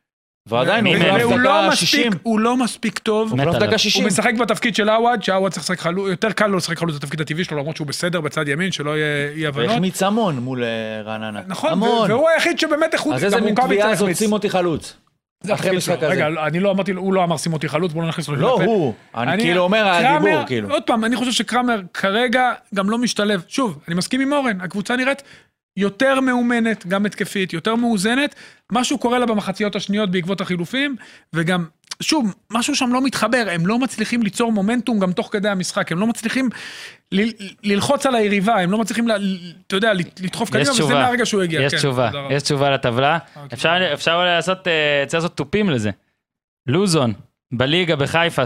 ועדיין הוא מי- הוחלף דקה 60. הוא לא מספיק טוב. מת הוחלף עליו. דקה 60. הוא משחק בתפקיד של עווד, שעווד צריך לשחק חלוץ, יותר קל לו לשחק חלוץ, זה התפקיד הטבעי שלו, למרות שהוא בסדר בצד ימין, שלא יהיה אי הבנות. והחמיץ המון מול רעננה. נכון, המון. והוא היחיד שבאמת איכות, אז איזה גם מין מוקאבי תביעה צריך זאת להחמיץ. שים אותי חלוץ. זה אחרי התפקיד משחק שלו. הזה. רגע, אני לא אמרתי, הוא לא אמר שים אותי חלוץ, בוא לא נכניס לו לא, לפה. הוא. אני כאילו אומר, הדיבור, קרמר, כאילו. עוד פעם, אני חושב שקרמר כרגע גם לא משתלב. שוב, אני מסכים עם אורן, הקבוצה נראית יותר מאומנת, גם התקפית, יותר מאוזנת. משהו קורה לה במחציות השניות בעקבות החילופים, וגם, שוב, משהו שם לא מתחבר, הם לא מצליחים ליצור מומנטום גם תוך כדי המשחק, הם לא מצליחים ללחוץ על היריבה, הם לא מצליחים, אתה יודע, לדחוף קדימה, וזה מהרגע שהוא הגיע. יש כן, תשובה, תודה רבה. יש תשובה לטבלה. אפשר לעשות, צריך לעשות טופים לזה. לוזון, בליגה בחיפה,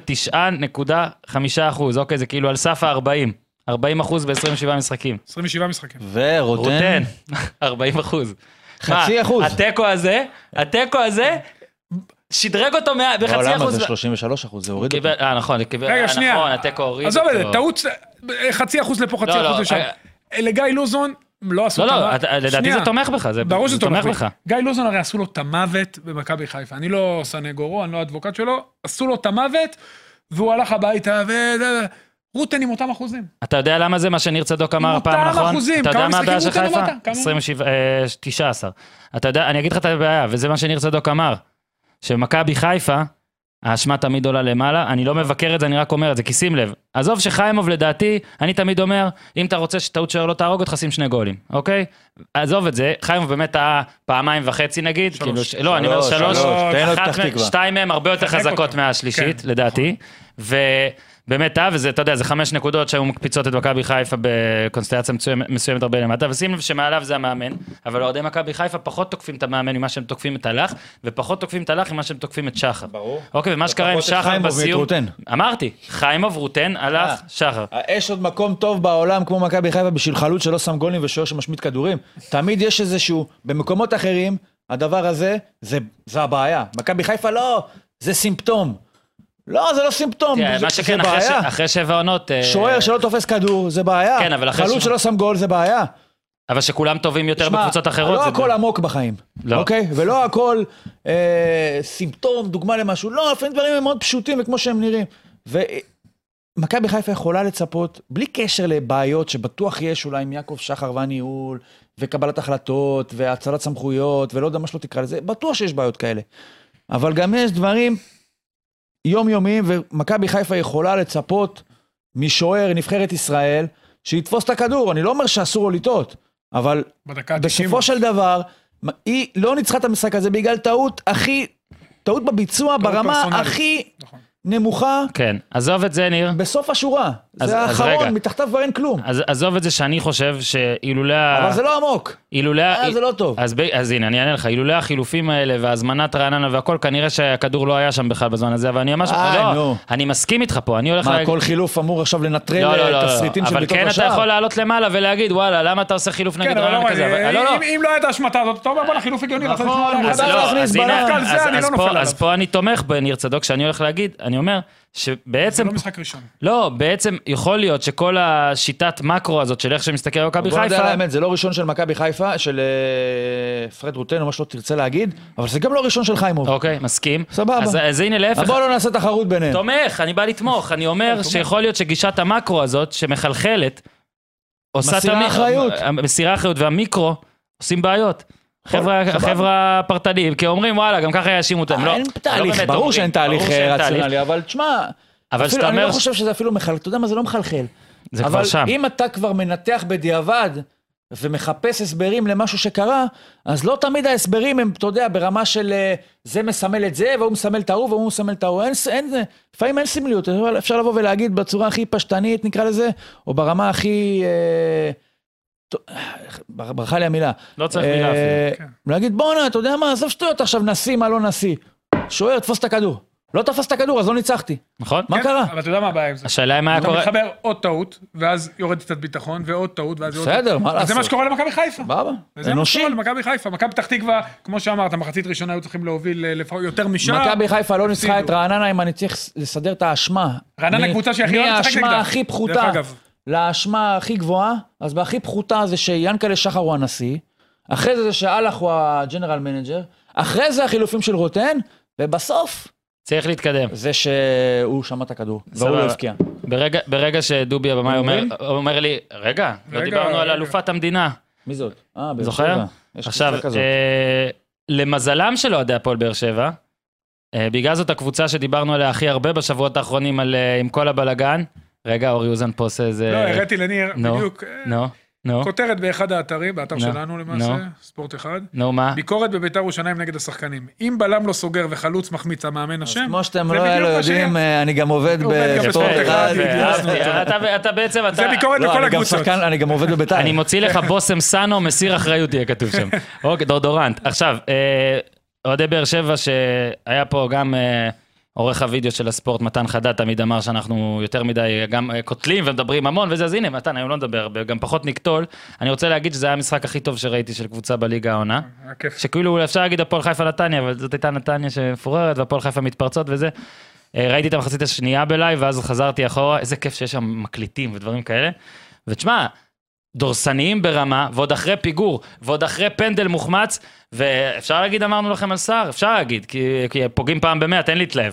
39.5%, אוקיי, זה כאילו על סף ה-40. 40% ב-27 משחקים. 27 משחקים. ורוטן, רוטן, 40%. חצי אחוז. התיקו הזה, שדרג אותו בחצי בעולם אחוז. הזה 33%, זה הוריד אותו. נכון, רגע, שנייה. נכון, התיקו הוריד עזוב את זה, אותו. טעות, חצי אחוז לפה, חצי לא, אחוז לשם. לגיא לוזון, לא עשו את לא, המוות. לדעתי זה תומך בך, זה ברור שזה תומך בך. גיא לוזון הרי עשו לו את המוות במכבי חיפה. אני לא סנגורו, אני לא אדבוקט שלו, עשו לו את המוות, והוא הלך הביתה, רוטן עם אותם אחוזים. אתה יודע למה זה מה שניר צדוק אמר עם הפעם, אותם נכון? אחוזים, אתה יודע כמה מה הבעיה של משחקים רוטן חיפה? אמרת? כמה? 19. אתה יודע, אני אגיד לך את הבעיה, וזה מה שניר צדוק אמר, שמכבי חיפה, האשמה תמיד עולה למעלה, אני לא מבקר את זה, אני רק אומר את זה, כי שים לב, עזוב שחיימוב לדעתי, אני תמיד אומר, אם אתה רוצה שטעות שוער לא תהרוג אותך, שים 2 גולים, אוקיי? עזוב את זה, חיימוב באמת היה 2.5 נגיד, כאילו, לא, אני אומר 3, תן לו פתח תקווה. 2 מהם הרבה יותר חזקות אותו. מהשלישית, כן, לדעתי, ובאמת, וזה, אתה יודע, זה 5 נקודות שהיו מקפיצות את מכבי חיפה בקונסטלציה מסוימת הרבה למטה, ושים לב שמעליו זה המאמן, אבל אוהדי מכבי חיפה פחות תוקפים את המאמן ממה שהם תוקפים את הלך, ופחות תוקפים את הלך ממה שהם תוקפים את שחר. ברור. אוקיי, ומה שקרה עם ופחות את שחר חיימוב ואת בסיום, רוטן. אמרתי, חיימוב, רוטן, הלך, שחר. יש עוד מקום טוב בעולם כמו מכבי חיפה בשביל חלוץ שלא שם גולים ושוער שמשמיט כדורים. תמיד יש איזשהו, במקומות אחרים, הדבר הזה, זה הבעיה. מכבי חיפה לא, זה סימפטום. לא, זה לא סימפטום, תראה, מה זה שכן, בעיה. אחרי 7 עונות, שוער שלא תופס כדור, זה בעיה. כן, אבל אחרי חלוץ שלא שם גול, זה בעיה. אבל שכולם טובים יותר שמע, בקבוצות אחרות. לא זה- הכל עמוק בחיים, לא. אוקיי? ולא הכל סימפטום, דוגמה למשהו. לא, לפעמים דברים הם מאוד פשוטים וכמו שהם נראים. ומכבי חיפה יכולה לצפות, בלי קשר לבעיות שבטוח יש אולי עם יעקב שחר והניהול, וקבלת החלטות, והצלת סמכויות, ולא יודע מה שלא תקרא לזה, בטוח שיש בעיות כאלה. אבל גם יש דברים יומיומיים, ומכבי חיפה יכולה לצפות משוער נבחרת ישראל, שיתפוס את הכדור. אני לא אומר שאסור לו לטעות, אבל בדקה ה-90. בסופו של דבר, היא לא ניצחה את המשחק הזה בגלל טעות בביצוע ברמה פרסונלית. הכי נכון. נמוכה, כן, עזוב את זה, ניר. בסוף השורה. אז זה רגע. האחרון, מתחתיו כבר אין כלום. אז עזוב את זה שאני חושב שאילולא... אבל זה לא עמוק. זה לא טוב. אז הנה, אני אענה לך, אילולא החילופים האלה והזמנת רעננה והכל, כנראה שהכדור לא היה שם בכלל בזמן הזה, אבל אני ממש... נו. לא, אני מסכים איתך פה, אני הולך... מה, כל חילוף אמור עכשיו לנטרל תסריטים של אבל ביתות כן אתה השער? יכול לעלות למעלה ולהגיד, וואלה, למה אתה עושה חילוף נגד כן, אבל רעננה לא, כזה? אבל- לא, לא. אם לא הייתה השמטה הזאת, אתה אומר, בוא לחילוף הגיוני, רצה לשמוע עליו. אז חדש לא, להכניס אז בלם. הנה, דווקא על זה אני לא נופל עליו. אז פה אני תומך בניר צדוק, שאני הולך להגיד, אני אומר, זה שבעצם, לא משחק ראשון. לא, בעצם יכול להיות שכל השיטת מקרו הזאת של איך שמסתכל על מכבי בוא נדע חיפה, על האמת, זה לא ראשון של מכבי חיפה, של פרד רוטן, או מה שלא תרצה להגיד, אבל זה גם לא ראשון של חיימוב. אוקיי, מסכים. סבבה. אז הנה להפך, בוא לא נעשה תחרות ביניהם. תומך, אני בא לתמוך, אני אומר שיכול להיות שגישת המקרו הזאת, שמחלחלת, עושה מסירה אחריות. מסירה אחריות, והמיקרו עושים בעיות. החבר'ה הפרטניים, כי אומרים, וואלה, גם ככה יאשימו אותם. לא, אין לא תהליך, באמת ברור אומרים, שאין תהליך ברור שאין רציונלי, אבל תשמע, אבל אפילו- שאתה אני אומר לא חושב שזה אפילו מחלחל, אתה יודע מה, זה לא מחלחל. זה כבר שם. אבל אם אתה כבר מנתח בדיעבד, ומחפש הסברים למשהו שקרה, אז לא תמיד ההסברים הם, אתה יודע, ברמה של זה מסמל את זה, והוא מסמל את ההוא, והוא מסמל את ההוא, אין זה, לפעמים אין סמליות, אפשר לבוא ולהגיד בצורה הכי פשטנית, נקרא לזה, או ברמה הכי, ברכה לי המילה. לא צריך מילה אפילו. להגיד, בוא'נה, אתה יודע מה, עזוב שטויות עכשיו, נשיא, מה לא נשיא. שוער, תפוס את הכדור. לא תפס את הכדור, אז לא ניצחתי. נכון? מה קרה? אבל אתה יודע מה הבעיה עם זה? השאלה היא מה היה אתה קורה... מתחבר עוד טעות, ואז יורד קצת ביטחון, ועוד טעות, ואז יורד... בסדר, מה אז זה מה לעשות? שקורה למכבי חיפה. בבא, וזה מה אנושי. שקורה למכבי חיפה. מכבי פתח תקווה, כמו שאמרת, מחצית ראשונה היו צריכים להוביל לפחות יותר משעה. מכבי חיפה לא ניצחה את הפסידו. רעננה אם אני צריך לסדר את האשמה. רעננה קבוצה שהכי לא תשחק נגדה. מהאשמה הכי דרך פחותה אגב. לאשמה הכי גבוהה, אז בהכי פחותה זה שיאנקלה שחר הוא הנשיא, אחרי זה שאלח הוא הג'נרל מנג'ר, אחרי זה החילופים של רוטן, ובסוף, צריך להתקדם. זה שהוא שמע את הכדור, והוא לא הבקיע. ברגע שדובי הבמאי אומר לי, רגע, לא דיברנו על אלופת המדינה. מי זאת? זוכר? עכשיו, למזלם של אוהדי הפועל באר שבע, בגלל זאת הקבוצה שדיברנו עליה הכי הרבה בשבועות האחרונים עם כל הבלגן, רגע, אורי אוזן פה עושה איזה... לא, הראיתי לניר, בדיוק. נו. כותרת באחד האתרים, באתר שלנו למעשה, ספורט אחד. נו, מה? ביקורת בבית"ר ירושלים נגד השחקנים. אם בלם לא סוגר וחלוץ מחמיץ המאמן השם, כמו שאתם לא יודעים, אני גם עובד בספורט אחד. אתה בעצם, זה ביקורת לכל הקבוצות. אני גם עובד בבית"ר. אני מוציא לך בושם סאנו, מסיר אחריות יהיה כתוב שם. אוקיי, דורדורנט. עכשיו, אוהדי באר שבע שהיה פה גם... עורך הוידאו של הספורט, מתן חדד, תמיד אמר שאנחנו יותר מדי גם קוטלים ומדברים המון, וזה, אז הנה, מתן, היום לא נדבר, גם פחות נקטול. אני רוצה להגיד שזה היה המשחק הכי טוב שראיתי של קבוצה בליגה העונה. שכאילו אפשר להגיד הפועל חיפה נתניה, אבל זאת הייתה נתניה שמפוררת, והפועל חיפה מתפרצות וזה. ראיתי את המחצית השנייה בלייב, ואז חזרתי אחורה, איזה כיף שיש שם מקליטים ודברים כאלה. ותשמע, דורסניים ברמה, ועוד אחרי פיגור, ועוד אחרי פנדל מוחמץ, ואפשר להגיד, אמרנו לכם על סער, אפשר להגיד, כי פוגעים פעם ב100, תן להתלהב.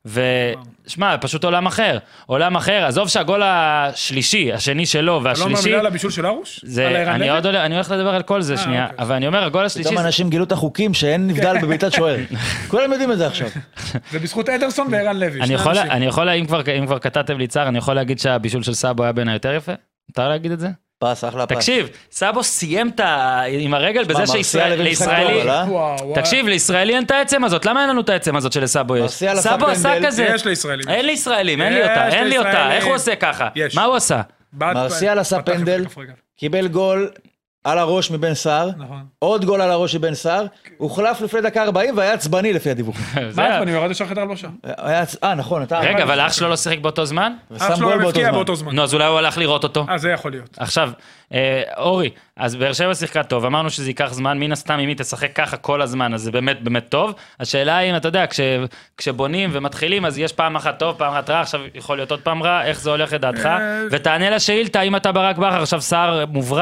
ושמע, פשוט עולם אחר, עזוב שהגול השלישי, השני שלו, והשלישי... לא מאמינה על הבישול של ארוש? אני הולך לדבר על כל זה שנייה, אבל אני אומר, הגול השלישי... פתאום אנשים גילו את החוקים שאין נבדל בביתת שוער. כולם יודעים את זה עכשיו. זה בזכות אדרסון וערן לוי. אני יכול, אם כבר קטעתם לי צער, אני יכול להגיד שהבישול של סאבו היה בין היותר יפה? מותר להגיד את זה? פס, אחלה פס. תקשיב, סאבו סיים עם הרגל בזה שישראלי... תקשיב, לישראלי אין את העצם הזאת. למה אין לנו את העצם הזאת שלסאבו יש? סאבו עשה כזה. יש לישראלים. אין לישראלים, אין לי אותה. איך הוא עושה ככה? מה הוא עשה? מרסיאל עשה פנדל, קיבל גול על הראש מבן סער, עוד גול על הראש מבן סער, הוחלף לפני דקה 40 והיה עצבני לפי הדיווח. מה עצבני? הוא ירד ישר חדר הלבשה. נכון, אתה... רגע, אבל אח שלו לא שיחק באותו זמן? אח שלו לא מפקיע באותו זמן. נו, אז אולי הוא הלך לראות אותו. זה יכול להיות. עכשיו, אורי, אז באר שבע שיחקה טוב, אמרנו שזה ייקח זמן, מן הסתם אם היא תשחק ככה כל הזמן, אז זה באמת באמת טוב. השאלה היא, אם אתה יודע, כשבונים ומתחילים, אז יש פעם אחת טוב, פעם אחת רע, עכשיו יכול להיות עוד פעם רע, איך זה הולך לדעתך? ותענה לשאילתה, אם אתה ברק בכר, עכשיו סער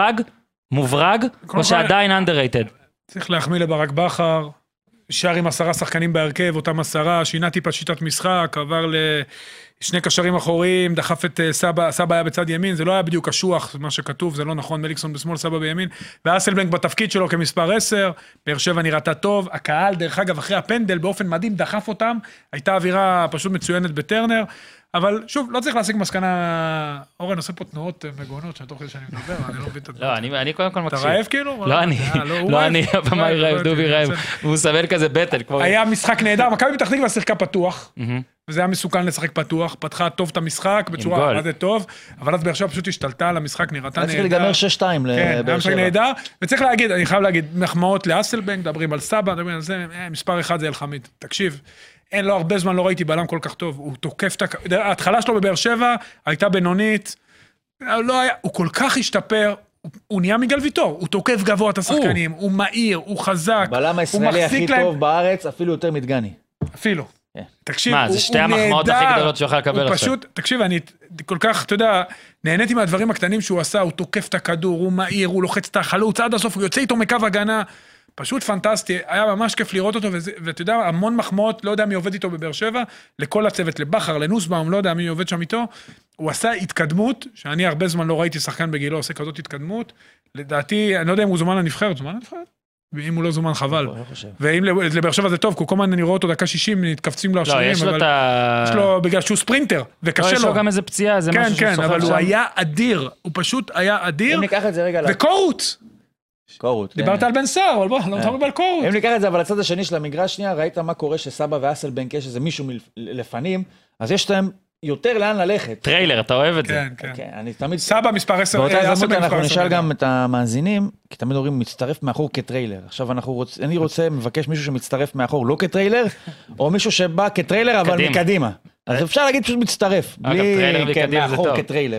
מוברג, או שעדיין underrated? צריך להחמיא לברק בכר, שר עם 10 שחקנים בהרכב, אותם 10, שינה טיפה שיטת משחק, עבר לשני קשרים אחוריים, דחף את סבא, סבא היה בצד ימין, זה לא היה בדיוק קשוח, מה שכתוב, זה לא נכון, מליקסון בשמאל, סבא בימין, ואסלבנק בתפקיד שלו כמספר 10, באר שבע נראתה טוב, הקהל דרך אגב אחרי הפנדל באופן מדהים דחף אותם, הייתה אווירה פשוט מצוינת בטרנר, אבל שוב, לא צריך להשיג מסקנה, אורן עושה פה תנועות מגונות, שאני תוך כדי שאני מדבר, אני לא מבין את הדבר. לא, אני קודם כל מקשיב. אתה רעב כאילו? לא אני, הבמה היא רעב, דובי רעב, הוא סבל כזה בטן. היה משחק נהדר, מכבי פתח תקווה שיחקה פתוח, וזה היה מסוכן לשחק פתוח, פתחה טוב את המשחק, בצורה עד טוב, אבל אז באר שבע פשוט השתלטה על המשחק, נראתה נהדר. צריך להיגמר 6-2 לבאר שבע. נהדר, וצריך להגיד, אני חייב להגיד, מחמאות לאסלבנק, מדברים על סבא, מדברים על זה, מספר 1 זה אלחמיד. תקשיב, אין לו הרבה זמן, לא ראיתי בלם כל כך טוב, הוא תוקף ההתחלה שלו בבאר שבע, הייתה בינונית, הוא כל כך השתפר, הוא נהיה מיגל ויטור, הוא תוקף גבוה את השחקנים, הוא מהיר, הוא חזק, בלם הישראלי הכי טוב בארץ, אפילו יותר מדגני. אפילו. תקשיב, מה, זה שתי המחמאות הכי גדולות שיוכל לקבל עכשיו. פשוט, תקשיב, אני כל כך, אתה יודע, נהניתי מהדברים הקטנים שהוא עשה, הוא תוקף את הכדור, הוא מהיר, הוא לוחץ את החלוץ, עד הסוף, הוא יוצא איתו מקו הגנה, פשוט פנטסטי, היה ממש כיף לראות אותו, ואתה יודע, המון מחמאות, לא יודע מי עובד איתו בבאר שבע, לכל הצוות, לבחר, לנוסבאום, לא יודע מי עובד שם איתו, הוא עשה התקדמות, שאני הרבה זמן לא ראיתי שחקן בגילו עושה כזאת התקדמות, לדעתי, אני לא יודע אם הוא זומן לנבחרת, זומן לנבחרת? ואם הוא לא זומן חבל. ואם לבאר שבע זה טוב, כל הזמן אני רואה אותו דקה 60, מתכווצים לו השרירים, יש לו את ה... יש לו, בגלל שהוא ספרינטר, וקשה לו. יש לו גם איזה פציעה, זה משהו שהוא סוחר שם. כן, אבל הוא היה אדיר, הוא פשוט היה אדיר. אם ניקח את זה רגע... וקורות. דיברת על בן סער, אבל בוא, לא מדברים על קורות. אם ניקח את זה, אבל לצד השני של המגרש שנייה, ראית מה קורה שסבא ואסלבנק יש איזה מישהו לפנים, אז יש להם יותר לאן ללכת. טריילר, אתה אוהב את זה. כן. אני תמיד... סבא מספר 10, באותה הזדמנות אנחנו נשאל גם את המאזינים, כי תמיד אומרים מצטרף מאחור כטריילר. עכשיו אני מבקש מישהו שמצטרף מאחור לא כטריילר, או מישהו שבא כטריילר אבל מקדימה. אז אפשר להגיד פשוט מצטרף, בלי מאחור כטריילר.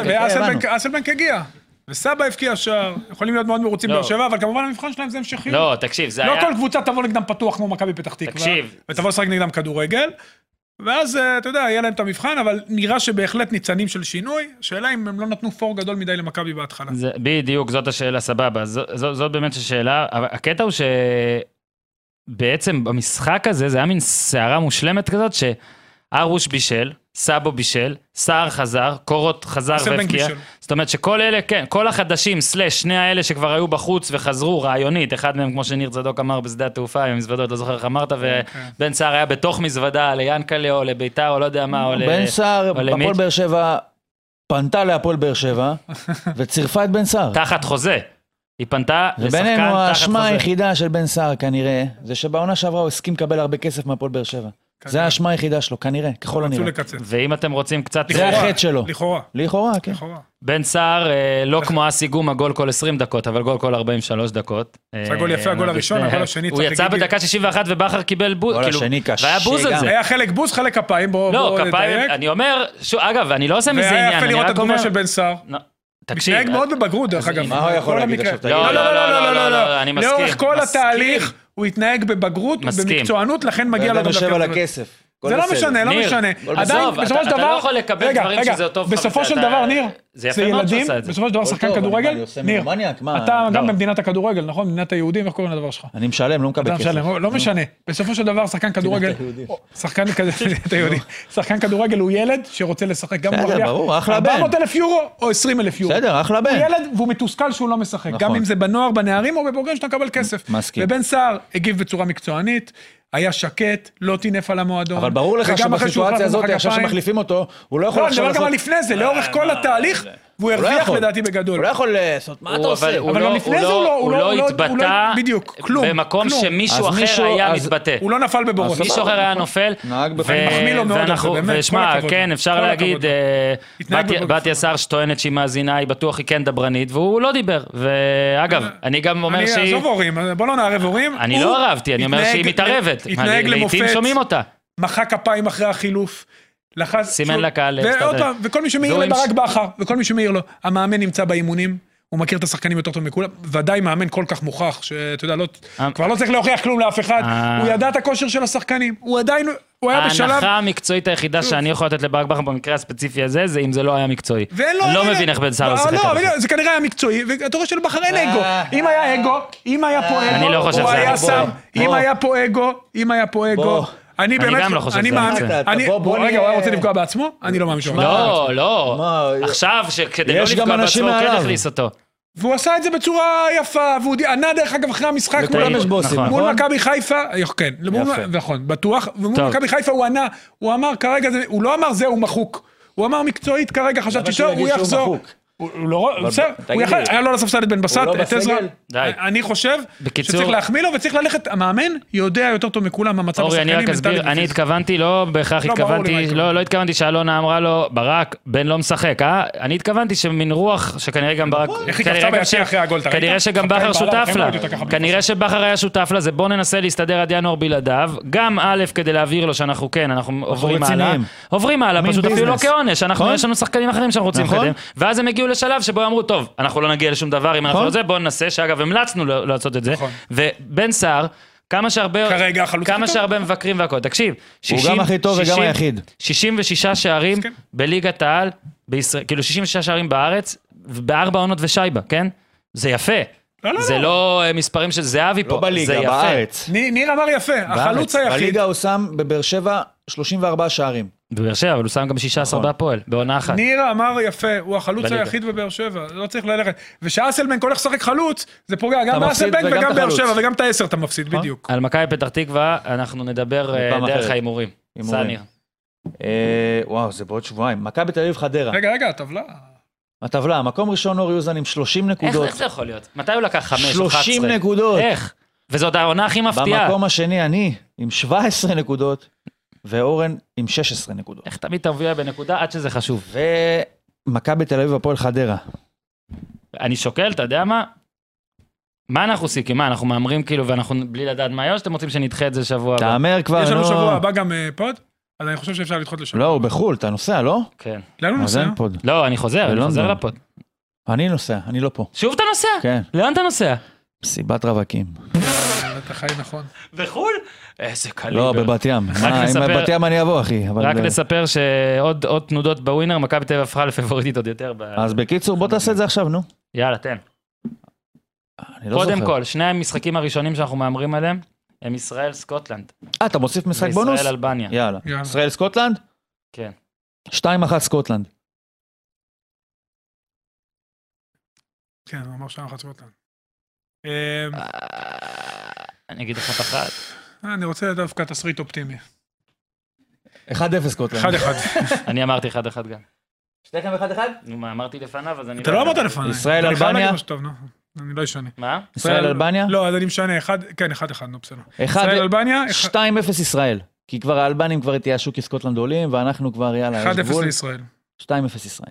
ואסלבנק הגיע. וסבא הבקיע שער, יכולים להיות מאוד מרוצים באר שבע, אבל כמובן המבחן שלהם זה המשכיות. לא, תקשיב, זה היה... לא כל קבוצה תבוא נגדם פתוח כמו מכבי פתח תקווה, ותבוא לשחק נגדם כדורגל, ואז, אתה יודע, יהיה להם את המבחן, אבל נראה שבהחלט ניצנים של שינוי, שאלה אם הם לא נתנו פור גדול מדי למכבי בהתחלה. בדיוק, זאת השאלה, סבבה. זאת באמת השאלה. הקטע הוא בעצם במשחק הזה, זה היה מין שערה מושלמת כזאת, שארוש בישל, סאבו בישל, סער חזר, קורות חזר והבקיע. זאת אומרת שכל אלה, כן, כל החדשים, סלש, שני האלה שכבר היו בחוץ וחזרו רעיונית, אחד מהם, כמו שניר צדוק אמר, בשדה התעופה, עם מזוודות, לא זוכר איך אמרת, ובן סער היה בתוך מזוודה, ליאנקלה או לביתר, או לא יודע מה, או בן סער, הפועל באר שבע, פנתה להפועל באר שבע, וצירפה את בן סער. תחת חוזה. היא פנתה לשחקן תחת חוזה. ובינינו, האשמה היחידה של בן סער, כנראה, זה שבעונה שעברה הוא הסכים לקבל הרבה כסף מהפועל באר שבע. זה האשמה היחידה שלו, כנראה, ככל הנראה. ואם אתם רוצים קצת... זה החטא שלו. לכאורה. לכאורה, כן. בן סער, לא כמו אסי גומה, גול כל 20 דקות, אבל גול כל 43 דקות. זה גול יפה, הגול הראשון, הגול השני. הוא יצא בדקה 61 ובכר קיבל בוז. גול השני קשה. והיה בוז על זה. היה חלק בוז, חלק כפיים, לא, כפיים, אני אומר, אגב, אני לא עושה מזה עניין. והיה יפה לראות את התגובה של בן סער. מתנהג מאוד בבגרות, דרך אגב. מה הוא יכול להגיד עכשיו? לא, אני מסכים. לאורך כל התהליך הוא התנהג בבגרות ובמקצוענות, לכן מגיע לו גם יושב על הכסף. זה לא משנה, לא משנה. עדיין, בסופו של דבר... אתה לא יכול לקבל דברים שזה טוב. בסופו של דבר, ניר, זה ילדים, בסופו של דבר שחקן כדורגל, ניר, אתה גם במדינת הכדורגל, נכון? במדינת היהודים, איך קוראים לדבר שלך? אני משלם, לא מקבל כסף. לא משנה. בסופו של דבר, שחקן כדורגל, שחקן כדורגל הוא ילד שרוצה לשחק, גם הוא מרוויח 400,000 יורו או 20,000 יורו. בסדר, אחלה בן. הוא ילד והוא מתוסכל שהוא לא משחק, גם אם זה בנוער, בנערים או בבוגרים שאתה מקבל כסף. ובן סער הגיב בצורה מקצוענית, היה שקט, לא תינף על המועדון. אבל ברור לך שבסיטואציה הזאת, עכשיו שמחליפים אותו, הוא לא יכול עכשיו לעשות... לא, אני מדבר גם לפני זה, לאורך כל התהליך, והוא הרוויח לדעתי בגדול. הוא לא יכול לעשות, מה אתה עושה? אבל גם לפני זה הוא לא התבטא במקום שמישהו אחר היה מתבטא. הוא לא נפל בבורות. מישהו אחר היה נופל. אני מחמיא לו מאוד, ושמע, כן, אפשר להגיד, בתיה סער שטוענת שהיא מאזינה, היא בטוח היא כן דברנית, והוא לא דיבר. ואגב, אני גם אומר שהיא... אני אעזוב הורים, בוא לא נערב הורים. אני לא ערבתי, אני אומר שהיא מתערבת. התנהג למופת. לעתים שומעים אותה. מחא כפיים אחרי החילוף. סימן לקהל. וכל מי שמעיר לברק בכר, וכל מי שמעיר לו, המאמן נמצא באימונים, הוא מכיר את השחקנים יותר טוב מכולם, ודאי מאמן כל כך מוכח, שאתה יודע, כבר לא צריך להוכיח כלום לאף אחד, הוא ידע את הכושר של השחקנים, הוא עדיין, הוא היה בשלב... ההנחה המקצועית היחידה שאני יכול לתת לברק בכר במקרה הספציפי הזה, זה אם זה לא היה מקצועי. אני לא מבין איך בן סער לשחק על זה. זה כנראה היה מקצועי, ואתה רואה שלבכר אין אגו. אם היה אגו, אם היה פה אגו, אני לא חושב הוא היה שזה שם, אם היה פה אגו, אני באמת, גם לא חושב אני מאמין, רגע, הוא רוצה לפגוע בעצמו? אני לא מאמין שהוא... לא, עכשיו שכדי לא לפגוע בעצמו, הוא כן הכניס אותו. והוא עשה את זה בצורה יפה, והוא ענה דרך אגב אחרי המשחק מול מכבי חיפה, כן, נכון, בטוח, ומול מכבי חיפה הוא ענה, הוא אמר כרגע, הוא לא אמר זהו מחוק, הוא אמר מקצועית כרגע, חשבתי שהוא יחזור. הוא לא... היה לו לספסל את בן בסט, את עזרא. אני חושב שצריך להחמיא לו וצריך ללכת, המאמן יודע יותר טוב מכולם מהמצב השחקנים. אורי, אני רק אסביר, אני התכוונתי, לא בהכרח התכוונתי, לא התכוונתי שאלונה אמרה לו, ברק, בן לא משחק, אני התכוונתי שמין רוח, שכנראה גם ברק... איך היא קפצה ביציע אחרי הגול, תראית? כנראה שגם בכר שותף לה, כנראה שבכר היה שותף לה, זה בוא ננסה להסתדר עד ינואר בלעדיו, גם א' כדי להעביר לו שאנחנו כן, אנחנו עוברים הלאה, פשוט אפילו לא כעונש, יש לנו שחקנים אחרים שאנחנו רוצים לקדם, ואז הם הגיעו לשלב שבו אמרו, טוב, אנחנו לא נגיע לשום דבר אם אנחנו לא זה, בואו ננסה, שאגב, המלצנו לעשות את זה, ובן סער, כמה שהרבה מבקרים והכל, תקשיב, הוא גם הכי טוב וגם היחיד. 66 שערים בליגת העל, כאילו 66 שערים בארץ, בארבע עונות ושייבה, כן? זה יפה. זה לא מספרים של זהבי פה, לא בליגה, בארץ. ניר אמר יפה, החלוץ היחיד. בליגה הוא שם בבאר שבע 34 שערים. בבאר שבע, אבל הוא שם גם 16 בהפועל, בעונה אחת. ניר אמר יפה, הוא החלוץ היחיד בבאר שבע, לא צריך ללכת. ושאסלבנק הולך לשחק חלוץ, זה פוגע גם באסלבנק וגם באר שבע, וגם את ה10 אתה מפסיד, בדיוק. על מכבי פתח תקווה, אנחנו נדבר דרך ההימורים. סע ניר. וואו, זה בעוד שבועיים. מכבי תל אביב חדרה. רגע, הטבלה. הטבלה, מקום ראשון אור יוזן עם 30 נקודות. איך זה יכול להיות? מתי הוא לקח 5 או 11? 30 נקודות. איך? וזאת העונה הכי מפתיעה. במקום השני אני עם 17 נקודות, ואורן עם 16 נקודות. איך תמיד תביא בנקודה עד שזה חשוב. ומכבי תל אביב הפועל חדרה. אני שוקל, אתה יודע מה? מה אנחנו עושים? כי מה, אנחנו מאמרים כאילו, ואנחנו בלי לדעת מה יש, אתם רוצים שנדחה את זה שבוע הבא? תאמר כבר, יש לנו שבוע הבא גם פוד? אז אני חושב שאפשר לדחות לשבוע. לא, הוא בחול, אתה נוסע, לא? כן. לאן הוא נוסע? לא, אני חוזר לפוד. אני נוסע, אני לא פה. שוב אתה נוסע? כן. לאן אתה נוסע? סיבת רווקים. אתה חי נכון. בחול? איזה קליבר. לא, בבת ים. אם בבת ים אני אבוא, אחי. רק נספר שעוד תנודות בווינר, מכבי תל אביב הפכה לפייבוריטית עוד יותר. אז בקיצור, בוא תעשה את זה עכשיו, נו. יאללה, תן. קודם כל, שני המשחקים הראשונים שאנחנו מאמרים עליהם, הם ישראל סקוטלנד. אתה מוסיף משחק בונוס? ישראל אלבניה. יאללה. יאללה. ישראל סקוטלנד? כן. 2-1 סקוטלנד. כן, הוא אמר 2-1 סקוטלנד. אני אגיד 1-1. אני רוצה דווקא תסריט אופטימי. 1-0 סקוטלנד. 1-1. אני אמרתי 1-1 גם. שתיכם 1-1? נו, מה, אמרתי לפניו, אז אני... אתה לא אמרת לפניי. ישראל, אני חייב אלבניה? להגיד משהו טוב, נו. אני לא אשנה. מה? ישראל אלבניה? לא, אז אני משנה. כן, 1-1, נו, בסדר. 1-0 ישראל אלבניה, 2-0 ישראל. כי כבר האלבנים כבר התייאשו כי סקוטלנד עולים, ואנחנו כבר, יאללה, יש 1-0 גבול. לישראל. 2-0 ישראל.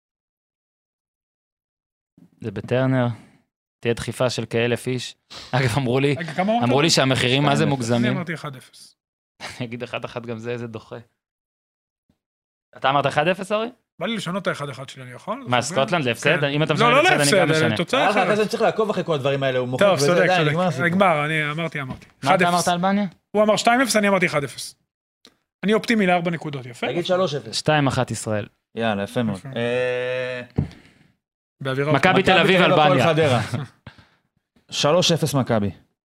זה בטרנר. תהיה דחיפה של כ1,000 איש. אגב, רגע, כמה אמרת? אמרו לי שהמחירים מה זה אני אני מוגזמים. אמרתי 1-0. אני אגיד 1-1 גם זה, איזה דוחה. אתה אמרת 1-0, אורי? בא לי לשנות את ה-1-1 שלי, אני יכול? מה, סקוטלנד להפסד? כן. אם אתה משנה לא, לא להפסד, אני גם להפסד, משנה. תוצאה אחרת. אחרי זה צריך לעקוב אחרי כל הדברים האלה, הוא מוחק טוב, וזה, צודק, די, צודק. נגמר הסיפור. נגמר, אני אמרתי. מה אתה 1-0. אמרת אלבניה? הוא אמר 2-0, אני אמרתי 1-0. אני אופטימי ל4 נקודות, יפה? תגיד 3-0. 2-1 ישראל. יאללה, יפה מאוד. יפה. באווירה מכבי תל אביב, הפועל אלבניה. חדרה. 3-0 מכבי.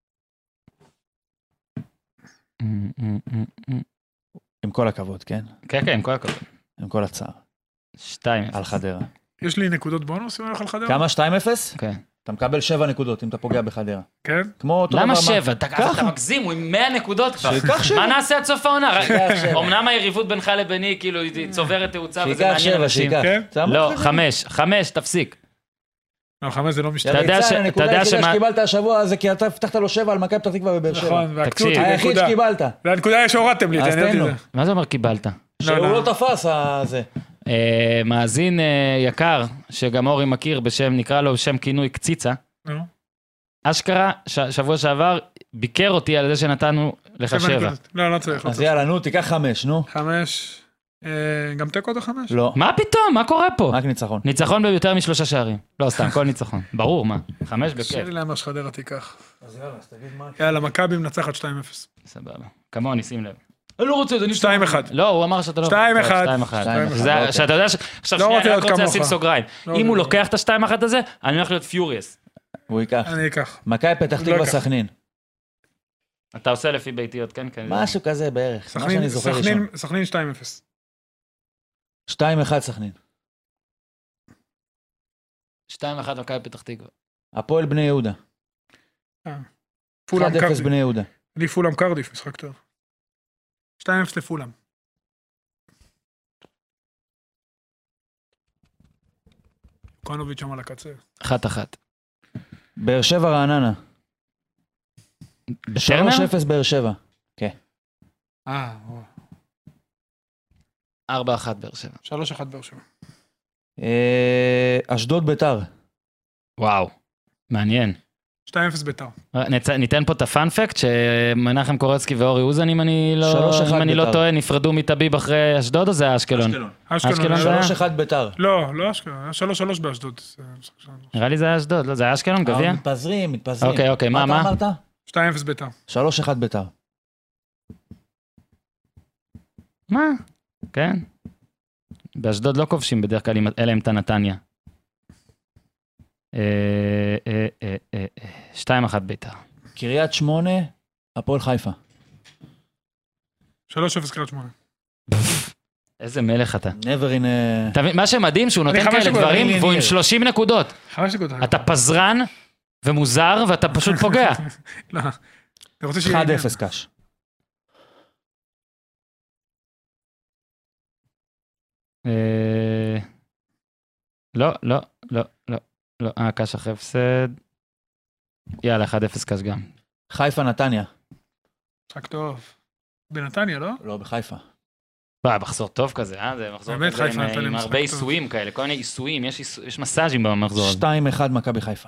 עם כל הכבוד, כן? כן, כן, כל הכבוד. עם כל הצער. 2. על חדרה. יש לי נקודות בונוס אם אני הולך על חדרה? כמה? 2-0? כן. אתה מקבל 7 נקודות אם אתה פוגע בחדרה. כן? כמו אותו למה דבר, 7? אתה ככה. מגזים, הוא עם 100 נקודות כבר. שייקח 7. מה נעשה עד סוף העונה? שייקח 7. אמנם היריבות בינך לביני, כאילו, היא צוברת תאוצה וזה שייקח מעניין 7, אנשים. שייקח. כן? אתה לא, אמרת? 5, תפסיק. לא, 5 זה לא אתה משתנה. יודע ניצן, ש- הנקודה אתה יודע היחידה שמה- שקיבלת השבוע זה כי אתה הבטחת לו 7 על מכבי פתח תקווה בבאר שבע. נכון, ועקצו אותי תקשיב. היחיד בנקודה. שקיבלת. זה הנקודה שהורדתם לי, אז תהניתי תן לו. את זה. מה זה אומר קיבלת? שהוא לא. לא תפס הזה. מאזין יקר, שגם אורי מכיר בשם, נקרא לו בשם כינוי קציצה, נו, אשכרה, שבוע שעבר, ביקר אותי על זה שנתנו לך 7. נקודות. לא, לא צריך. אז יאללה, נו, תיקח 5, נו. 5. גם תיקו את 5? לא, מה פתאום? מה קורה פה? רק ניצחון. ניצחון ביותר מ3 שערים. לא, סתם, כל ניצחון. ברור, מה? 5 בכיף. קשה לי להמר שחדרה תיקח. אז יאללה, אז תגיד מה. יאללה, מכבי מנצחת 2-0. סבבה. כמוני, שים לב. אני לא רוצה, זה 2-1. לא, הוא אמר שאתה לא... 2-1. 2-1. שאתה יודע ש... עכשיו לא שנייה, רוצה אני להיות רק רוצה כמוך. לשים סוגריים. לא אם הוא רוצה. לוקח את ה-2-1 הזה, אני הולך להיות פיוריאס. הוא ייקח. אני אקח. מכבי פתח לא תקווה ייקח. סכנין. אתה עושה לפי ביתיות, כן? כן. משהו כזה בערך. מה שאני זוכר ראשון. סכנין 2-0. 2-1 סכנין. 2-1 מכבי פתח תקווה. הפועל בני יהודה. פולאם 1-0 קרדיף. בני יהודה. לי פולאם קרדיף, משחק טוב. 2-0 לפולאם. יוקנוביץ' שם על הקצה. 1-1. באר שבע רעננה. בטרנר? 3-0 באר שבע. 4-1 באר שבע. 3-1 באר שבע. אשדוד ביתר. וואו, מעניין. 2-0 ביתר. ניתן פה את הפאנפקט, שמנחם קורצקי ואורי אוזן, אם אני 3-1 לא בית"ר. טועה, נפרדו מטביב אחרי אשדוד, או זה היה אשקלון? אשקלון זה היה? 3-1 ביתר. לא אשקלון, היה 3-3 באשדוד. זה משחק שלנו. נראה לי זה היה אשדוד, לא, זה היה אשקלון, גביע? מתפזרים. אוקיי, מה? מה אתה אמרת? 2-0 ביתר. 3-1 ביתר. מה? כן. באשדוד לא כובשים בדרך כלל, אלא אם אתה נתניה. 2-1 ביתר. קריית שמונה, הפועל חיפה. 3-0 קריית שמונה. איזה מלך אתה. never in a... אתה מבין, מה שמדהים שהוא נותן 5 כאלה נקודות, דברים, אני והוא עם ניר. 30 נקודות. 5 נקודות. אתה פזרן ומוזר, ואתה פשוט פוגע. לא. אתה רוצה שיהיה עניין. 1-0 קש. לא. קש אחרי הפסד. יאללה, 1-0 קש גם. חיפה נתניה. משחק טוב. בנתניה, לא? לא, בחיפה. מחזור טוב כזה, זה מחזור באמת, כזה חיפה נתן לי עם משחק הרבה טוב. עיסויים כאלה, כל מיני עיסויים, יש מסאז'ים במחזור הזה. 2-1 מכבי חיפה.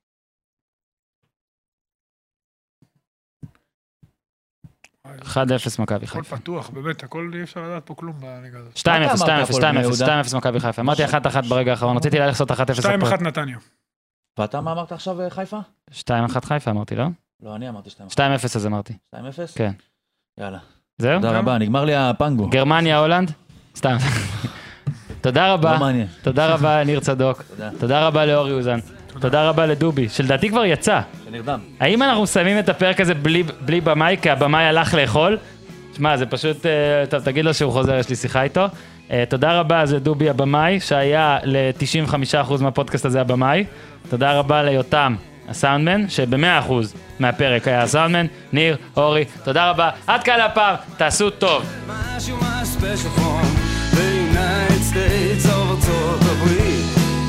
1-0 מכבי הכל חיפה. פתוח, באמת, הכל אי אפשר לדעת פה כלום בליגה הזאת. 2-0 אמרת, 2-0 מכבי חיפה. אמרתי 1-1 ברגע האחרון, רציתי לעשות 1-0. 2-1 נתניה. ואתה מה אמרת עכשיו חיפה? 2-1 חיפה אמרתי, לא? לא, אני אמרתי 2-1. 2-0 אז אמרתי. 2-0? כן. יאללה. זהו? תודה רבה, נגמר לי הפנגו. גרמניה, הולנד? סתם. תודה רבה. לא מעניין. תודה רבה, ניר צדוק. תודה. תודה רבה לאורי אוזן. תודה רבה לדובי, שלדעתי כבר יצא. נרדם. האם אנחנו מסיימים את הפרק הזה בלי במאי, כי הבמאי הלך לאכול? שמע, זה פשוט, טוב, תגיד לו שהוא חוזר, יש לי שיחה איתו. תודה רבה, זה דובי הבמאי, שהיה ל-95% מהפודקאסט הזה הבמאי. תודה רבה ליותם, הסאונדמן, שב-100% מהפרק היה הסאונדמן. ניר, אורי, תודה רבה. עד כאן הפעם, תעשו טוב. משהו מה special from the United States of ארצות הברית.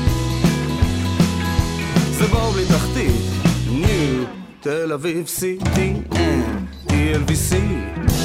זה בור בלי תחתית, ניו, תל אביב, CTN, TLVC.